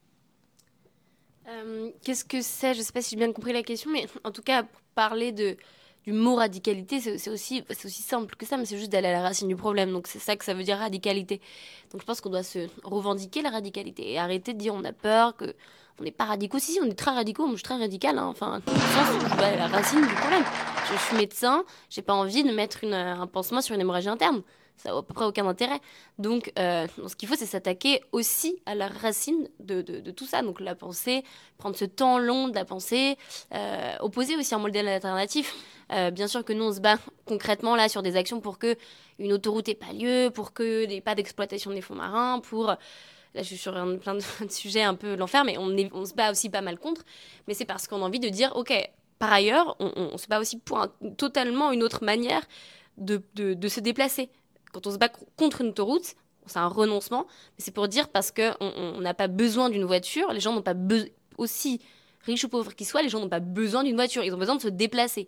euh, Qu'est-ce que c'est ? Je ne sais pas si j'ai bien compris la question, mais en tout cas, pour parler de du mot radicalité, c'est, c'est, aussi, c'est aussi simple que ça, mais c'est juste d'aller à la racine du problème. Donc c'est ça que ça veut dire radicalité. Donc je pense qu'on doit se revendiquer la radicalité et arrêter de dire on a peur, que on n'est pas radicaux. Si, si, on est très radicaux, moi je suis très radical. Hein. Enfin, dans le sens où je vais à la racine du problème. Je, je suis médecin, j'ai pas envie de mettre une, un pansement sur une hémorragie interne. Ça n'a à peu près aucun intérêt. Donc, euh, ce qu'il faut, c'est s'attaquer aussi à la racine de, de, de tout ça. Donc, la pensée, prendre ce temps long de la pensée, euh, opposer aussi un modèle alternatif. Euh, bien sûr que nous, on se bat concrètement là sur des actions pour qu'une autoroute n'ait pas lieu, pour qu'il n'y ait pas d'exploitation des fonds marins, pour... Là, je suis sur un, plein de, de sujets un peu l'enfer, mais on, est, on se bat aussi pas mal contre. Mais c'est parce qu'on a envie de dire, OK, par ailleurs, on, on, on se bat aussi pour un, totalement une autre manière de, de, de se déplacer. Quand on se bat contre une autoroute, c'est un renoncement, mais c'est pour dire parce qu'on n'a pas besoin d'une voiture, les gens n'ont pas besoin, aussi riches ou pauvres qu'ils soient, les gens n'ont pas besoin d'une voiture, ils ont besoin de se déplacer.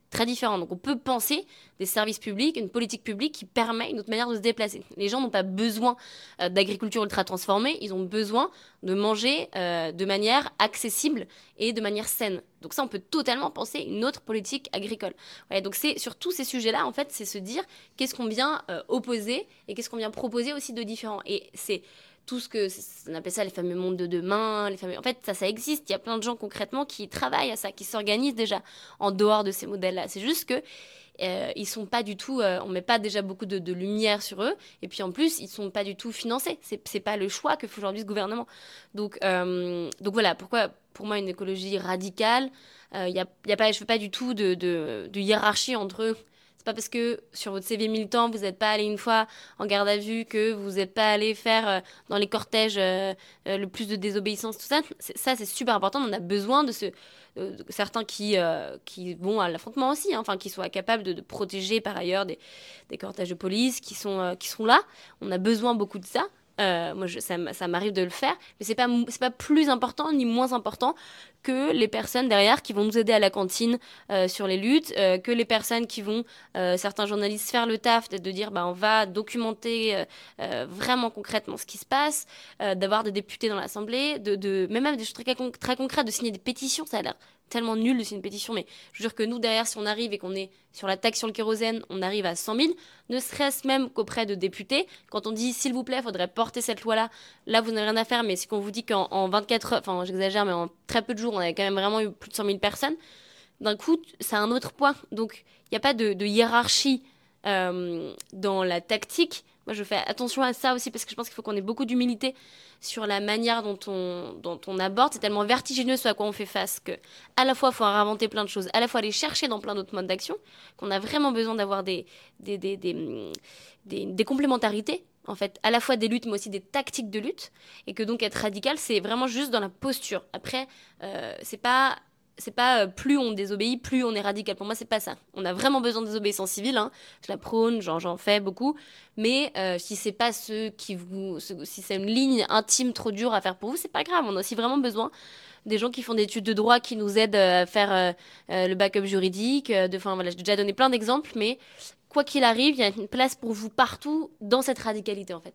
très différent. Donc on peut penser des services publics, une politique publique qui permet une autre manière de se déplacer. Les gens n'ont pas besoin euh, d'agriculture ultra transformée, ils ont besoin de manger euh, de manière accessible et de manière saine. Donc ça, on peut totalement penser une autre politique agricole. Ouais, donc c'est sur tous ces sujets-là, en fait, c'est se dire qu'est-ce qu'on vient euh, opposer et qu'est-ce qu'on vient proposer aussi de différent. Et c'est tout ce que, on appelle ça les fameux mondes de demain, les fameux... en fait, ça, ça existe. Il y a plein de gens concrètement qui travaillent à ça, qui s'organisent déjà en dehors de ces modèles-là. C'est juste que euh, ils sont pas du tout, euh, on met pas déjà beaucoup de, de lumière sur eux, et puis en plus, ils sont pas du tout financés. C'est, c'est pas le choix que fait aujourd'hui ce gouvernement. Donc, euh, donc voilà, pourquoi, pour moi, une écologie radicale, euh, y a, y a pas, je veux pas du tout de, de, de hiérarchie entre eux. Pas parce que sur votre C V militant, vous n'êtes pas allé une fois en garde à vue, que vous n'êtes pas allé faire euh, dans les cortèges euh, euh, le plus de désobéissance, tout ça. C'est, ça, c'est super important. On a besoin de, ce, euh, de certains qui, euh, qui vont à l'affrontement aussi, hein, enfin, qui soient capables de, de protéger par ailleurs des, des cortèges de police qui sont, euh, qui sont là. On a besoin beaucoup de ça. Euh, moi, je, ça, ça m'arrive de le faire, mais c'est pas, c'est pas plus important ni moins important que les personnes derrière qui vont nous aider à la cantine euh, sur les luttes, euh, que les personnes qui vont, euh, certains journalistes, faire le taf de, de dire bah, on va documenter euh, euh, vraiment concrètement ce qui se passe, euh, d'avoir des députés dans l'Assemblée, de, de, même, même des choses très, très concrètes, de signer des pétitions. Ça a l'air tellement nul de signer une pétition, mais je jure que nous, derrière, si on arrive et qu'on est sur la taxe sur le kérosène, on arrive à cent mille, ne serait-ce même qu'auprès de députés. Quand on dit, s'il vous plaît, il faudrait porter cette loi-là, là, vous n'avez rien à faire, mais si on vous dit qu'en en vingt-quatre heures, enfin, j'exagère, mais en très peu de jours, on avait quand même vraiment eu plus de cent mille personnes, d'un coup, c'est un autre point. Donc, il n'y a pas de, de hiérarchie euh, dans la tactique. Moi, je fais attention à ça aussi, parce que je pense qu'il faut qu'on ait beaucoup d'humilité sur la manière dont on, dont on aborde. C'est tellement vertigineux ce à quoi on fait face que, à la fois, il faut réinventer plein de choses, à la fois aller chercher dans plein d'autres modes d'action, qu'on a vraiment besoin d'avoir des, des, des, des, des, des complémentarités, en fait, à la fois des luttes, mais aussi des tactiques de lutte, et que donc être radical, c'est vraiment juste dans la posture. Après, euh, c'est pas... c'est pas euh, plus on désobéit, plus on est radical. Pour moi, c'est pas ça. On a vraiment besoin de désobéissance civile. Hein. Je la prône, j'en, j'en fais beaucoup. Mais euh, si c'est pas ceux qui vous, ce, si c'est une ligne intime trop dure à faire pour vous, c'est pas grave. On a aussi vraiment besoin des gens qui font des études de droit, qui nous aident à faire euh, euh, le backup juridique. Euh, de, enfin, voilà, j'ai déjà donné plein d'exemples, mais quoi qu'il arrive, il y a une place pour vous partout dans cette radicalité, en fait.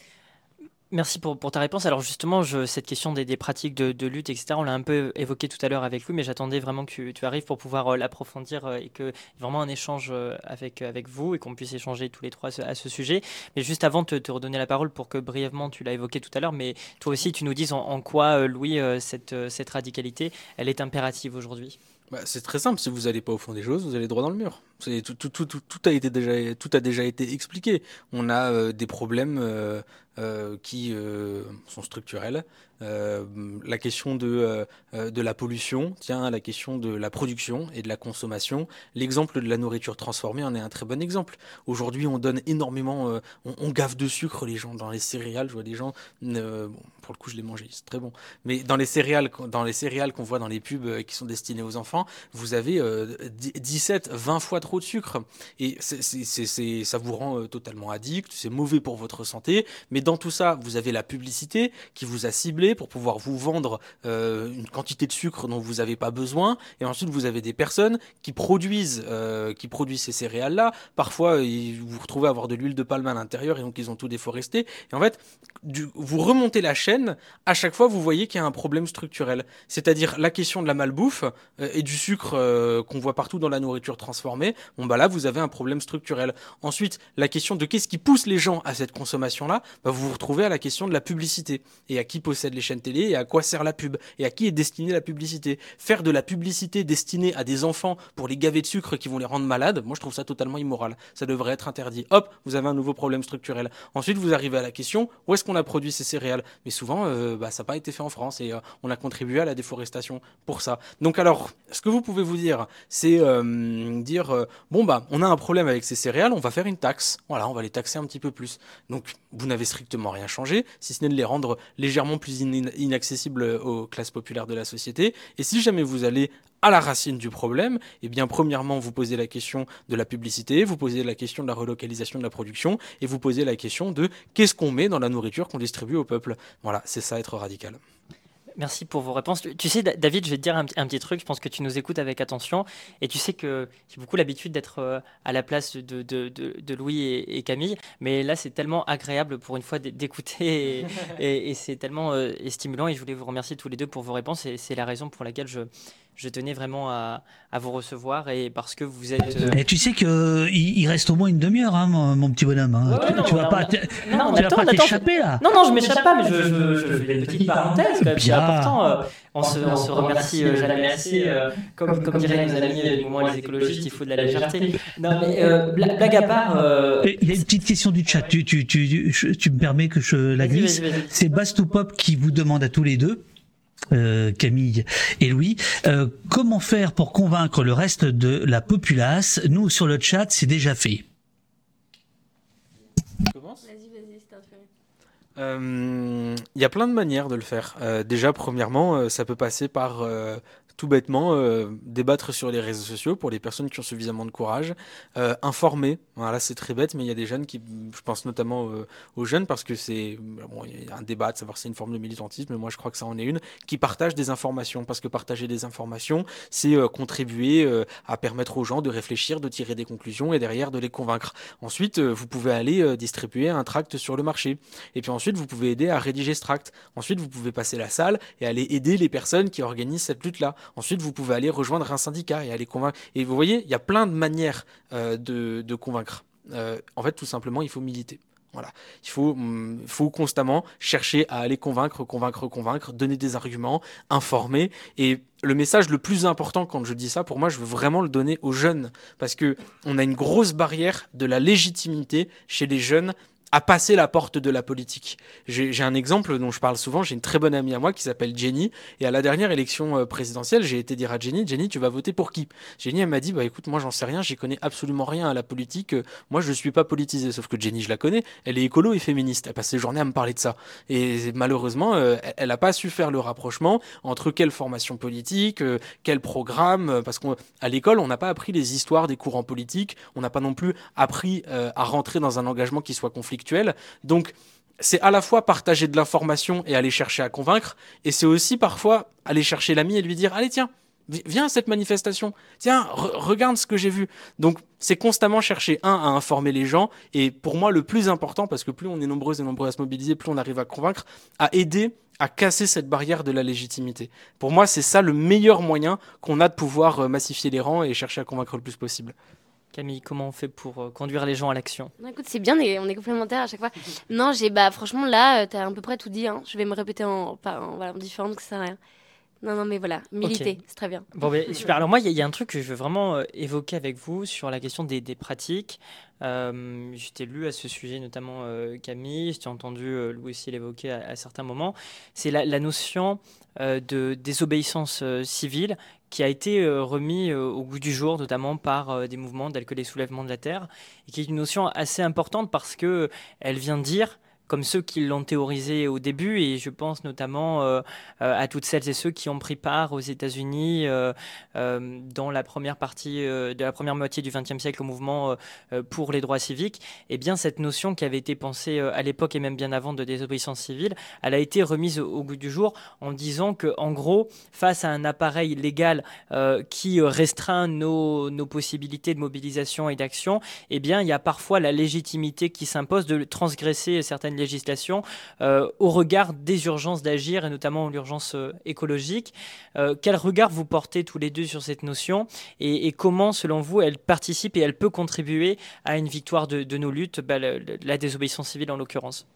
Merci pour, pour ta réponse. Alors justement, je, cette question des, des pratiques de, de lutte, et cetera, on l'a un peu évoqué tout à l'heure avec lui, mais j'attendais vraiment que tu, tu arrives pour pouvoir euh, l'approfondir euh, et qu'il y ait vraiment un échange euh, avec, avec vous et qu'on puisse échanger tous les trois à ce, à ce sujet. Mais juste avant de te, te redonner la parole pour que brièvement, tu l'as évoqué tout à l'heure, mais toi aussi, tu nous dises en, en quoi, euh, Louis, euh, cette, euh, cette radicalité, elle est impérative aujourd'hui. Bah, c'est très simple, si vous n'allez pas au fond des choses, vous allez droit dans le mur. C'est, tout, tout, tout, tout, tout, a été déjà, tout a déjà été expliqué. On a euh, des problèmes euh, euh, qui euh, sont structurels. Euh, la question de, euh, de la pollution tient à la question de la production et de la consommation. L'exemple de la nourriture transformée en est un très bon exemple. Aujourd'hui, on donne énormément, euh, on, on gave de sucre les gens dans les céréales. Je vois des gens, euh, bon, pour le coup, je l'ai mangé, c'est très bon. Mais dans les céréales, dans les céréales qu'on voit dans les pubs euh, qui sont destinées aux enfants, vous avez euh, dix-sept, vingt fois trop de sucre. Et c'est, c'est, c'est, c'est, ça vous rend euh, totalement addict, c'est mauvais pour votre santé. Mais dans tout ça, vous avez la publicité qui vous a ciblé pour pouvoir vous vendre euh, une quantité de sucre dont vous n'avez pas besoin. Et ensuite, vous avez des personnes qui produisent, euh, qui produisent ces céréales-là. Parfois, ils, vous vous retrouvez à avoir de l'huile de palme à l'intérieur et donc ils ont tout déforesté. Et en fait, du, vous remontez la chaîne, à chaque fois, vous voyez qu'il y a un problème structurel. C'est-à-dire la question de la malbouffe euh, et du sucre euh, qu'on voit partout dans la nourriture transformée. Bon, bah là, vous avez un problème structurel. Ensuite, la question de qu'est-ce qui pousse les gens à cette consommation-là, bah, vous vous retrouvez à la question de la publicité. Et à qui possède les chaînes télé et à quoi sert la pub et à qui est destinée la publicité. Faire de la publicité destinée à des enfants pour les gaver de sucre qui vont les rendre malades, moi je trouve ça totalement immoral. Ça devrait être interdit. Hop, vous avez un nouveau problème structurel. Ensuite, vous arrivez à la question, où est-ce qu'on a produit ces céréales? Mais souvent, euh, bah, ça n'a pas été fait en France et euh, on a contribué à la déforestation pour ça. Donc alors, ce que vous pouvez vous dire, c'est euh, dire, euh, bon bah, on a un problème avec ces céréales, on va faire une taxe. Voilà, on va les taxer un petit peu plus. Donc, vous n'avez strictement rien changé, si ce n'est de les rendre légèrement plus in- inaccessibles aux classes populaires de la société. Et si jamais vous allez à la racine du problème, eh bien, premièrement, vous posez la question de la publicité, vous posez la question de la relocalisation de la production, et vous posez la question de qu'est-ce qu'on met dans la nourriture qu'on distribue au peuple. Voilà, c'est ça, être radical. Merci pour vos réponses. Tu, tu sais, Da- David, je vais te dire un, p- un petit truc. Je pense que tu nous écoutes avec attention. Et tu sais que j'ai beaucoup l'habitude d'être euh, à la place de, de, de, de Louis et, et Camille. Mais là, c'est tellement agréable pour une fois d'é- d'écouter. Et, et- et c'est tellement euh, et stimulant. Et je voulais vous remercier tous les deux pour vos réponses. Et c'est la raison pour laquelle je, je tenais vraiment à, à vous recevoir. Et parce que vous êtes. euh, Et tu sais que il, il reste au moins une demi-heure, hein, mon, mon petit bonhomme. Hein. Ouais, ouais, tu, non, tu vas on a- pas, on a- t- Non, on tu vas attend, pas on attend. t'échapper là. Non, non, je m'échappe pas, mais je, je, je fais des petites parenthèses quand même, c'est Bien. important. euh, on, se, on se remercie euh, jamais assez. euh, comme, comme diraient nos amis euh, du mouvement les écologistes, il faut de la légèreté. Non, mais euh, bla- blague à part. euh, Et Il y a une petite question du chat. Tu, tu, tu, tu, je- tu me permets que je la Vas-y, glisse. vas-y, vas-y. C'est Bastopop qui vous demande à tous les deux, euh, Camille et Louis, euh, comment faire pour convaincre le reste de la populace. Nous, sur le chat, c'est déjà fait. Je commence. Vas-y, vas-y, c'est inspiré. Euh, Il y a plein de manières de le faire. Euh, déjà, premièrement, euh, ça peut passer par euh, tout bêtement euh, débattre sur les réseaux sociaux pour les personnes qui ont suffisamment de courage, euh, informer. Voilà, c'est très bête, mais il y a des jeunes qui, je pense notamment euh, aux jeunes, parce que c'est bon, il y a un débat de savoir si c'est une forme de militantisme, mais moi je crois que ça en est une, qui partagent des informations, parce que partager des informations, c'est euh, contribuer euh, à permettre aux gens de réfléchir, de tirer des conclusions et derrière de les convaincre. Ensuite, euh, vous pouvez aller euh, distribuer un tract sur le marché. Et puis ensuite, vous pouvez aider à rédiger ce tract. Ensuite, vous pouvez passer la salle et aller aider les personnes qui organisent cette lutte-là. Ensuite, vous pouvez aller rejoindre un syndicat et aller convaincre. Et vous voyez, il y a plein de manières euh, de, de convaincre. Euh, en fait, tout simplement, il faut militer. Voilà. Il faut, hum, faut constamment chercher à aller convaincre, convaincre, convaincre, donner des arguments, informer. Et le message le plus important quand je dis ça, pour moi, je veux vraiment le donner aux jeunes. Parce que on a une grosse barrière de la légitimité chez les jeunes à passer la porte de la politique. J'ai j'ai un exemple dont je parle souvent, j'ai une très bonne amie à moi qui s'appelle Jenny, et à la dernière élection euh, présidentielle, j'ai été dire à Jenny, Jenny, tu vas voter pour qui? Jenny, elle m'a dit, bah écoute, moi j'en sais rien, j'y connais absolument rien à la politique, euh, moi je suis pas politisée, sauf que Jenny, je la connais, elle est écolo et féministe, elle passe ses journées à me parler de ça. Et malheureusement, euh, elle- elle a pas su faire le rapprochement entre quelle formation politique, euh, quel programme, euh, parce qu'à l'école, on n'a pas appris les histoires des courants politiques, on n'a pas non plus appris euh, à rentrer dans un engagement qui soit conflictuel. Donc, c'est à la fois partager de l'information et aller chercher à convaincre, et c'est aussi parfois aller chercher l'ami et lui dire, allez tiens, vi- viens à cette manifestation, tiens, re- regarde ce que j'ai vu. Donc, c'est constamment chercher, un, à informer les gens, et pour moi, le plus important, parce que plus on est nombreux et nombreux à se mobiliser, plus on arrive à convaincre, à aider à casser cette barrière de la légitimité. Pour moi, c'est ça le meilleur moyen qu'on a de pouvoir euh, massifier les rangs et chercher à convaincre le plus possible. Camille, comment on fait pour euh, conduire les gens à l'action? Non, écoute, c'est bien, on est, on est complémentaires à chaque fois. Non, j'ai, bah, franchement, là, euh, t'as à peu près tout dit. Hein. Je vais me répéter en, pas, en, voilà, en différent, donc ça sert à rien. Non, non, mais voilà, militer, c'est très bien. Bon, ben, super. Alors moi, il y, a- il y a un truc que je veux vraiment euh, évoquer avec vous sur la question des, des pratiques. Euh, je t'ai lu à ce sujet, notamment euh, Camille, je t'ai entendu euh, Louis aussi l'évoquer à, à certains moments. C'est la, la notion euh, de désobéissance euh, civile qui a été euh, remis euh, au goût du jour, notamment par euh, des mouvements tels que les soulèvements de la Terre, et qui est une notion assez importante parce que elle vient dire, comme ceux qui l'ont théorisé au début, et je pense notamment euh, euh, à toutes celles et ceux qui ont pris part aux États-Unis euh, euh, dans la première partie euh, de la première moitié du vingtième siècle au mouvement euh, euh, pour les droits civiques. Et bien cette notion qui avait été pensée euh, à l'époque et même bien avant de désobéissance civile, elle a été remise au, au goût du jour en disant que, en gros, face à un appareil légal euh, qui restreint nos, nos possibilités de mobilisation et d'action, eh bien il y a parfois la légitimité qui s'impose de transgresser certaines législation euh, au regard des urgences d'agir et notamment l'urgence euh, écologique. Euh, quel regard vous portez tous les deux sur cette notion et, et comment, selon vous, elle participe et elle peut contribuer à une victoire de, de nos luttes, bah, le- le- la désobéissance civile en l'occurrence?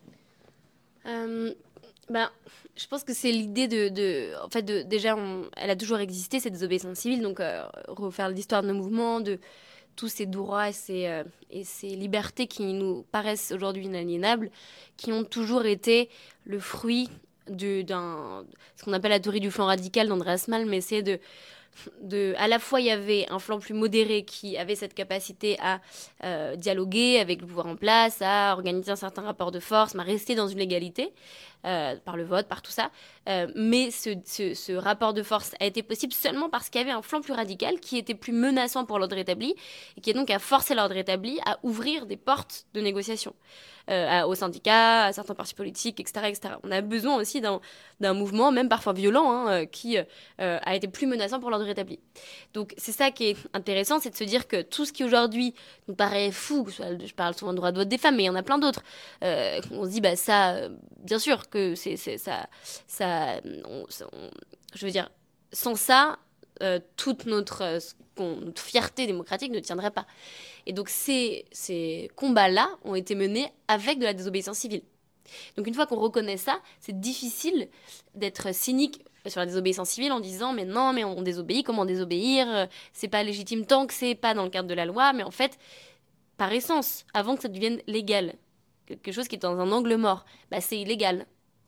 Euh, ben, je pense que c'est l'idée de, de, en fait, de, déjà, on- elle a toujours existé, cette désobéissance civile, donc euh, refaire l'histoire de nos mouvements, de tous ces droits et ces, euh, et ces libertés qui nous paraissent aujourd'hui inaliénables, qui ont toujours été le fruit de, d'un, ce qu'on appelle la théorie du flanc radical d'Andreas Malm, mais c'est de, de, à la fois il y avait un flanc plus modéré qui avait cette capacité à euh, dialoguer avec le pouvoir en place, à organiser un certain rapport de force, à rester dans une légalité, euh, par le vote, par tout ça. Euh, mais ce, ce, ce rapport de force a été possible seulement parce qu'il y avait un flanc plus radical qui était plus menaçant pour l'ordre établi et qui a donc à forcer l'ordre établi à ouvrir des portes de négociation euh, à, aux syndicats, à certains partis politiques, et cetera, et cetera. On a besoin aussi d'un, d'un mouvement, même parfois violent, hein, qui euh, a été plus menaçant pour l'ordre établi. Donc c'est ça qui est intéressant, c'est de se dire que tout ce qui aujourd'hui nous paraît fou, je parle souvent de droit de vote des femmes, mais il y en a plein d'autres, euh, on se dit, bah ça, euh, bien sûr que c'est, c'est ça, ça on, on, je veux dire, sans ça, euh, toute notre, euh, notre fierté démocratique ne tiendrait pas. Et donc ces, ces combats-là ont été menés avec de la désobéissance civile. Donc une fois qu'on reconnaît ça, c'est difficile d'être cynique sur la désobéissance civile en disant mais non, mais on désobéit, comment désobéir, c'est pas légitime tant que c'est pas dans le cadre de la loi. Mais en fait, par essence, avant que ça devienne légal, quelque chose qui est dans un angle mort, bah c'est illégal.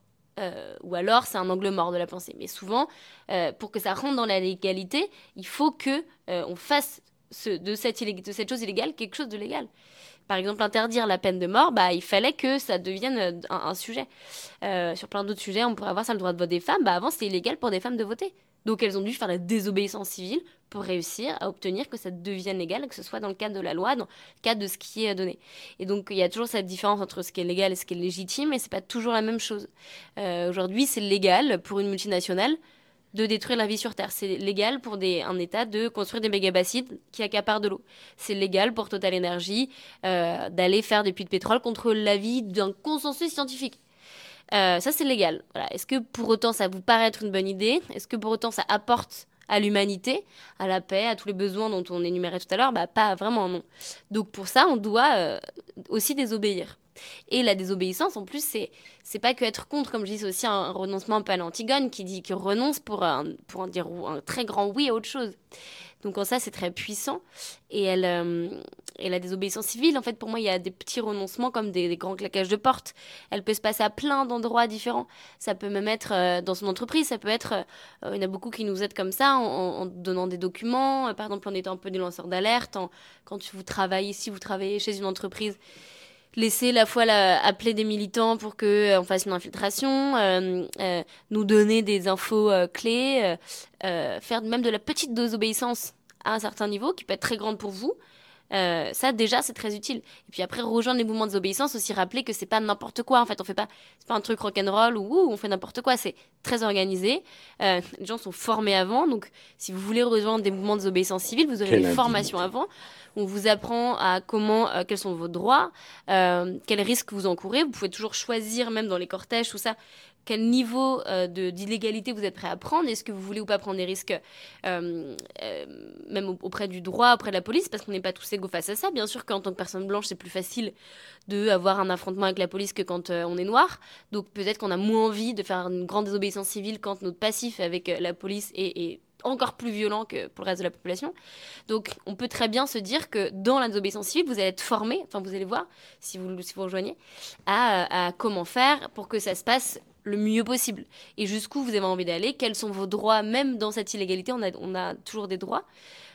Euh, ou alors c'est un angle mort de la pensée. Mais souvent, euh, pour que ça rentre dans la légalité, il faut que euh, on fasse ce, de, cette illég- de cette chose illégale quelque chose de légal. Par exemple, interdire la peine de mort, bah, il fallait que ça devienne un, un sujet. Euh, sur plein d'autres sujets, on pourrait avoir ça, le droit de vote des femmes. Bah, avant, c'était illégal pour des femmes de voter. Donc, elles ont dû faire la désobéissance civile pour réussir à obtenir que ça devienne légal, que ce soit dans le cadre de la loi, dans le cadre de ce qui est donné. Et donc, il y a toujours cette différence entre ce qui est légal et ce qui est légitime, et c'est pas toujours la même chose. Euh, aujourd'hui, c'est légal pour une multinationale de détruire la vie sur Terre. C'est légal pour des, un État de construire des mégabassines qui accaparent de l'eau. C'est légal pour Total Energy euh, d'aller faire des puits de pétrole contre l'avis d'un consensus scientifique. Euh, ça, c'est légal. Voilà. Est-ce que pour autant ça vous paraît être une bonne idée ? Est-ce que pour autant ça apporte à l'humanité, à la paix, à tous les besoins dont on énumérait tout à l'heure ? Bah, pas vraiment, non. Donc pour ça, on doit euh, aussi désobéir. Et la désobéissance, en plus, c'est, c'est pas que être contre, comme je dis, c'est aussi un, un renoncement un peu à l'Antigone qui dit qu'il renonce pour, un, pour en dire un très grand oui à autre chose. Donc en ça, c'est très puissant. Et, elle, euh, et la désobéissance civile, en fait, pour moi, il y a des petits renoncements comme des, des grands claquages de porte. Elle peut se passer à plein d'endroits différents. Ça peut même être euh, dans son entreprise, ça peut être... Euh, il y en a beaucoup qui nous aident comme ça, en, en donnant des documents, euh, par exemple en étant un peu des lanceurs d'alerte, en, quand vous travaillez, si vous travaillez chez une entreprise, laisser la fois la, appeler des militants pour qu'on euh, fasse une infiltration, euh, euh, nous donner des infos euh, clés, euh, euh, faire même de la petite désobéissance à un certain niveau, qui peut être très grande pour vous. Euh, ça déjà c'est très utile. Et puis après rejoindre les mouvements de désobéissance, aussi rappeler que c'est pas n'importe quoi en fait, on fait pas, c'est pas un truc rock'n'roll où on fait n'importe quoi, c'est très organisé, euh, les gens sont formés avant, donc si vous voulez rejoindre des mouvements de désobéissance civile, vous aurez Quelle des formations avant. On vous apprend à comment, euh, quels sont vos droits, euh, quels risques vous encourez. Vous pouvez toujours choisir, même dans les cortèges, tout ça, quel niveau euh, de, d'illégalité vous êtes prêt à prendre. Est-ce que vous voulez ou pas prendre des risques, euh, euh, même auprès du droit, auprès de la police, parce qu'on n'est pas tous égaux face à ça. Bien sûr qu'en tant que personne blanche, c'est plus facile d'avoir un affrontement avec la police que quand euh, on est noir. Donc peut-être qu'on a moins envie de faire une grande désobéissance civile quand notre passif avec euh, la police est... est encore plus violent que pour le reste de la population. Donc, on peut très bien se dire que dans la désobéissance civile, vous allez être formé, enfin, vous allez voir, si vous, si vous rejoignez, à, à comment faire pour que ça se passe le mieux possible. Et jusqu'où vous avez envie d'aller, quels sont vos droits, même dans cette illégalité, on a, on a toujours des droits.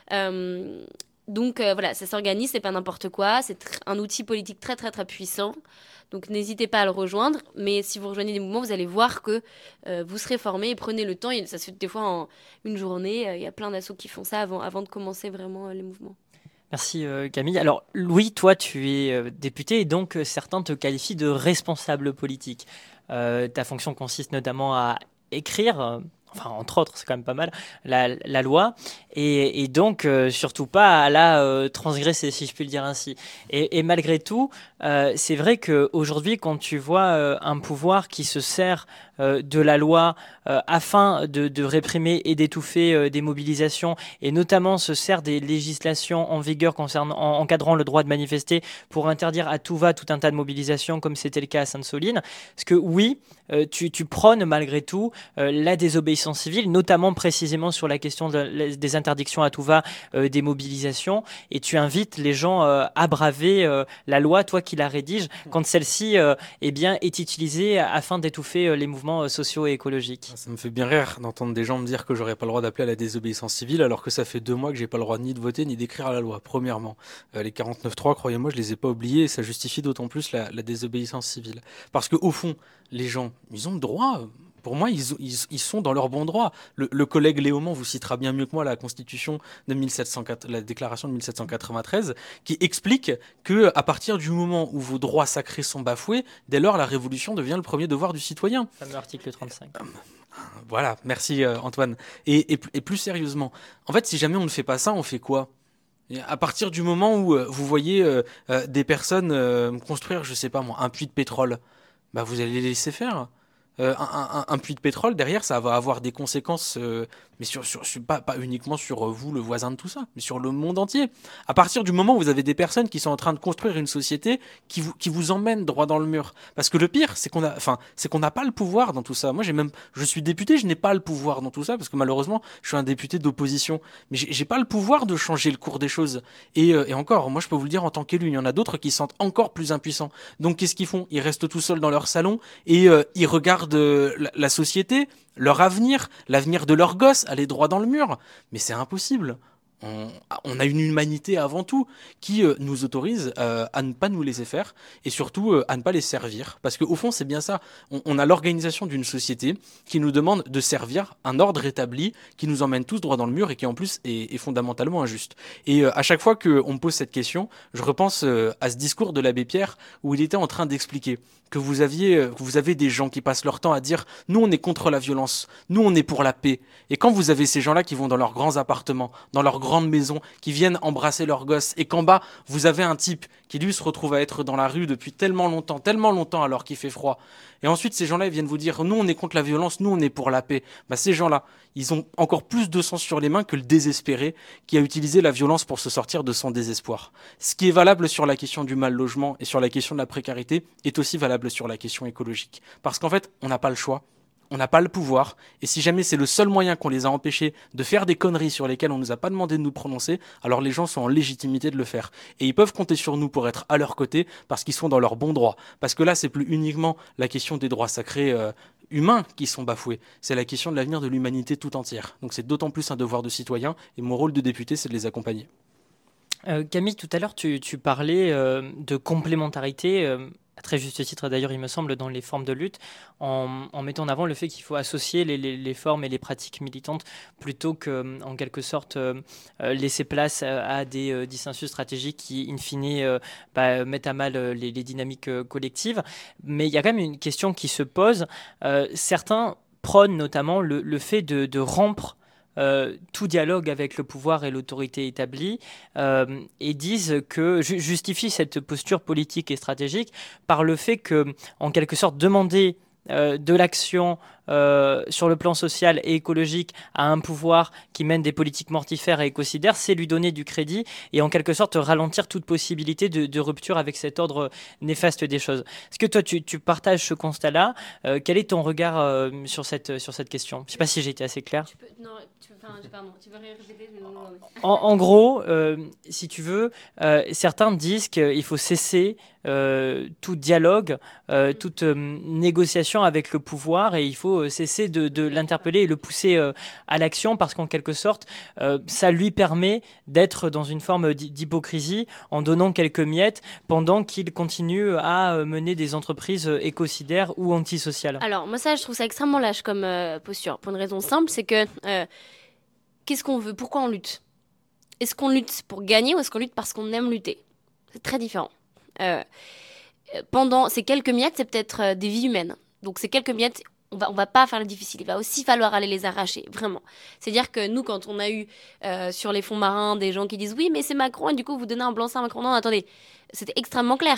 Euh, donc, euh, voilà, ça s'organise, c'est pas n'importe quoi, c'est tr- un outil politique très, très, très puissant. Donc n'hésitez pas à le rejoindre, mais si vous rejoignez des mouvements, vous allez voir que euh, vous serez formé et prenez le temps. Et ça se fait des fois en une journée. Il euh, y a plein d'assos qui font ça avant, avant de commencer vraiment euh, les mouvements. Merci euh, Camille. Alors Louis, toi tu es euh, député et donc euh, certains te qualifient de responsable politique. Euh, ta fonction consiste notamment à écrire... Euh, enfin entre autres, c'est quand même pas mal, la, la loi, et, et donc euh, surtout pas à la euh, transgresser, si je puis le dire ainsi. Et, et malgré tout, euh, c'est vrai qu'aujourd'hui, quand tu vois euh, un pouvoir qui se sert euh, de la loi euh, afin de, de réprimer et d'étouffer euh, des mobilisations, et notamment se sert des législations en vigueur concernant, en, encadrant le droit de manifester pour interdire à tout va tout un tas de mobilisations, comme c'était le cas à Sainte-Soline, parce que oui, euh, tu, tu prônes malgré tout euh, la désobéissance désobéissance civile, notamment précisément sur la question de, des interdictions à tout va, euh, des mobilisations, et tu invites les gens euh, à braver euh, la loi, toi qui la rédiges, quand celle-ci euh, eh bien, est utilisée afin d'étouffer euh, les mouvements euh, sociaux et écologiques. Ça me fait bien rire d'entendre des gens me dire que j'aurais pas le droit d'appeler à la désobéissance civile, alors que ça fait deux mois que j'ai pas le droit ni de voter ni d'écrire la loi, premièrement. Euh, les quarante-neuf trois, croyez-moi, je les ai pas oubliés, et ça justifie d'autant plus la, la désobéissance civile. Parce que au fond, les gens, ils ont le droit. Pour moi, ils, ils, ils sont dans leur bon droit. Le, le collègue Léaumont vous citera bien mieux que moi la Constitution de mille sept cents, la déclaration de mille sept cent quatre-vingt-treize, qui explique que à partir du moment où vos droits sacrés sont bafoués, dès lors la révolution devient le premier devoir du citoyen. Le fameux article trente-cinq. Voilà, merci euh, Antoine. Et, et, et plus sérieusement, en fait, si jamais on ne fait pas ça, on fait quoi ? À partir du moment où euh, vous voyez euh, euh, des personnes euh, construire, je sais pas moi, un puits de pétrole, bah vous allez les laisser faire. Euh, un, un, un puits de pétrole, derrière, ça va avoir des conséquences, euh, mais sur, sur, sur, pas, pas uniquement sur euh, vous, le voisin de tout ça, mais sur le monde entier. À partir du moment où vous avez des personnes qui sont en train de construire une société qui vous, qui vous emmène droit dans le mur. Parce que le pire, c'est qu'on a, enfin, c'est qu'on n'a pas le pouvoir dans tout ça. Moi, j'ai même, je suis député, je n'ai pas le pouvoir dans tout ça, parce que malheureusement, je suis un député d'opposition. Mais j'ai, j'ai pas le pouvoir de changer le cours des choses. Et, euh, et encore, moi, je peux vous le dire en tant qu'élu, il y en a d'autres qui se sentent encore plus impuissants. Donc, qu'est-ce qu'ils font ? Ils restent tout seuls dans leur salon et euh, ils regardent de la, la société, leur avenir, l'avenir de leurs gosses, aller droit dans le mur. Mais c'est impossible. On, on a une humanité avant tout qui euh, nous autorise euh, à ne pas nous laisser faire et surtout euh, à ne pas les servir. Parce qu'au fond, c'est bien ça. On, on a l'organisation d'une société qui nous demande de servir un ordre établi qui nous emmène tous droit dans le mur et qui en plus est, est fondamentalement injuste. Et euh, à chaque fois qu'on me pose cette question, je repense euh, à ce discours de l'abbé Pierre où il était en train d'expliquer que vous aviez, euh, que vous avez des gens qui passent leur temps à dire « nous, on est contre la violence, nous, on est pour la paix ». Et quand vous avez ces gens-là qui vont dans leurs grands appartements, dans leurs grandes maisons, qui viennent embrasser leurs gosses, et qu'en bas, vous avez un type qui, lui, se retrouve à être dans la rue depuis tellement longtemps, tellement longtemps alors qu'il fait froid. Et ensuite, ces gens-là, ils viennent vous dire « nous, on est contre la violence, nous, on est pour la paix ». Bah, ces gens-là, ils ont encore plus de sang sur les mains que le désespéré qui a utilisé la violence pour se sortir de son désespoir. Ce qui est valable sur la question du mal logement et sur la question de la précarité est aussi valable sur la question écologique. Parce qu'en fait, on n'a pas le choix. On n'a pas le pouvoir, et si jamais c'est le seul moyen qu'on les a empêchés de faire des conneries sur lesquelles on nous a pas demandé de nous prononcer, alors les gens sont en légitimité de le faire. Et ils peuvent compter sur nous pour être à leur côté, parce qu'ils sont dans leur bon droit. Parce que là, c'est plus uniquement la question des droits sacrés euh, humains qui sont bafoués, c'est la question de l'avenir de l'humanité tout entière. Donc c'est d'autant plus un devoir de citoyen, et mon rôle de député, c'est de les accompagner. Euh, Camille, tout à l'heure, tu, tu parlais euh, de complémentarité, euh, à très juste titre d'ailleurs, il me semble, dans les formes de lutte, en, en mettant en avant le fait qu'il faut associer les, les, les formes et les pratiques militantes plutôt que, en quelque sorte, euh, laisser place à des euh, dissensus stratégiques qui, in fine, euh, bah, mettent à mal les, les dynamiques euh, collectives. Mais il y a quand même une question qui se pose. Euh, certains prônent notamment le, le fait de, de rompre Euh, tout dialogue avec le pouvoir et l'autorité établie euh, et disent que ju- justifient cette posture politique et stratégique par le fait que, en quelque sorte, demander euh, de l'action euh, sur le plan social et écologique à un pouvoir qui mène des politiques mortifères et écocidaires, c'est lui donner du crédit et en quelque sorte ralentir toute possibilité de, de rupture avec cet ordre néfaste des choses. Est-ce que toi tu, tu partages ce constat-là ? euh, Quel est ton regard euh, sur, cette, sur cette question ? Je ne sais pas si j'ai été assez clair. Tu peux, non, tu, enfin, pardon, tu peux répéter mais non, non, mais... En, en gros, euh, si tu veux, euh, certains disent qu'il faut cesser euh, tout dialogue, euh, toute euh, négociation avec le pouvoir et il faut cesser de, de l'interpeller et le pousser euh, à l'action parce qu'en quelque sorte, euh, ça lui permet d'être dans une forme d'hypocrisie en donnant quelques miettes pendant qu'il continue à mener des entreprises écocidaires ou antisociales. Alors, moi, ça, je trouve ça extrêmement lâche comme euh, posture. Pour une raison simple, c'est que euh, qu'est-ce qu'on veut ? Pourquoi on lutte ? Est-ce qu'on lutte pour gagner ou est-ce qu'on lutte parce qu'on aime lutter ? C'est très différent. Euh, pendant ces quelques miettes, c'est peut-être euh, des vies humaines. Donc, ces quelques miettes, on va, on va pas faire le difficile. Il va aussi falloir aller les arracher, vraiment. C'est-à-dire que nous, quand on a eu euh, sur les fonds marins des gens qui disent « Oui, mais c'est Macron et du coup, vous donnez un blanc-seing à Macron. » Non, attendez, c'était extrêmement clair.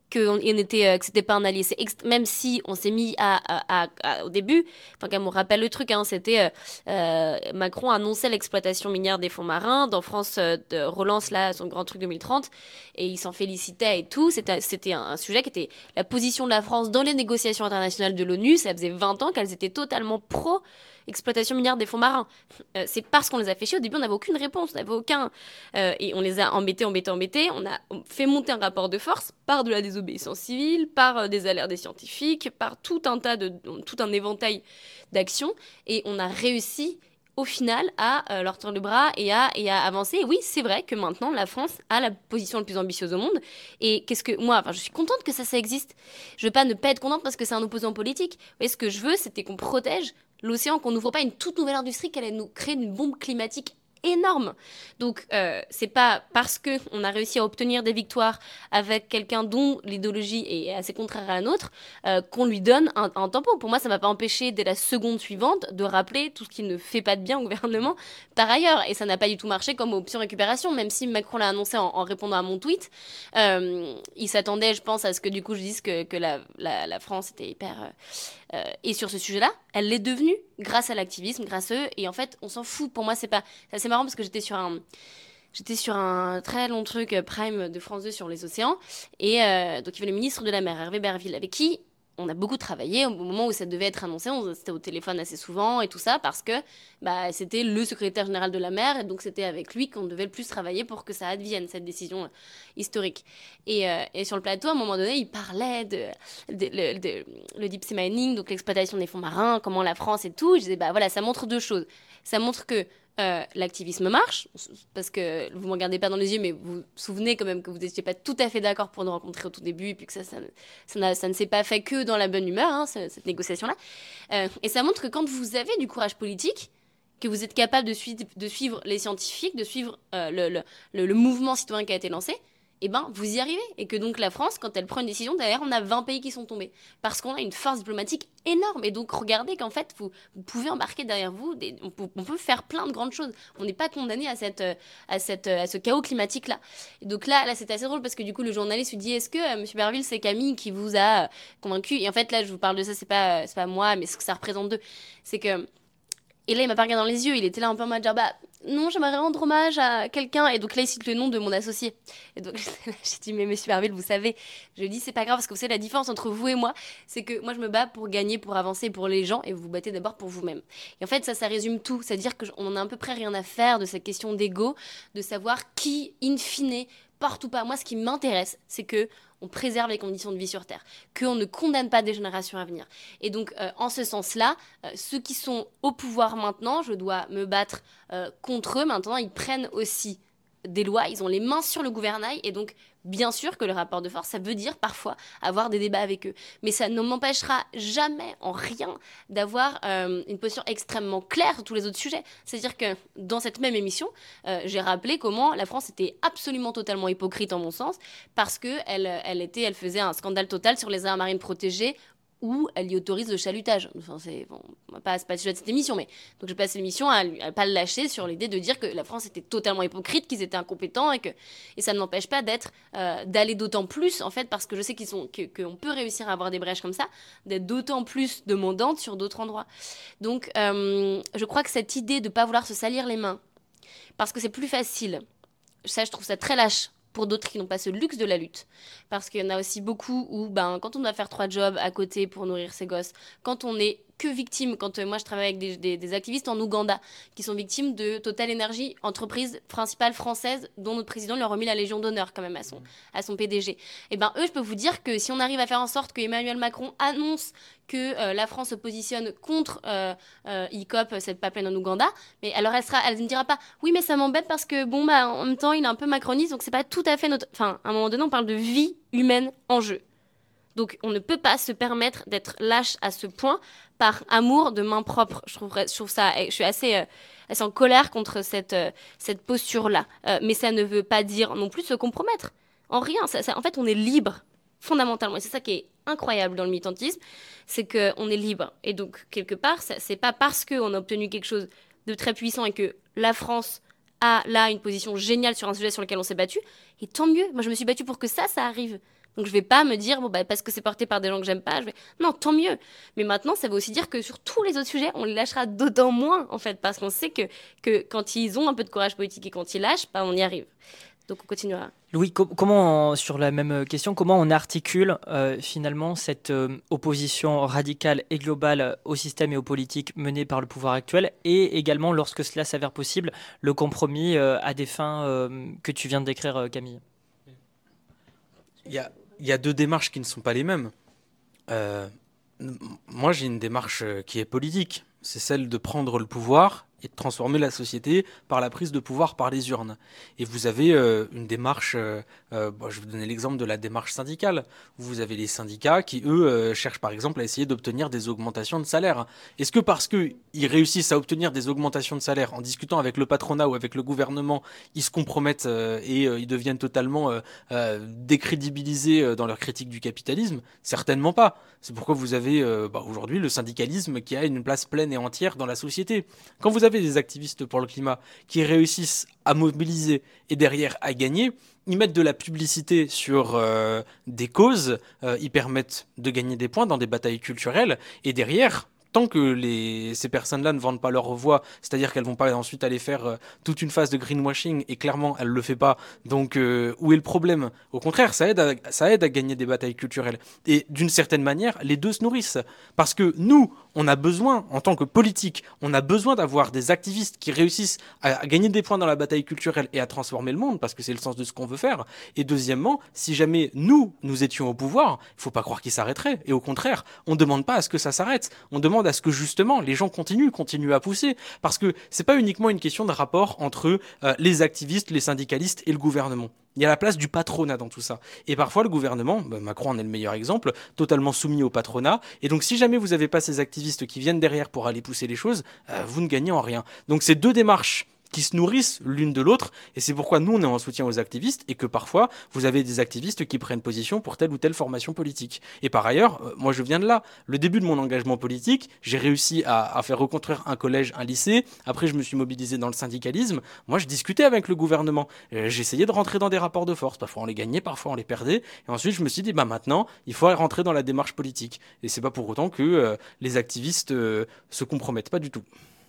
que, on était, euh, que c'était pas un allié. C'est ext- même si on s'est mis à, à, à, à- au début, enfin, quand même, on rappelle le truc, hein, c'était euh, euh, Macron annonçait l'exploitation minière des fonds marins. Dans France euh, de relance là son grand truc deux mille trente, et il s'en félicitait et tout. C'était, c'était un, un sujet qui était la position de la France dans les négociations internationales de l'ONU. Ça faisait vingt ans qu'elles étaient totalement pro exploitation minière des fonds marins. Euh, c'est parce qu'on les a fait chier. Au début, on n'avait aucune réponse, on n'avait aucun... Euh, et on les a embêtés, embêtés, embêtés. On a fait monter un rapport de force par de la désobéissance civile, par euh, des alertes des scientifiques, par tout un tas de... tout un éventail d'actions. Et on a réussi, au final, à euh, leur tendre le bras et à, et à avancer. Et oui, c'est vrai que maintenant, la France a la position la plus ambitieuse au monde. Et qu'est-ce que... Moi, enfin, je suis contente que ça, ça existe. Je veux pas ne pas être contente parce que c'est un opposant politique. Vous voyez, ce que je veux, c'était qu'on protège l'océan, qu'on n'ouvre pas une toute nouvelle industrie qui allait nous créer une bombe climatique énorme. Donc, euh, c'est pas parce qu'on a réussi à obtenir des victoires avec quelqu'un dont l'idéologie est assez contraire à la nôtre euh, qu'on lui donne un, un tampon. Pour moi, ça m'a pas empêché, dès la seconde suivante, de rappeler tout ce qui ne fait pas de bien au gouvernement par ailleurs. Et ça n'a pas du tout marché comme option récupération, même si Macron l'a annoncé en, en répondant à mon tweet. Euh, il s'attendait, je pense, à ce que du coup je dise que, que la, la, la France était hyper... Euh, euh, et sur ce sujet-là, elle l'est devenue grâce à l'activisme, grâce à eux. Et en fait, on s'en fout. Pour moi, c'est pas... C'est assez marrant parce que j'étais sur un... J'étais sur un très long truc euh, Prime de France deux sur les océans. Et euh, donc, il y avait le ministre de la Mer, Hervé Berville, avec qui on a beaucoup travaillé au moment où ça devait être annoncé. On était au téléphone assez souvent et tout ça parce que bah, c'était le secrétaire général de la mer. Et donc, c'était avec lui qu'on devait le plus travailler pour que ça advienne, cette décision euh, historique. Et, euh, et sur le plateau, à un moment donné, il parlait de, de, de, de le deep sea mining, donc l'exploitation des fonds marins, comment la France et tout. Je disais, bah voilà, ça montre deux choses. Ça montre que Euh, l'activisme marche, parce que vous ne me regardez pas dans les yeux, mais vous vous souvenez quand même que vous n'étiez pas tout à fait d'accord pour nous rencontrer au tout début, et puis que ça, ça, ça, ça ne s'est pas fait que dans la bonne humeur, hein, cette négociation-là. Euh, et ça montre que quand vous avez du courage politique, que vous êtes capable de, suivre, de suivre les scientifiques, de suivre euh, le, le, le, le mouvement citoyen qui a été lancé, eh ben, vous y arrivez. Et que donc la France, quand elle prend une décision, derrière, on a vingt pays qui sont tombés. Parce qu'on a une force diplomatique énorme. Et donc, regardez qu'en fait, vous, vous pouvez embarquer derrière vous, des, on, peut, on peut faire plein de grandes choses. On n'est pas condamné à, cette, à, cette, à ce chaos climatique-là. Et donc là, là, c'est assez drôle parce que du coup, le journaliste lui dit, est-ce que, euh, monsieur Berville, c'est Camille qui vous a euh, convaincu? Et en fait, là, je vous parle de ça, c'est pas, euh, c'est pas moi, mais ce que ça représente d'eux. C'est que... Et là, il m'a pas regardé dans les yeux, il était là un peu en mode genre, bah, non, j'aimerais rendre hommage à quelqu'un. Et donc là, il cite le nom de mon associé. Et donc, j'ai dit, mais monsieur Berville, vous savez, je lui dis, c'est pas grave, parce que vous savez, la différence entre vous et moi, c'est que moi, je me bats pour gagner, pour avancer pour les gens, et vous vous battez d'abord pour vous-même. Et en fait, ça, ça résume tout. C'est-à-dire qu'on en a à peu près rien à faire de cette question d'ego, de savoir qui, in fine, porte ou pas. Moi, ce qui m'intéresse, c'est que on préserve les conditions de vie sur Terre, qu'on ne condamne pas des générations à venir. Et donc, euh, en ce sens-là, euh, ceux qui sont au pouvoir maintenant, je dois me battre euh, contre eux. Maintenant, ils prennent aussi des lois, ils ont les mains sur le gouvernail, et donc, bien sûr que le rapport de force, ça veut dire parfois avoir des débats avec eux. Mais ça ne m'empêchera jamais, en rien, d'avoir euh, une position extrêmement claire sur tous les autres sujets. C'est-à-dire que dans cette même émission, euh, j'ai rappelé comment la France était absolument totalement hypocrite, en mon sens, parce qu'elle elle était, elle faisait un scandale total sur les aires marines protégées, où elle y autorise le chalutage. Enfin, c'est bon, on va pas, c'est pas le sujet de cette émission, mais donc j'ai passé l'émission à ne pas le lâcher sur l'idée de dire que la France était totalement hypocrite, qu'ils étaient incompétents, et que et ça ne m'empêche pas d'être euh, d'aller d'autant plus, en fait, parce que je sais qu'ils sont que qu'on peut réussir à avoir des brèches comme ça, d'être d'autant plus demandante sur d'autres endroits. Donc euh, je crois que cette idée de pas vouloir se salir les mains, parce que c'est plus facile, ça je trouve ça très lâche pour d'autres qui n'ont pas ce luxe de la lutte. Parce qu'il y en a aussi beaucoup où, ben, quand on doit faire trois jobs à côté pour nourrir ses gosses, quand on est que victime, quand euh, moi je travaille avec des, des, des activistes en Ouganda qui sont victimes de Total Energy, entreprise principale française dont notre président lui a remis la Légion d'honneur quand même à son, à son P D G. Et ben eux, je peux vous dire que si on arrive à faire en sorte que Emmanuel Macron annonce que euh, la France se positionne contre euh, euh, I C O P, cette pipeline en Ouganda, mais alors elle, sera, elle ne dira pas oui mais ça m'embête parce que bon bah en même temps il est un peu macroniste donc c'est pas tout à fait notre... Enfin à un moment donné on parle de vie humaine en jeu. Donc on ne peut pas se permettre d'être lâche à ce point par amour de main propre. Je trouve, je trouve ça, je suis assez, euh, assez en colère contre cette, euh, cette posture-là. Euh, mais ça ne veut pas dire non plus se compromettre. En rien. Ça, ça, en fait, on est libre, fondamentalement. Et c'est ça qui est incroyable dans le militantisme, c'est qu'on est libre. Et donc, quelque part, ça, c'est pas parce qu'on a obtenu quelque chose de très puissant et que la France a là une position géniale sur un sujet sur lequel on s'est battu. Et tant mieux. Moi, je me suis battue pour que ça, ça arrive. Donc je vais pas me dire, bon, bah, parce que c'est porté par des gens que j'aime pas, je vais... Non, tant mieux. Mais maintenant, ça veut aussi dire que sur tous les autres sujets, on les lâchera d'autant moins, en fait, parce qu'on sait que, que quand ils ont un peu de courage politique et quand ils lâchent, bah, on y arrive. Donc on continuera. Louis, co- comment, on- sur la même question, comment on articule euh, finalement cette euh, opposition radicale et globale au système et aux politiques menées par le pouvoir actuel et également, lorsque cela s'avère possible, le compromis euh, à des fins euh, que tu viens de décrire, euh, Camille? Il y a, il y a deux démarches qui ne sont pas les mêmes. Euh, m- moi, j'ai une démarche euh, qui est politique. C'est celle de prendre le pouvoir et de transformer la société par la prise de pouvoir par les urnes. Et vous avez euh, une démarche, euh, euh, bon, je vais vous donner l'exemple de la démarche syndicale, où vous avez les syndicats qui, eux, euh, cherchent par exemple à essayer d'obtenir des augmentations de salaire. Est-ce que parce qu'ils réussissent à obtenir des augmentations de salaire en discutant avec le patronat ou avec le gouvernement, ils se compromettent euh, et euh, ils deviennent totalement euh, euh, décrédibilisés euh, dans leur critique du capitalisme? Certainement pas. C'est pourquoi vous avez euh, bah, aujourd'hui le syndicalisme qui a une place pleine et entière dans la société. Quand vous avez des activistes pour le climat qui réussissent à mobiliser et derrière à gagner, ils mettent de la publicité sur euh, des causes, euh, ils permettent de gagner des points dans des batailles culturelles, et derrière, tant que les, ces personnes-là ne vendent pas leur voix, c'est-à-dire qu'elles vont pas ensuite aller faire euh, toute une phase de greenwashing, et clairement elles le font pas, donc euh, où est le problème? Au contraire, ça aide, à, ça aide à gagner des batailles culturelles. Et d'une certaine manière, les deux se nourrissent. Parce que nous, on a besoin, en tant que politique, on a besoin d'avoir des activistes qui réussissent à, à gagner des points dans la bataille culturelle et à transformer le monde, parce que c'est le sens de ce qu'on veut faire. Et deuxièmement, si jamais nous, nous étions au pouvoir, il faut pas croire qu'ils s'arrêteraient. Et au contraire, on demande pas à ce que ça s'arrête. On demande à ce que justement les gens continuent, continuent à pousser, parce que c'est pas uniquement une question de rapport entre euh, les activistes, les syndicalistes et le gouvernement. Il y a la place du patronat dans tout ça. Et parfois, le gouvernement, bah, Macron en est le meilleur exemple, totalement soumis au patronat. Et donc, si jamais vous n'avez pas ces activistes qui viennent derrière pour aller pousser les choses, euh, vous ne gagnez en rien. Donc, ces deux démarches qui se nourrissent l'une de l'autre, et c'est pourquoi nous on est en soutien aux activistes, et que parfois vous avez des activistes qui prennent position pour telle ou telle formation politique. Et par ailleurs, euh, moi je viens de là, le début de mon engagement politique, j'ai réussi à, à faire reconstruire un collège, un lycée, après je me suis mobilisé dans le syndicalisme, moi je discutais avec le gouvernement, euh, j'essayais de rentrer dans des rapports de force, parfois on les gagnait, parfois on les perdait, et ensuite je me suis dit, bah maintenant, il faut rentrer dans la démarche politique, et c'est pas pour autant que euh, les activistes euh, se compromettent, pas du tout.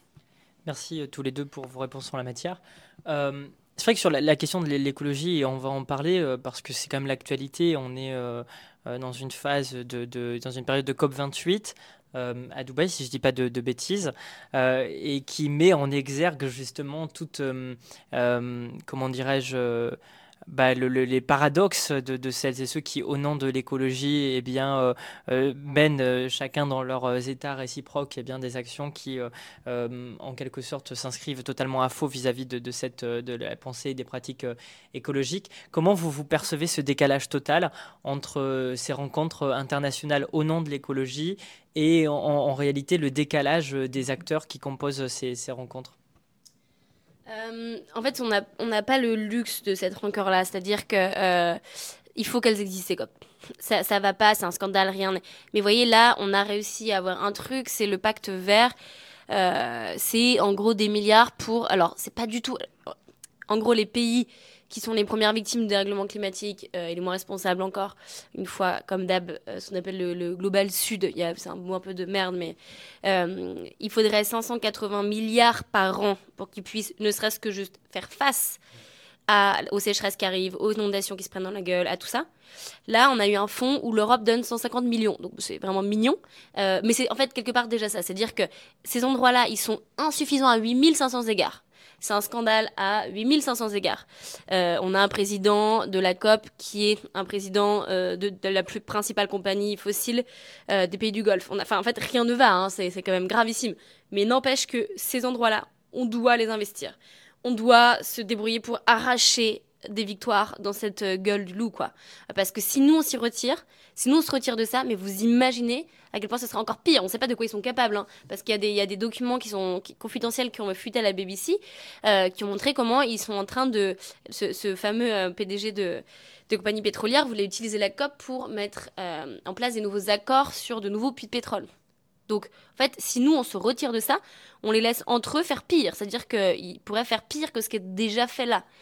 Merci euh, tous les deux pour vos réponses en la matière. Euh, c'est vrai que sur la, la question de l'é- l'écologie, et on va en parler euh, parce que c'est quand même l'actualité, on est euh, euh, dans une phase, de, de- dans une période de COP vingt-huit euh, à Dubaï, si je ne dis pas de, de bêtises, euh, et qui met en exergue justement toute, euh, euh, comment dirais-je, euh, bah, le- le- les paradoxes de, de celles et ceux qui, au nom de l'écologie, eh bien, euh, euh, mènent euh, chacun dans leurs euh, états réciproques eh bien, des actions qui, euh, euh, en quelque sorte, s'inscrivent totalement à faux vis-à-vis de, de, cette, euh, de la pensée et des pratiques euh, écologiques. Comment vous, vous percevez ce décalage total entre euh, ces rencontres internationales au nom de l'écologie et en, en réalité le décalage des acteurs qui composent ces, ces rencontres? Euh, en fait, on n'a on n'a pas le luxe de cette rancœur-là. C'est-à-dire que euh, il faut qu'elles existent, ces COP. Ça, ça va pas, c'est un scandale, rien. n'est- Mais voyez, là, on a réussi à avoir un truc, c'est le pacte vert. Euh, c'est en gros des milliards pour... Alors, c'est pas du tout... En gros, les pays qui sont les premières victimes du dérèglement climatique euh, et les moins responsables encore, une fois, comme d'hab, euh, ce qu'on appelle le, le Global Sud, il y a, c'est un mot un peu de merde, mais euh, il faudrait cinq cent quatre-vingts milliards par an pour qu'ils puissent ne serait-ce que juste faire face à, aux sécheresses qui arrivent, aux inondations qui se prennent dans la gueule, à tout ça. Là, on a eu un fonds où l'Europe donne cent cinquante millions, donc c'est vraiment mignon. Euh, mais c'est en fait quelque part déjà ça, c'est-à-dire que ces endroits-là, ils sont insuffisants à huit mille cinq cents égards. C'est un scandale à huit mille cinq cents égards. Euh, on a un président de la COP qui est un président euh, de, de la plus principale compagnie fossile euh, des pays du Golfe. On a, enfin, en fait, rien ne va, hein, c'est, c'est quand même gravissime. Mais n'empêche que ces endroits-là, on doit les investir. On doit se débrouiller pour arracher des victoires dans cette euh, gueule du loup, quoi. Parce que si nous, on s'y retire, si nous, on se retire de ça, mais vous imaginez à quel point ce sera encore pire. On ne sait pas de quoi ils sont capables, hein, parce qu'il y a des, il y a des documents qui sont qui, confidentiels qui ont fuité à la B B C, euh, qui ont montré comment ils sont en train de... Ce, ce fameux euh, P D G de, de compagnie pétrolière voulait utiliser la COP pour mettre euh, en place des nouveaux accords sur de nouveaux puits de pétrole. Donc, en fait, si nous, on se retire de ça, on les laisse entre eux faire pire. C'est-à-dire qu'ils pourraient faire pire que ce qui est déjà fait là.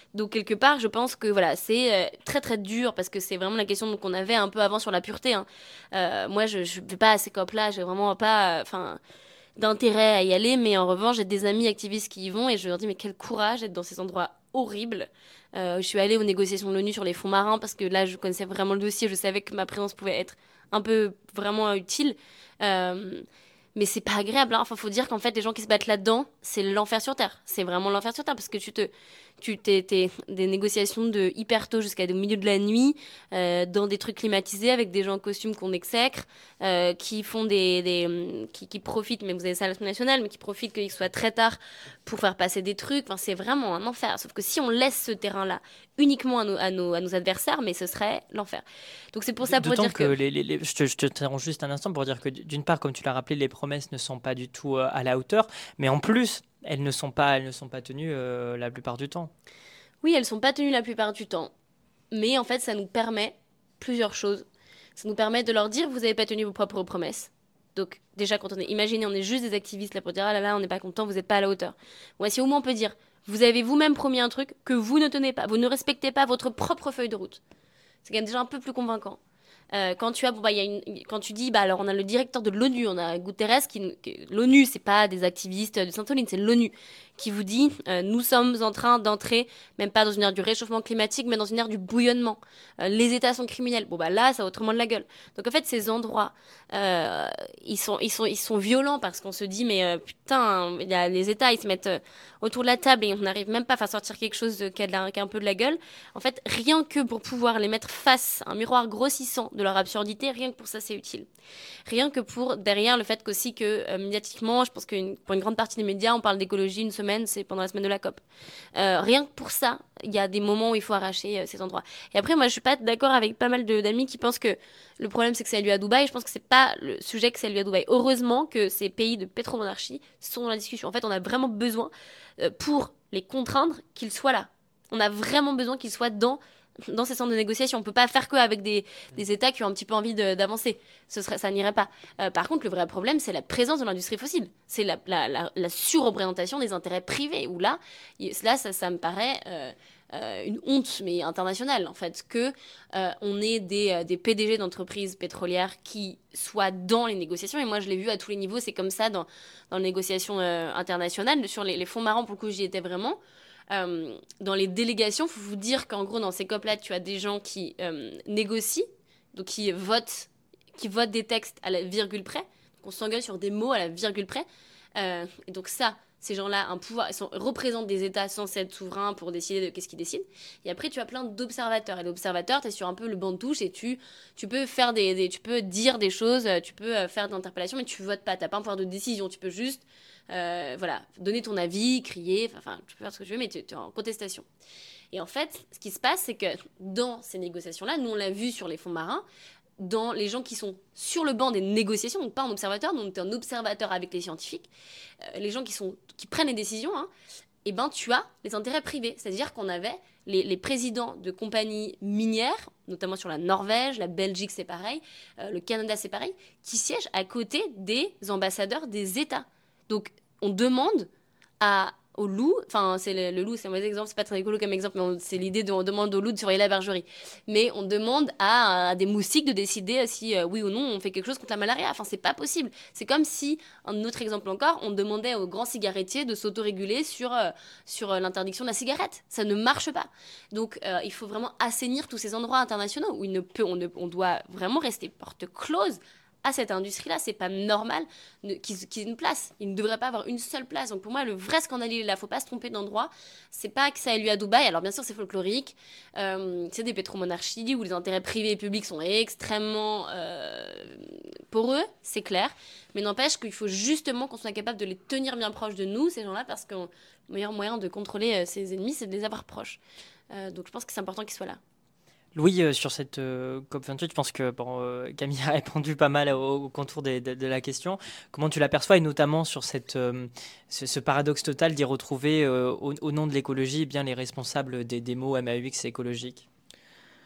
Donc quelque part, je pense que voilà, c'est euh, très très dur parce que c'est vraiment la question qu'on avait un peu avant sur la pureté. Hein. Euh, moi, je ne vais pas à ces copes-là, j'ai vraiment pas enfin, d'intérêt à y aller, mais en revanche, j'ai des amis activistes qui y vont et je leur dis mais quel courage d'être dans ces endroits horribles. Euh, je suis allée aux négociations de l'ONU sur les fonds marins parce que là, je connaissais vraiment le dossier, je savais que ma présence pouvait être un peu vraiment utile. Euh, Mais c'est pas agréable. Hein. Enfin, faut dire qu'en fait, les gens qui se battent là-dedans, c'est l'enfer sur Terre. C'est vraiment l'enfer sur Terre parce que tu te, tu t'es, t'es des négociations de hyper tôt jusqu'à au milieu de la nuit, euh, dans des trucs climatisés avec des gens en costume qu'on exècre, euh, qui font des, des qui, qui profitent. Mais vous avez ça à l'Assemblée nationale, mais qui profitent qu'il soit très tard pour faire passer des trucs. Enfin, c'est vraiment un enfer. Sauf que si on laisse ce terrain-là uniquement à nos, à nos, à nos adversaires, mais ce serait l'enfer. Donc c'est pour ça pour D'autant dire que, que, les, les, les- je te, je te interromps juste un instant pour dire que d'une part, comme tu l'as rappelé, les promesses ne sont pas du tout euh, à la hauteur, mais en plus, elles ne sont pas, elles ne sont pas tenues euh, la plupart du temps. oui, elles sont pas tenues la plupart du temps. Mais en fait, ça nous permet plusieurs choses. Ça nous permet de leur dire, vous n'avez pas tenu vos propres promesses. Donc déjà, quand on est, imaginez, on est juste des activistes là pour dire, ah là là, on n'est pas content, vous n'êtes pas à la hauteur. Voici au moins on peut dire, vous avez vous-même promis un truc que vous ne tenez pas, vous ne respectez pas votre propre feuille de route. C'est quand même déjà un peu plus convaincant. Euh, quand tu as, bon, bah, y a une, quand tu dis, bah alors on a le directeur de l'ONU, on a Guterres, qui, qui- l'ONU, c'est pas des activistes de Sainte-Soline, c'est l'ONU qui vous dit, euh, nous sommes en train d'entrer, même pas dans une ère du réchauffement climatique, mais dans une ère du bouillonnement. Euh, les États sont criminels. Bon bah là, ça a autrement de la gueule. Donc en fait, ces endroits, euh, ils sont, ils sont, ils sont violents parce qu'on se dit, mais euh, putain, il y a les États, ils se mettent euh, autour de la table et on n'arrive même pas à faire sortir quelque chose de- qui a, de la- qui a un peu de la gueule. En fait, rien que pour pouvoir les mettre face à un miroir grossissant de leur absurdité, rien que pour ça, c'est utile. Rien que pour, derrière, le fait qu'aussi que, euh, médiatiquement, je pense que une- pour une grande partie des médias, on parle d'écologie une semaine, c'est pendant la semaine de la COP. Euh, rien que pour ça, il y a des moments où il faut arracher euh, ces endroits. Et après, moi, je suis pas d'accord avec pas mal de- d'amis qui pensent que le problème, c'est que c'est à lui à Dubaï. Je pense que c'est pas le sujet que c'est à lui à Dubaï. Heureusement que ces pays de pétromonarchie sont dans la discussion. En fait, on a vraiment besoin, euh, pour les contraindre, qu'ils soient là. On a vraiment besoin qu'ils soient dans dans ces centres de négociation. On peut pas faire que avec des, des États qui ont un petit peu envie de- d'avancer. Ce serait, ça n'irait pas. Euh, par contre, le vrai problème, c'est la présence de l'industrie fossile. C'est la, la, la, la surreprésentation des intérêts privés. Où là, y- là ça, ça me paraît euh, euh, une honte, mais internationale, en fait, que euh, on ait des, euh, des P D G d'entreprises pétrolières qui soient dans les négociations. Et moi, je l'ai vu à tous les niveaux. C'est comme ça dans, dans les négociations euh, internationales. Sur les, les fonds marins, pour le coup, j'y étais vraiment. Euh, dans les délégations, il faut vous dire qu'en gros, dans ces COP-là, tu as des gens qui euh, négocient, donc qui votent, qui votent des textes à la virgule près. Donc on s'engueule sur des mots à la virgule près. Euh, et donc ça, ces gens-là, un pouvoir, ils sont, représentent des États censés être souverains pour décider de qu'est-ce qu'ils décident. Et après, tu as plein d'observateurs. Et l'observateur, tu es sur un peu le banc de touche et tu, tu peux faire des, des- tu peux dire des choses, tu peux euh, faire des interpellations, mais tu votes pas. Tu n'as pas un pouvoir de décision. Tu peux juste euh, voilà, donner ton avis, crier, enfin, tu peux faire ce que tu veux, mais tu es en contestation. Et en fait, ce qui se passe, c'est que dans ces négociations-là, nous on l'a vu sur les fonds marins, dans les gens qui sont sur le banc des négociations, donc pas en observateur, donc tu es un observateur avec les scientifiques, euh, les gens qui, sont, qui prennent les décisions, hein, et ben tu as les intérêts privés. C'est-à-dire qu'on avait les, les présidents de compagnies minières, notamment sur la Norvège, la Belgique c'est pareil, euh, le Canada c'est pareil, qui siègent à côté des ambassadeurs des États. Donc on demande à, au loup, enfin c'est le, le loup c'est un mauvais exemple, c'est pas très écolo comme exemple, mais on- c'est l'idée de on demande au loup de surveiller la bergerie. Mais on demande à, à des moustiques de décider si euh, oui ou non on fait quelque chose contre la malaria. Enfin c'est pas possible. C'est comme si, un autre exemple encore, on demandait aux grands cigarettiers de s'autoréguler sur, euh, sur euh, l'interdiction de la cigarette. Ça ne marche pas. Donc euh, il faut vraiment assainir tous ces endroits internationaux où il ne peut, on, ne, on doit vraiment rester porte close à cette industrie-là. C'est pas normal ne- qu'ils qu'ils aient une place. Ils ne devraient pas avoir une seule place. Donc pour moi, le vrai scandale, il est là. Faut pas se tromper d'endroit. C'est pas que ça ait lieu à Dubaï. Alors bien sûr, c'est folklorique. Euh, c'est des pétromonarchies où les intérêts privés et publics sont extrêmement euh, poreux, c'est clair. Mais n'empêche qu'il faut justement qu'on soit capable de les tenir bien proches de nous, ces gens-là, parce que le meilleur moyen de contrôler euh, ses ennemis, c'est de les avoir proches. Euh, donc je pense que c'est important qu'ils soient là. Louis, euh, sur cette euh, COP vingt-huit, je pense que bon, euh, Camille a répondu pas mal au, au contour des- de, de la question. Comment tu l'aperçois, et notamment sur cette, euh, ce, ce paradoxe total d'y retrouver, euh, au, au nom de l'écologie, eh bien les responsables des, des mots M A U X écologiques?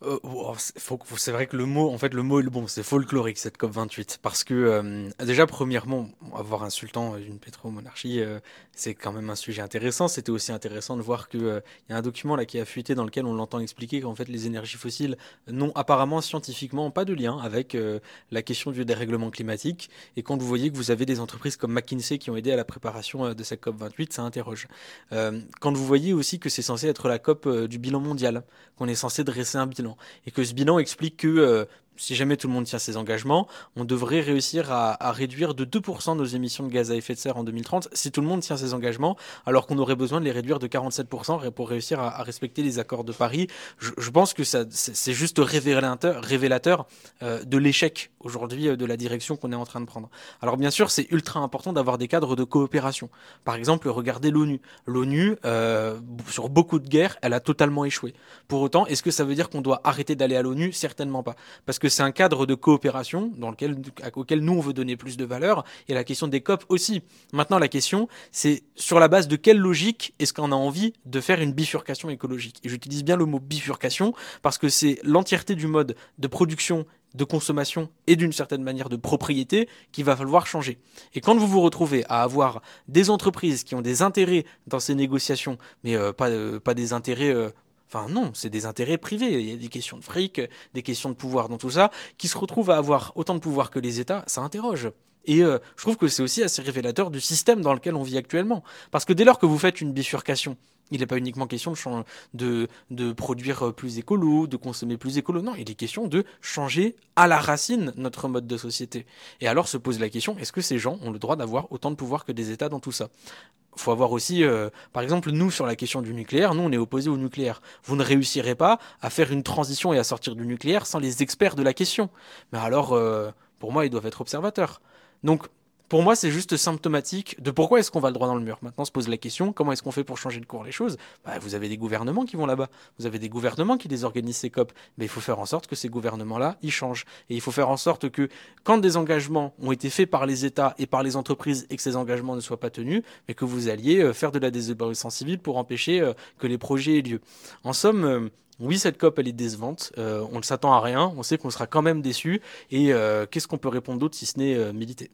Euh, oh, c'est faut- faut- c'est vrai que le mot, en fait, le mot est le bon, c'est folklorique cette COP vingt-huit, parce que euh, déjà, premièrement, avoir un sultan d'une pétromonarchie, euh, c'est quand même un sujet intéressant. C'était aussi intéressant de voir que euh, il y a un document là qui a fuité dans lequel on l'entend expliquer qu'en fait les énergies fossiles n'ont apparemment scientifiquement pas de lien avec euh, la question du dérèglement climatique. Et quand vous voyez que vous avez des entreprises comme McKinsey qui ont aidé à la préparation euh, de cette COP vingt-huit, ça interroge. Euh, quand vous voyez aussi que c'est censé être la COP euh, du bilan mondial, qu'on est censé dresser un bilan et que ce bilan explique que euh, si jamais tout le monde tient ses engagements, on devrait réussir à, à réduire de deux pour cent nos émissions de gaz à effet de serre en deux mille trente si tout le monde tient ses engagements, alors qu'on aurait besoin de les réduire de quarante-sept pour cent pour réussir à, à respecter les accords de Paris. Je, je pense que ça, c'est, c'est juste révélateur, révélateur euh, de l'échec aujourd'hui euh, de la direction qu'on est en train de prendre. Alors bien sûr, c'est ultra important d'avoir des cadres de coopération. Par exemple, regardez l'ONU. L'ONU, euh, sur beaucoup de guerres, elle a totalement échoué. Pour autant, est-ce que ça veut dire qu'on doit arrêter d'aller à l'ONU? Certainement pas. Parce que c'est un cadre de coopération dans lequel, auquel nous, on veut donner plus de valeur. Et la question des COP aussi. Maintenant, la question, c'est sur la base de quelle logique est-ce qu'on a envie de faire une bifurcation écologique? Et j'utilise bien le mot bifurcation parce que c'est l'entièreté du mode de production, de consommation et d'une certaine manière de propriété qu'il va falloir changer. Et quand vous vous retrouvez à avoir des entreprises qui ont des intérêts dans ces négociations, mais euh, pas, euh, pas des intérêts... Euh, Enfin non, c'est des intérêts privés, il y a des questions de fric, des questions de pouvoir dans tout ça, qui se retrouvent à avoir autant de pouvoir que les États, ça interroge. Et euh, je trouve que c'est aussi assez révélateur du système dans lequel on vit actuellement. Parce que dès lors que vous faites une bifurcation, il n'est pas uniquement question de, chan- de, de produire plus écolo, de consommer plus écolo, non, il est question de changer à la racine notre mode de société. Et alors se pose la question, est-ce que ces gens ont le droit d'avoir autant de pouvoir que des États dans tout ça? Faut avoir aussi, euh, par exemple, nous sur la question du nucléaire, nous on est opposés au nucléaire. Vous ne réussirez pas à faire une transition et à sortir du nucléaire sans les experts de la question. Mais alors, euh, pour moi, ils doivent être observateurs. Donc, pour moi, c'est juste symptomatique de pourquoi est-ce qu'on va le droit dans le mur. Maintenant, se pose la question, comment est-ce qu'on fait pour changer de cours les choses? Bah, vous avez des gouvernements qui vont là-bas. Vous avez des gouvernements qui les organisent, ces COP. Mais il faut faire en sorte que ces gouvernements-là, ils changent. Et il faut faire en sorte que, quand des engagements ont été faits par les États et par les entreprises et que ces engagements ne soient pas tenus, mais que vous alliez euh, faire de la désobéissance civile pour empêcher euh, que les projets aient lieu. En somme... Euh, oui, cette COP, elle est décevante. Euh, on ne s'attend à rien. On sait qu'on sera quand même déçu. Et euh, qu'est-ce qu'on peut répondre d'autre si ce n'est euh, militer?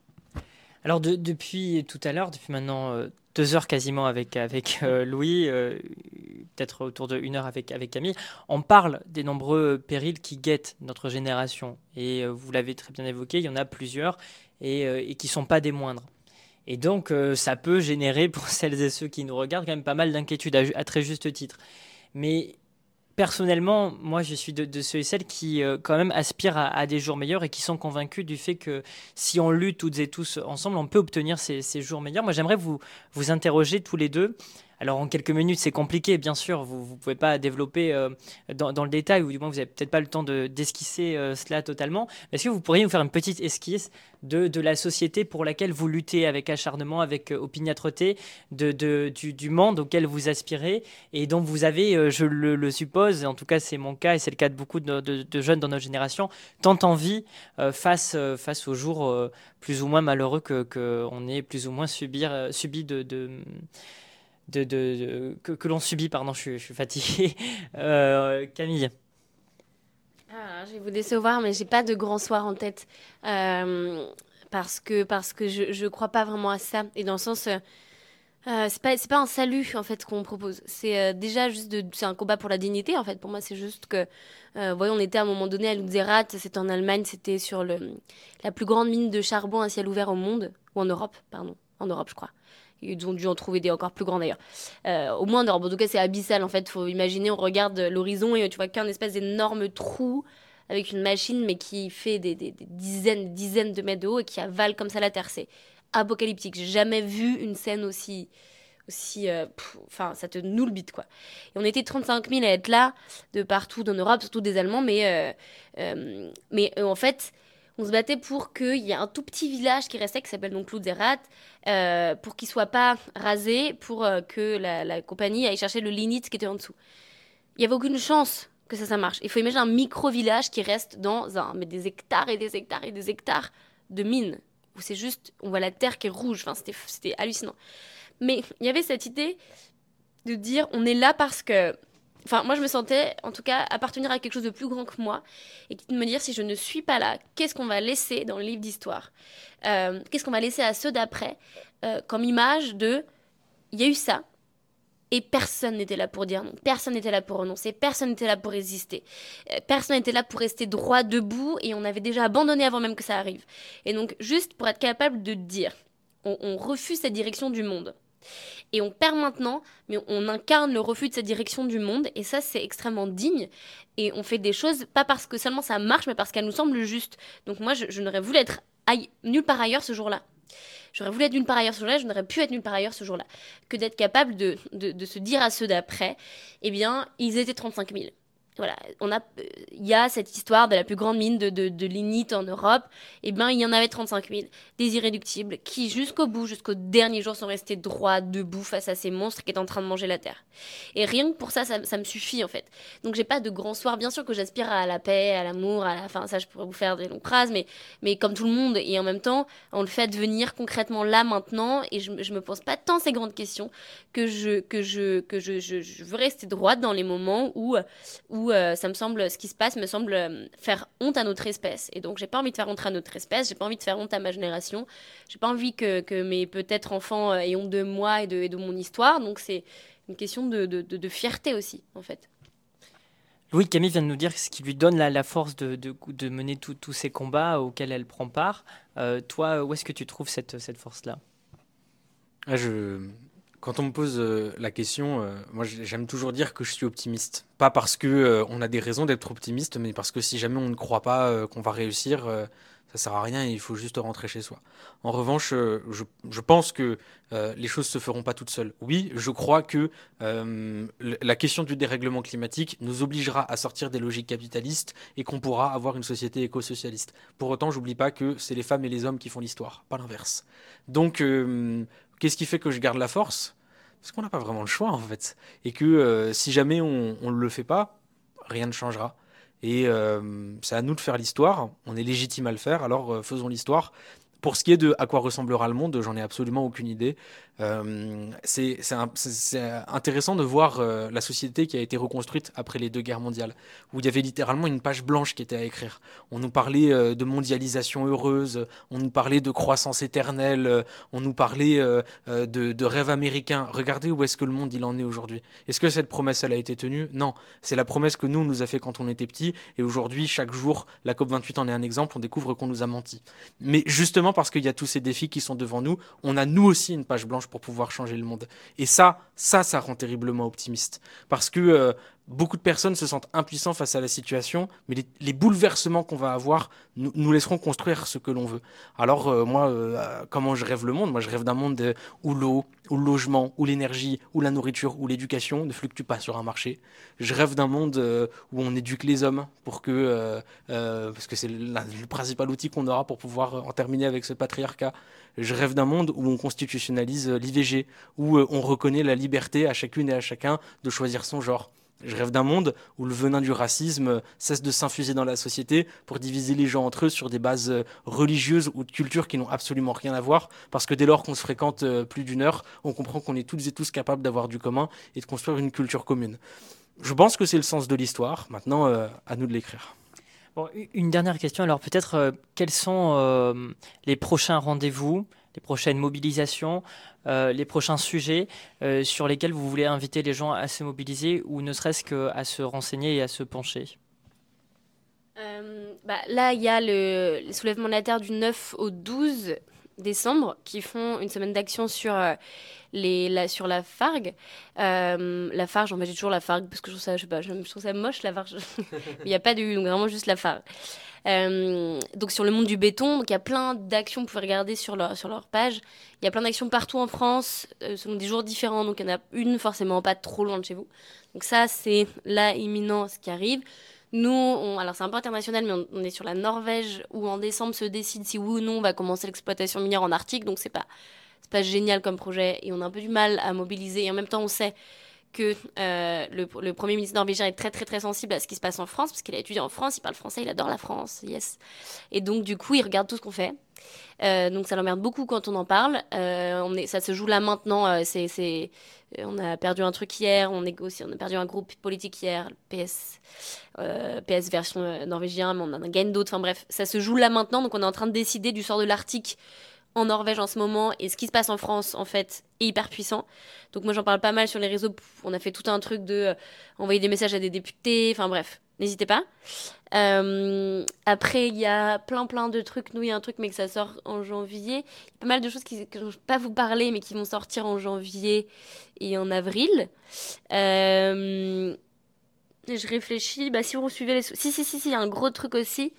Alors de- depuis tout à l'heure, depuis maintenant euh, deux heures quasiment avec, avec euh, Louis, euh, peut-être autour de une heure avec, avec Camille, on parle des nombreux périls qui guettent notre génération. Et euh, vous l'avez très bien évoqué, il y en a plusieurs et, euh, et qui ne sont pas des moindres. Et donc euh, ça peut générer pour celles et ceux qui nous regardent quand même pas mal d'inquiétudes à, ju- à très juste titre. Mais personnellement, moi, je suis de, de ceux et celles qui, euh, quand même, aspirent à, à des jours meilleurs et qui sont convaincus du fait que si on lutte toutes et tous ensemble, on peut obtenir ces, ces jours meilleurs. Moi, j'aimerais vous, vous interroger tous les deux. Alors, en quelques minutes, c'est compliqué, bien sûr. Vous ne pouvez pas développer euh, dans, dans le détail, ou du moins, vous n'avez peut-être pas le temps de, d'esquisser euh, cela totalement. Mais est-ce que vous pourriez nous faire une petite esquisse de, de la société pour laquelle vous luttez avec acharnement, avec euh, opiniâtreté, de, de, du, du monde auquel vous aspirez et dont vous avez, euh, je le, le suppose, en tout cas c'est mon cas et c'est le cas de beaucoup de, de, de jeunes dans notre génération, tant envie euh, face, euh, face aux jours euh, plus ou moins malheureux que, que on ait plus ou moins subir, euh, subi de... de De, de, de- que, que l'on subit, pardon, je, suis- je suis fatigué. Euh, Camille. Ah, je vais vous décevoir, mais j'ai pas de grand soir en tête. Euh, parce que, parce que je, je crois pas vraiment à ça. Et dans le sens, euh, euh, c'est pas, c'est pas un salut, en fait, qu'on propose. C'est euh, déjà juste de, c'est un combat pour la dignité, en fait. Pour moi, c'est juste que, euh, voyons, on était à un moment donné à Lutzerat, c'était en Allemagne, c'était sur le, la plus grande mine de charbon à ciel ouvert au monde, ou en Europe, pardon, en Europe, je crois. Ils ont dû en trouver des encore plus grands d'ailleurs. Euh, au moins en Europe. En tout cas, c'est abyssal en fait. Faut imaginer, on regarde l'horizon et tu vois qu'un espèce d'énorme trou avec une machine, mais qui fait des, des- des dizaines, des dizaines de mètres de haut et qui avale comme ça la terre. C'est apocalyptique. J'ai jamais vu une scène aussi. aussi euh, pff, Enfin, ça te noue le bite quoi. Et on était trente-cinq mille à être là, de partout dans Europe, surtout des Allemands, mais, euh, euh, mais euh, en fait. On se battait pour qu'il y ait un tout petit village qui restait, qui s'appelle donc Lutzerat, euh, pour qu'il soit pas rasé, pour euh, que la, la compagnie aille chercher le lignite qui était en dessous. Il n'y avait aucune chance que ça, ça marche. Il faut imaginer un micro-village qui reste dans un, mais des hectares et des hectares et des hectares de mines, où c'est juste, on voit la terre qui est rouge, enfin, c'était, c'était hallucinant. Mais il y avait cette idée de dire, on est là parce que enfin, moi, je me sentais, en tout cas, appartenir à quelque chose de plus grand que moi, et de me dire, si je ne suis pas là, qu'est-ce qu'on va laisser dans le livre d'histoire euh, Qu'est-ce qu'on va laisser à ceux d'après euh, comme image de, il y a eu ça, et personne n'était là pour dire non, personne n'était là pour renoncer, personne n'était là pour résister, euh, personne n'était là pour rester droit debout, et on avait déjà abandonné avant même que ça arrive. Et donc, juste pour être capable de dire, on, on refuse cette direction du monde. Et on perd maintenant, mais on incarne le refus de cette direction du monde, et ça, c'est extrêmement digne. Et on fait des choses, pas parce que seulement ça marche, mais parce qu'elles nous semblent justes. Donc moi, je, je n'aurais voulu être aille- nulle part ailleurs ce jour-là. J'aurais voulu être nulle part ailleurs ce jour-là, je n'aurais pu être nulle part ailleurs ce jour-là. Que d'être capable de, de, de se dire à ceux d'après, eh bien, ils étaient trente-cinq mille. Voilà, on a, il y a cette histoire de la plus grande mine de, de, de lignite en Europe. Eh bien, il y en avait trente-cinq mille, des irréductibles, qui jusqu'au bout, jusqu'au dernier jour, sont restés droits, debout face à ces monstres qui étaient en train de manger la terre. Et rien que pour ça, ça, ça me suffit en fait. Donc, j'ai pas de grand soir. Bien sûr que j'aspire à la paix, à l'amour, à la... Enfin, ça, je pourrais vous faire des longues phrases, mais, mais comme tout le monde, et en même temps, on le fait devenir concrètement là, maintenant, et je, je me pose pas tant ces grandes questions que je, que je, que je, je, je veux rester droite dans les moments où, où où euh, ça me semble, ce qui se passe me semble euh, faire honte à notre espèce. Et donc, j'ai pas envie de faire honte à notre espèce, j'ai pas envie de faire honte à ma génération, j'ai pas envie que, que mes peut-être enfants euh, aient honte de moi et de, et de mon histoire. Donc, c'est une question de, de, de, de fierté aussi, en fait. Louis, Camille vient de nous dire ce qui lui donne la, la force de, de, de mener tous ces combats auxquels elle prend part. Euh, toi, où est-ce que tu trouves cette, cette force-là ? Ah, je... Quand on me pose euh, la question, euh, moi j'aime toujours dire que je suis optimiste. Pas parce que euh, on a des raisons d'être optimiste, mais parce que si jamais on ne croit pas euh, qu'on va réussir, euh, ça sert à rien et il faut juste rentrer chez soi. En revanche, euh, je, je pense que euh, les choses se feront pas toutes seules. Oui, je crois que euh, la question du dérèglement climatique nous obligera à sortir des logiques capitalistes et qu'on pourra avoir une société éco-socialiste. Pour autant, j'oublie pas que c'est les femmes et les hommes qui font l'histoire, pas l'inverse. Donc euh, qu'est-ce qui fait que je garde la force ? Parce qu'on n'a pas vraiment le choix, en fait. Et que euh, si jamais on ne le fait pas, rien ne changera. Et euh, c'est à nous de faire l'histoire. On est légitime à le faire, alors euh, faisons l'histoire. Pour ce qui est de à quoi ressemblera le monde, j'en ai absolument aucune idée. Euh, c'est, c'est, un, c'est, c'est intéressant de voir euh, la société qui a été reconstruite après les deux guerres mondiales, où il y avait littéralement une page blanche qui était à écrire. On nous parlait euh, de mondialisation heureuse, on nous parlait de croissance éternelle, euh, on nous parlait euh, euh, de, de rêve américain. Regardez où est-ce que le monde il en est aujourd'hui. Est-ce que cette promesse elle a été tenue ? Non. C'est la promesse que nous on nous a fait quand on était petits, et aujourd'hui chaque jour la COP vingt-huit en est un exemple. On découvre qu'on nous a menti. Mais justement parce qu'il y a tous ces défis qui sont devant nous, on a nous aussi une page blanche pour pouvoir changer le monde. Et ça, ça, ça rend terriblement optimiste. Parce que euh, beaucoup de personnes se sentent impuissants face à la situation, mais les, les bouleversements qu'on va avoir nous, nous laisseront construire ce que l'on veut. Alors euh, moi, euh, comment je rêve le monde ? Moi, je rêve d'un monde de, où l'eau, où le logement, où l'énergie, où la nourriture, où l'éducation ne fluctuent pas sur un marché. Je rêve d'un monde euh, où on éduque les hommes pour que, euh, euh, parce que c'est la, le principal outil qu'on aura pour pouvoir en terminer avec ce patriarcat. Je rêve d'un monde où on constitutionnalise l'I V G, où euh, on reconnaît la liberté à chacune et à chacun de choisir son genre. Je rêve d'un monde où le venin du racisme cesse de s'infuser dans la société pour diviser les gens entre eux sur des bases religieuses ou de culture qui n'ont absolument rien à voir, parce que dès lors qu'on se fréquente plus d'une heure, on comprend qu'on est toutes et tous capables d'avoir du commun et de construire une culture commune. Je pense que c'est le sens de l'histoire. Maintenant, euh, à nous de l'écrire. Bon, une dernière question. Alors peut-être, euh, quels sont euh, les prochains rendez-vous, les prochaines mobilisations, euh, les prochains sujets euh, sur lesquels vous voulez inviter les gens à se mobiliser ou ne serait-ce qu'à se renseigner et à se pencher ? euh, bah, Là, il y a le, le soulèvement de la Terre du neuf au douze décembre qui font une semaine d'action sur, euh, les, la, sur la Fargue. Euh, la Farge, en fait, j'ai toujours la Fargue parce que je trouve ça, je sais pas, je, je trouve ça moche, la Farge. Il n'y a pas de U, donc vraiment juste la Fargue. Euh, donc sur le monde du béton, donc il y a plein d'actions, vous pouvez regarder sur leur, sur leur page. Il y a plein d'actions partout en France, euh, selon des jours différents, donc il y en a une forcément pas trop loin de chez vous. Donc ça, c'est là imminent ce qui arrive. Nous, on, alors c'est un peu international, mais on, on est sur la Norvège, où en décembre se décide si oui ou non on va commencer l'exploitation minière en Arctique, donc c'est pas, c'est pas génial comme projet, et on a un peu du mal à mobiliser, et en même temps on sait que euh, le, le Premier ministre norvégien est très très très sensible à ce qui se passe en France, parce qu'il a étudié en France, il parle français, il adore la France, yes. Et donc du coup, il regarde tout ce qu'on fait. Euh, donc ça l'emmerde beaucoup quand on en parle. Euh, on est, ça se joue là maintenant. Euh, c'est, c'est, euh, on a perdu un truc hier, on négocie, on a perdu un groupe politique hier, P S, euh, P S version euh, norvégien, mais on en gagne d'autres. Enfin bref, ça se joue là maintenant. Donc on est en train de décider du sort de l'Arctique en Norvège en ce moment, et ce qui se passe en France, en fait, est hyper puissant. Donc moi, j'en parle pas mal sur les réseaux. On a fait tout un truc de euh, envoyer des messages à des députés. Enfin bref, n'hésitez pas. Euh, après, il y a plein plein de trucs. Nous, il y a un truc, mais que ça sort en janvier. Il y a pas mal de choses qui, que je ne vais pas vous parler, mais qui vont sortir en janvier et en avril. Euh, je réfléchis. Bah, si vous suivez les... Si, si, si, si, il y a un gros truc aussi.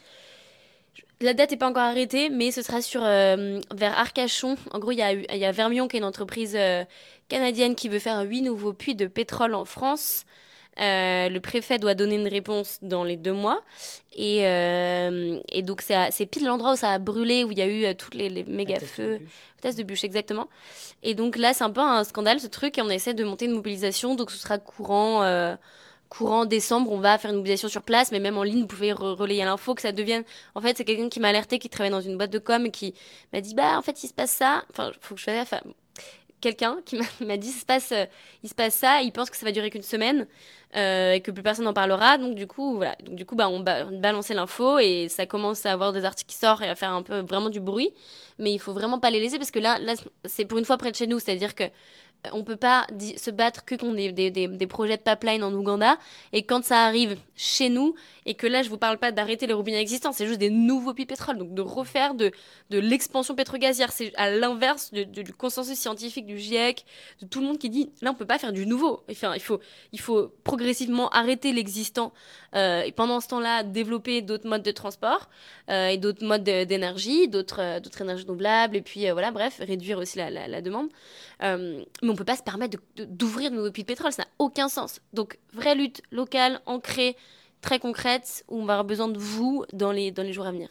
La date n'est pas encore arrêtée, mais ce sera sur, euh, vers Arcachon. En gros, il y a, il y a Vermion, qui est une entreprise euh, canadienne qui veut faire huit nouveaux puits de pétrole en France. Euh, le préfet doit donner une réponse dans les deux mois. Et, euh, et donc, c'est, à- c'est pile l'endroit où ça a brûlé, où il y a eu euh, tous les, les méga feux. Test de bûche, exactement. Et donc là, c'est un peu un scandale, ce truc, et on essaie de monter une mobilisation. Donc, ce sera courant... euh, courant décembre, on va faire une mobilisation sur place, mais même en ligne, vous pouvez re- relayer l'info, que ça devienne... En fait, c'est quelqu'un qui m'a alerté, qui travaille dans une boîte de com, et qui m'a dit, bah, en fait, il se passe ça. Enfin, faut que je fasse... Enfin, quelqu'un qui m'a m'a dit, il se passe, euh, il se passe ça, il pense que ça va durer qu'une semaine, euh, et que plus personne n'en parlera. Donc, du coup, voilà. Donc, du coup, bah, on ba- on balançait l'info, et ça commence à avoir des articles qui sortent et à faire un peu vraiment du bruit. Mais il faut vraiment pas les laisser, parce que là, là, c'est pour une fois près de chez nous. C'est-à-dire que on peut pas di- se battre que contre des, des, des, des projets de pipeline en Ouganda, et quand ça arrive chez nous, et que là je vous parle pas d'arrêter les robinets existants, c'est juste des nouveaux puits de pétrole, donc de refaire de, de l'expansion pétrogazière, c'est à l'inverse de- de- du consensus scientifique du GIEC, de tout le monde qui dit là on peut pas faire du nouveau, enfin, il, faut, il faut progressivement arrêter l'existant, euh, et pendant ce temps-là développer d'autres modes de transport, euh, et d'autres modes de- d'énergie, d'autres, euh, d'autres énergies renouvelables, et puis euh, voilà, bref, réduire aussi la, la, la demande. Euh, mais on peut pas se permettre de- de- d'ouvrir de nouveaux puits de pétrole, ça n'a aucun sens. Donc, vraie lutte locale, ancrée, très concrète, où on va avoir besoin de vous dans les, dans les jours à venir.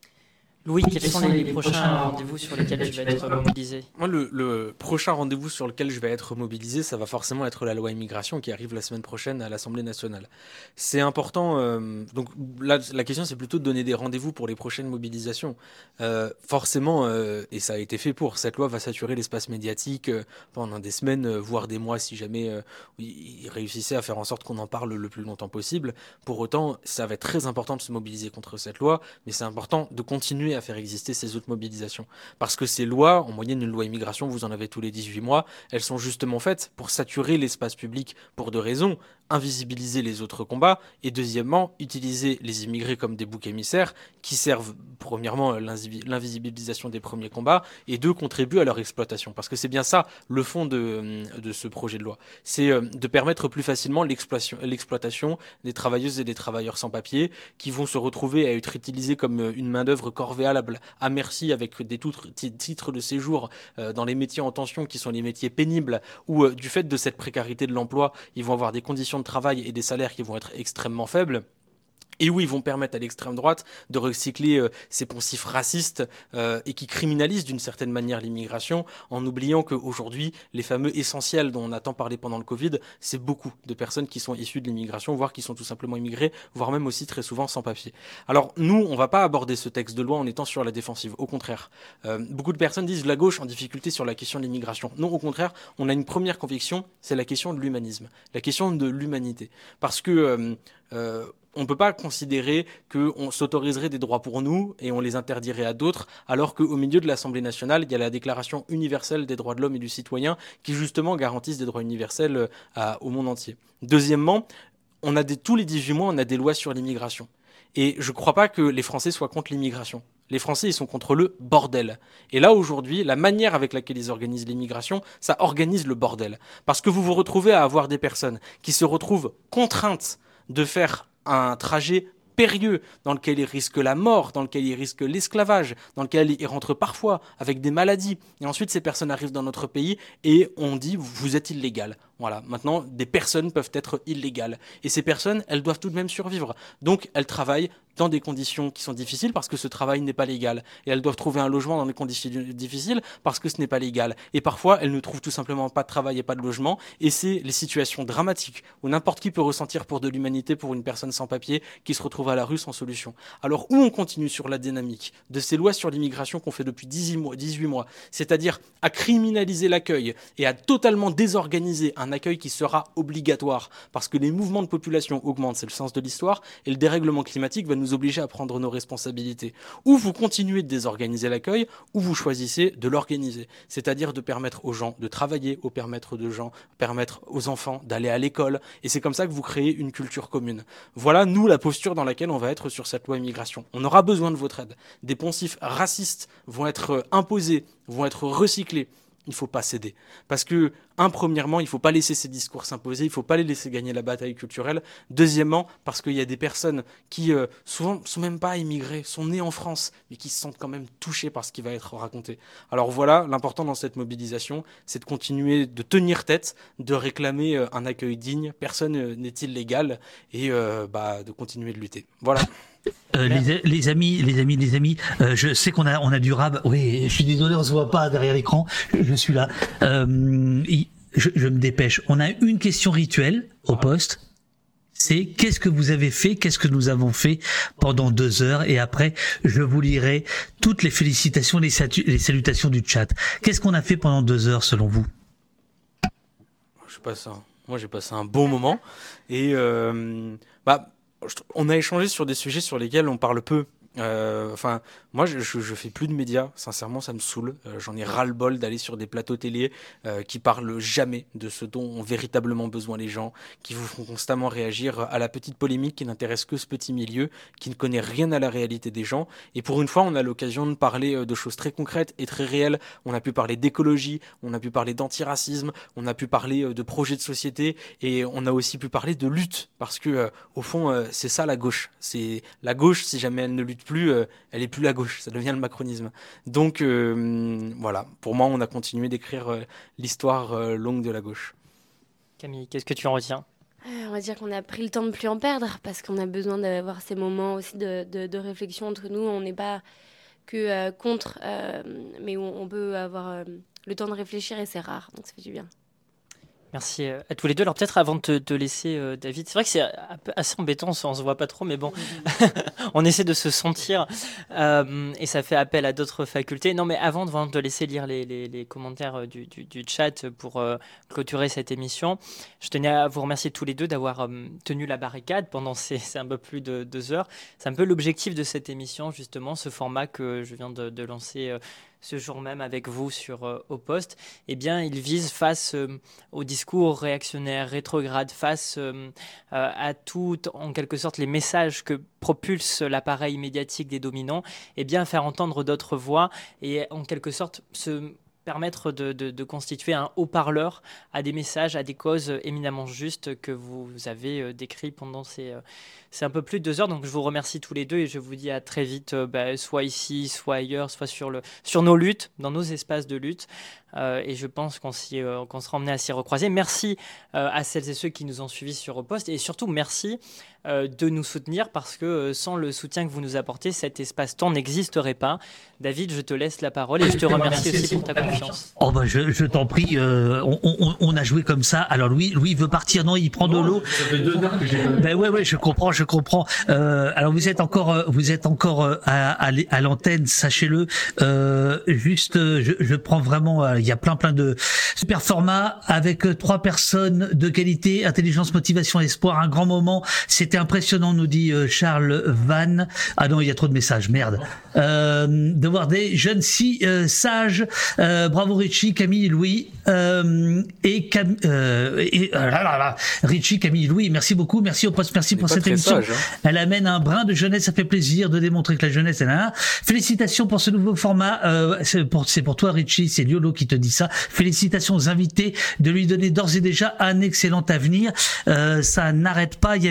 Louis, quels sont les, les prochains rendez-vous sur lesquels tu vas être mobilisé? Moi, le, le prochain rendez-vous sur lequel je vais être mobilisé, ça va forcément être la loi immigration qui arrive la semaine prochaine à l'Assemblée nationale. C'est important. euh, donc là, la question, c'est plutôt de donner des rendez-vous pour les prochaines mobilisations. Euh, forcément, euh, et ça a été fait pour, cette loi va saturer l'espace médiatique euh, pendant des semaines, euh, voire des mois, si jamais euh, il il réussissait à faire en sorte qu'on en parle le plus longtemps possible. Pour autant, ça va être très important de se mobiliser contre cette loi, mais c'est important de continuer à faire exister ces autres mobilisations. Parce que ces lois, en moyenne une loi immigration, vous en avez tous les dix-huit mois, elles sont justement faites pour saturer l'espace public pour deux raisons: invisibiliser les autres combats, et deuxièmement, utiliser les immigrés comme des boucs émissaires qui servent, premièrement, l'invi- l'invisibilisation des premiers combats, et deux, contribuent à leur exploitation. Parce que c'est bien ça le fond de, de ce projet de loi. C'est euh, de permettre plus facilement l'exploitation, l'exploitation des travailleuses et des travailleurs sans papier qui vont se retrouver à être utilisés comme euh, une main-d'œuvre corvéable à merci, avec des toutres- ti- titres de séjour euh, dans les métiers en tension qui sont les métiers pénibles, où euh, du fait de cette précarité de l'emploi, ils vont avoir des conditions de travail et des salaires qui vont être extrêmement faibles. Et où ils vont permettre à l'extrême droite de recycler euh, ces poncifs racistes euh, et qui criminalisent d'une certaine manière l'immigration, en oubliant qu'aujourd'hui, les fameux essentiels dont on a tant parlé pendant le Covid, c'est beaucoup de personnes qui sont issues de l'immigration, voire qui sont tout simplement immigrées, voire même aussi très souvent sans papier. Alors nous, on va pas aborder ce texte de loi en étant sur la défensive, au contraire. Euh, beaucoup de personnes disent la gauche en difficulté sur la question de l'immigration. Non, au contraire, on a une première conviction, c'est la question de l'humanisme, la question de l'humanité. Parce que... Euh, euh, on ne peut pas considérer qu'on s'autoriserait des droits pour nous et on les interdirait à d'autres, alors qu'au milieu de l'Assemblée nationale, il y a la Déclaration universelle des droits de l'homme et du citoyen qui justement garantissent des droits universels euh, à- au monde entier. Deuxièmement, on a des, tous les dix-huit mois, on a des lois sur l'immigration. Et je ne crois pas que les Français soient contre l'immigration. Les Français, ils sont contre le bordel. Et là, aujourd'hui, la manière avec laquelle ils organisent l'immigration, ça organise le bordel. Parce que vous vous retrouvez à avoir des personnes qui se retrouvent contraintes de faire un trajet périlleux dans lequel ils risquent la mort, dans lequel ils risquent l'esclavage, dans lequel ils rentrent parfois avec des maladies. Et ensuite, ces personnes arrivent dans notre pays et on dit « vous êtes illégal ». Voilà. Maintenant, des personnes peuvent être illégales. Et ces personnes, elles doivent tout de même survivre. Donc, elles travaillent dans des conditions qui sont difficiles parce que ce travail n'est pas légal. Et elles doivent trouver un logement dans des conditions difficiles parce que ce n'est pas légal. Et parfois, elles ne trouvent tout simplement pas de travail et pas de logement. Et c'est les situations dramatiques où n'importe qui peut ressentir pour de l'humanité pour une personne sans papier qui se retrouve à la rue sans solution. Alors, où on continue sur la dynamique de ces lois sur l'immigration qu'on fait depuis dix-huit mois, c'est-à-dire à criminaliser l'accueil et à totalement désorganiser un accueil qui sera obligatoire parce que les mouvements de population augmentent, c'est le sens de l'histoire, et le dérèglement climatique va nous obliger à prendre nos responsabilités. Ou vous continuez de désorganiser l'accueil, ou vous choisissez de l'organiser, c'est-à-dire de permettre aux gens de travailler, ou permettre de gens, permettre aux enfants d'aller à l'école, et c'est comme ça que vous créez une culture commune. Voilà, nous, la posture dans laquelle on va être sur cette loi immigration. On aura besoin de votre aide. Des poncifs racistes vont être imposés, vont être recyclés. Il ne faut pas céder. Parce que, un, premièrement, il ne faut pas laisser ces discours s'imposer, il ne faut pas les laisser gagner la bataille culturelle. Deuxièmement, parce qu'il y a des personnes qui, euh, souvent, ne sont même pas immigrées, sont nées en France, mais qui se sentent quand même touchées par ce qui va être raconté. Alors voilà, l'important dans cette mobilisation, c'est de continuer de tenir tête, de réclamer euh, un accueil digne, personne euh, n'est illégal, et euh, bah, de continuer de lutter. Voilà. Euh, les, les amis, les amis, les amis, euh, je sais qu'on a, on a du rab. Oui, je suis désolé, on se voit pas derrière l'écran. Je, je suis là. Euh, je, je me dépêche. On a une question rituelle au poste. C'est qu'est-ce que vous avez fait, qu'est-ce que nous avons fait pendant deux heures, et après je vous lirai toutes les félicitations, les, satu- les salutations du chat. Qu'est-ce qu'on a fait pendant deux heures selon vous? Je sais pas ça. Moi, j'ai passé un bon moment et euh, bah. On a échangé sur des sujets sur lesquels on parle peu. Euh, enfin, moi, je, je, je fais plus de médias. Sincèrement, ça me saoule. Euh, j'en ai ras-le-bol d'aller sur des plateaux télé euh, qui parlent jamais de ce dont ont véritablement besoin les gens, qui vous font constamment réagir à la petite polémique qui n'intéresse que ce petit milieu, qui ne connaît rien à la réalité des gens. Et pour une fois, on a l'occasion de parler de choses très concrètes et très réelles. On a pu parler d'écologie, on a pu parler d'antiracisme, on a pu parler de projets de société, et on a aussi pu parler de lutte, parce que euh, au fond, euh, c'est ça la gauche. C'est la gauche, si jamais elle ne lutte plus, euh, elle est plus la gauche, ça devient le macronisme. Donc euh, voilà, pour moi, on a continué d'écrire euh, l'histoire euh, longue de la gauche. Camille, qu'est-ce que tu en retiens? euh, On va dire qu'on a pris le temps de ne plus en perdre, parce qu'on a besoin d'avoir ces moments aussi de, de, de réflexion entre nous. On n'est pas que euh, contre, euh, mais on, on peut avoir euh, le temps de réfléchir, et c'est rare, donc ça fait du bien. Merci à tous les deux. Alors peut-être avant de te, te laisser, euh, David, c'est vrai que c'est un peu assez embêtant, on ne se voit pas trop, mais bon, on essaie de se sentir euh, et ça fait appel à d'autres facultés. Non, mais avant de, avant de te laisser lire les, les, les commentaires du, du, du chat pour euh, clôturer cette émission, je tenais à vous remercier tous les deux d'avoir euh, tenu la barricade pendant ces, ces un peu plus de deux heures. C'est un peu l'objectif de cette émission, justement, ce format que je viens de, de lancer euh, ce jour même avec vous sur euh, Au Poste. Eh bien, il vise face euh, au discours réactionnaire, rétrograde, face euh, euh, à tout, en quelque sorte, les messages que propulse l'appareil médiatique des dominants, eh bien, faire entendre d'autres voix et, en quelque sorte, se permettre de, de, de constituer un haut-parleur à des messages, à des causes éminemment justes que vous avez euh, décrits pendant ces, euh, ces un peu plus de deux heures. Donc je vous remercie tous les deux et je vous dis à très vite, euh, bah, soit ici, soit ailleurs, soit sur, le, sur nos luttes, dans nos espaces de lutte. Euh, et je pense qu'on, s'y, euh, qu'on sera emmené à s'y recroiser. Merci euh, à celles et ceux qui nous ont suivis sur Au Poste, et surtout merci euh, de nous soutenir, parce que euh, sans le soutien que vous nous apportez, cet espace-temps n'existerait pas. David, je te laisse la parole et je te remercie aussi pour ta confiance. Oh bah je, je t'en prie, euh, on, on, on a joué comme ça. Alors Louis, Louis veut partir, non, il prend de l'eau. Ça fait deux heures que j'ai. Ben ouais, ouais, je comprends, je comprends. Euh, alors vous êtes encore, vous êtes encore à, à, à l'antenne, sachez-le. Euh, juste, je, je prends vraiment, il y a plein, plein de super formats avec trois personnes de qualité, intelligence, motivation, espoir. Un grand moment. C'était impressionnant, nous dit Charles Van. Ah non, il y a trop de messages, merde. Euh, de voir des jeunes si euh, sages. Euh, bravo Richie, Camille, Louis euh, et, Cam, euh, et euh, là, là, là. Richie, Camille, Louis. Merci beaucoup, merci Au Poste, merci pour cette émission. Sage, hein. Elle amène un brin de jeunesse, ça fait plaisir de démontrer que la jeunesse est là. Félicitations pour ce nouveau format. Euh, c'est pour c'est pour toi Richie, c'est Liolo qui te dit ça. Félicitations aux invités de lui donner d'ores et déjà un excellent avenir. Euh, ça n'arrête pas. Il y avait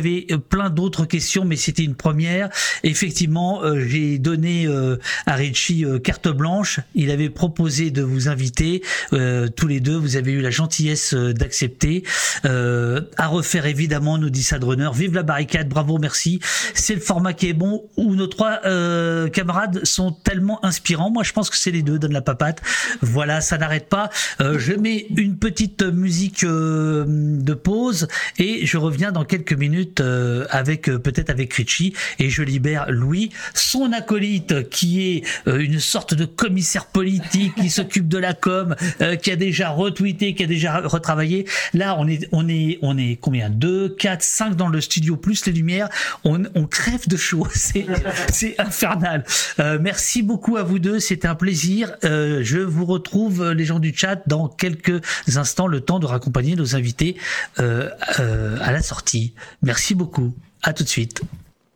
plein d'autres questions, mais c'était une première. Effectivement, euh, j'ai donné euh, à Richie euh, carte blanche. Il avait proposé de vous inviter euh, tous les deux. Vous avez eu la gentillesse euh, d'accepter. Euh, à refaire évidemment, nous dit Sadrunner. Vive la barricade, bravo, merci. C'est le format qui est bon, où nos trois euh, camarades sont tellement inspirants. Moi, je pense que c'est les deux, donne la papate. Voilà, ça n'arrête pas. Euh, je mets une petite musique euh, de pause et je reviens dans quelques minutes euh, avec euh, peut-être avec Richie, et je libère Louis, son acolyte, qui est euh, une sorte de commissaire politique qui s'occupe de la com, euh, qui a déjà retweeté, qui a déjà retravaillé. Là, on est on est on est combien? deux, quatre, cinq dans le studio plus les lumières. On on crève de chaud. C'est c'est infernal. Euh, merci beaucoup à vous deux. C'était un plaisir. Euh, je vous retrouve, les gens du chat, dans quelques instants, le temps de raccompagner nos invités euh, euh, à la sortie. Merci beaucoup. À tout de suite.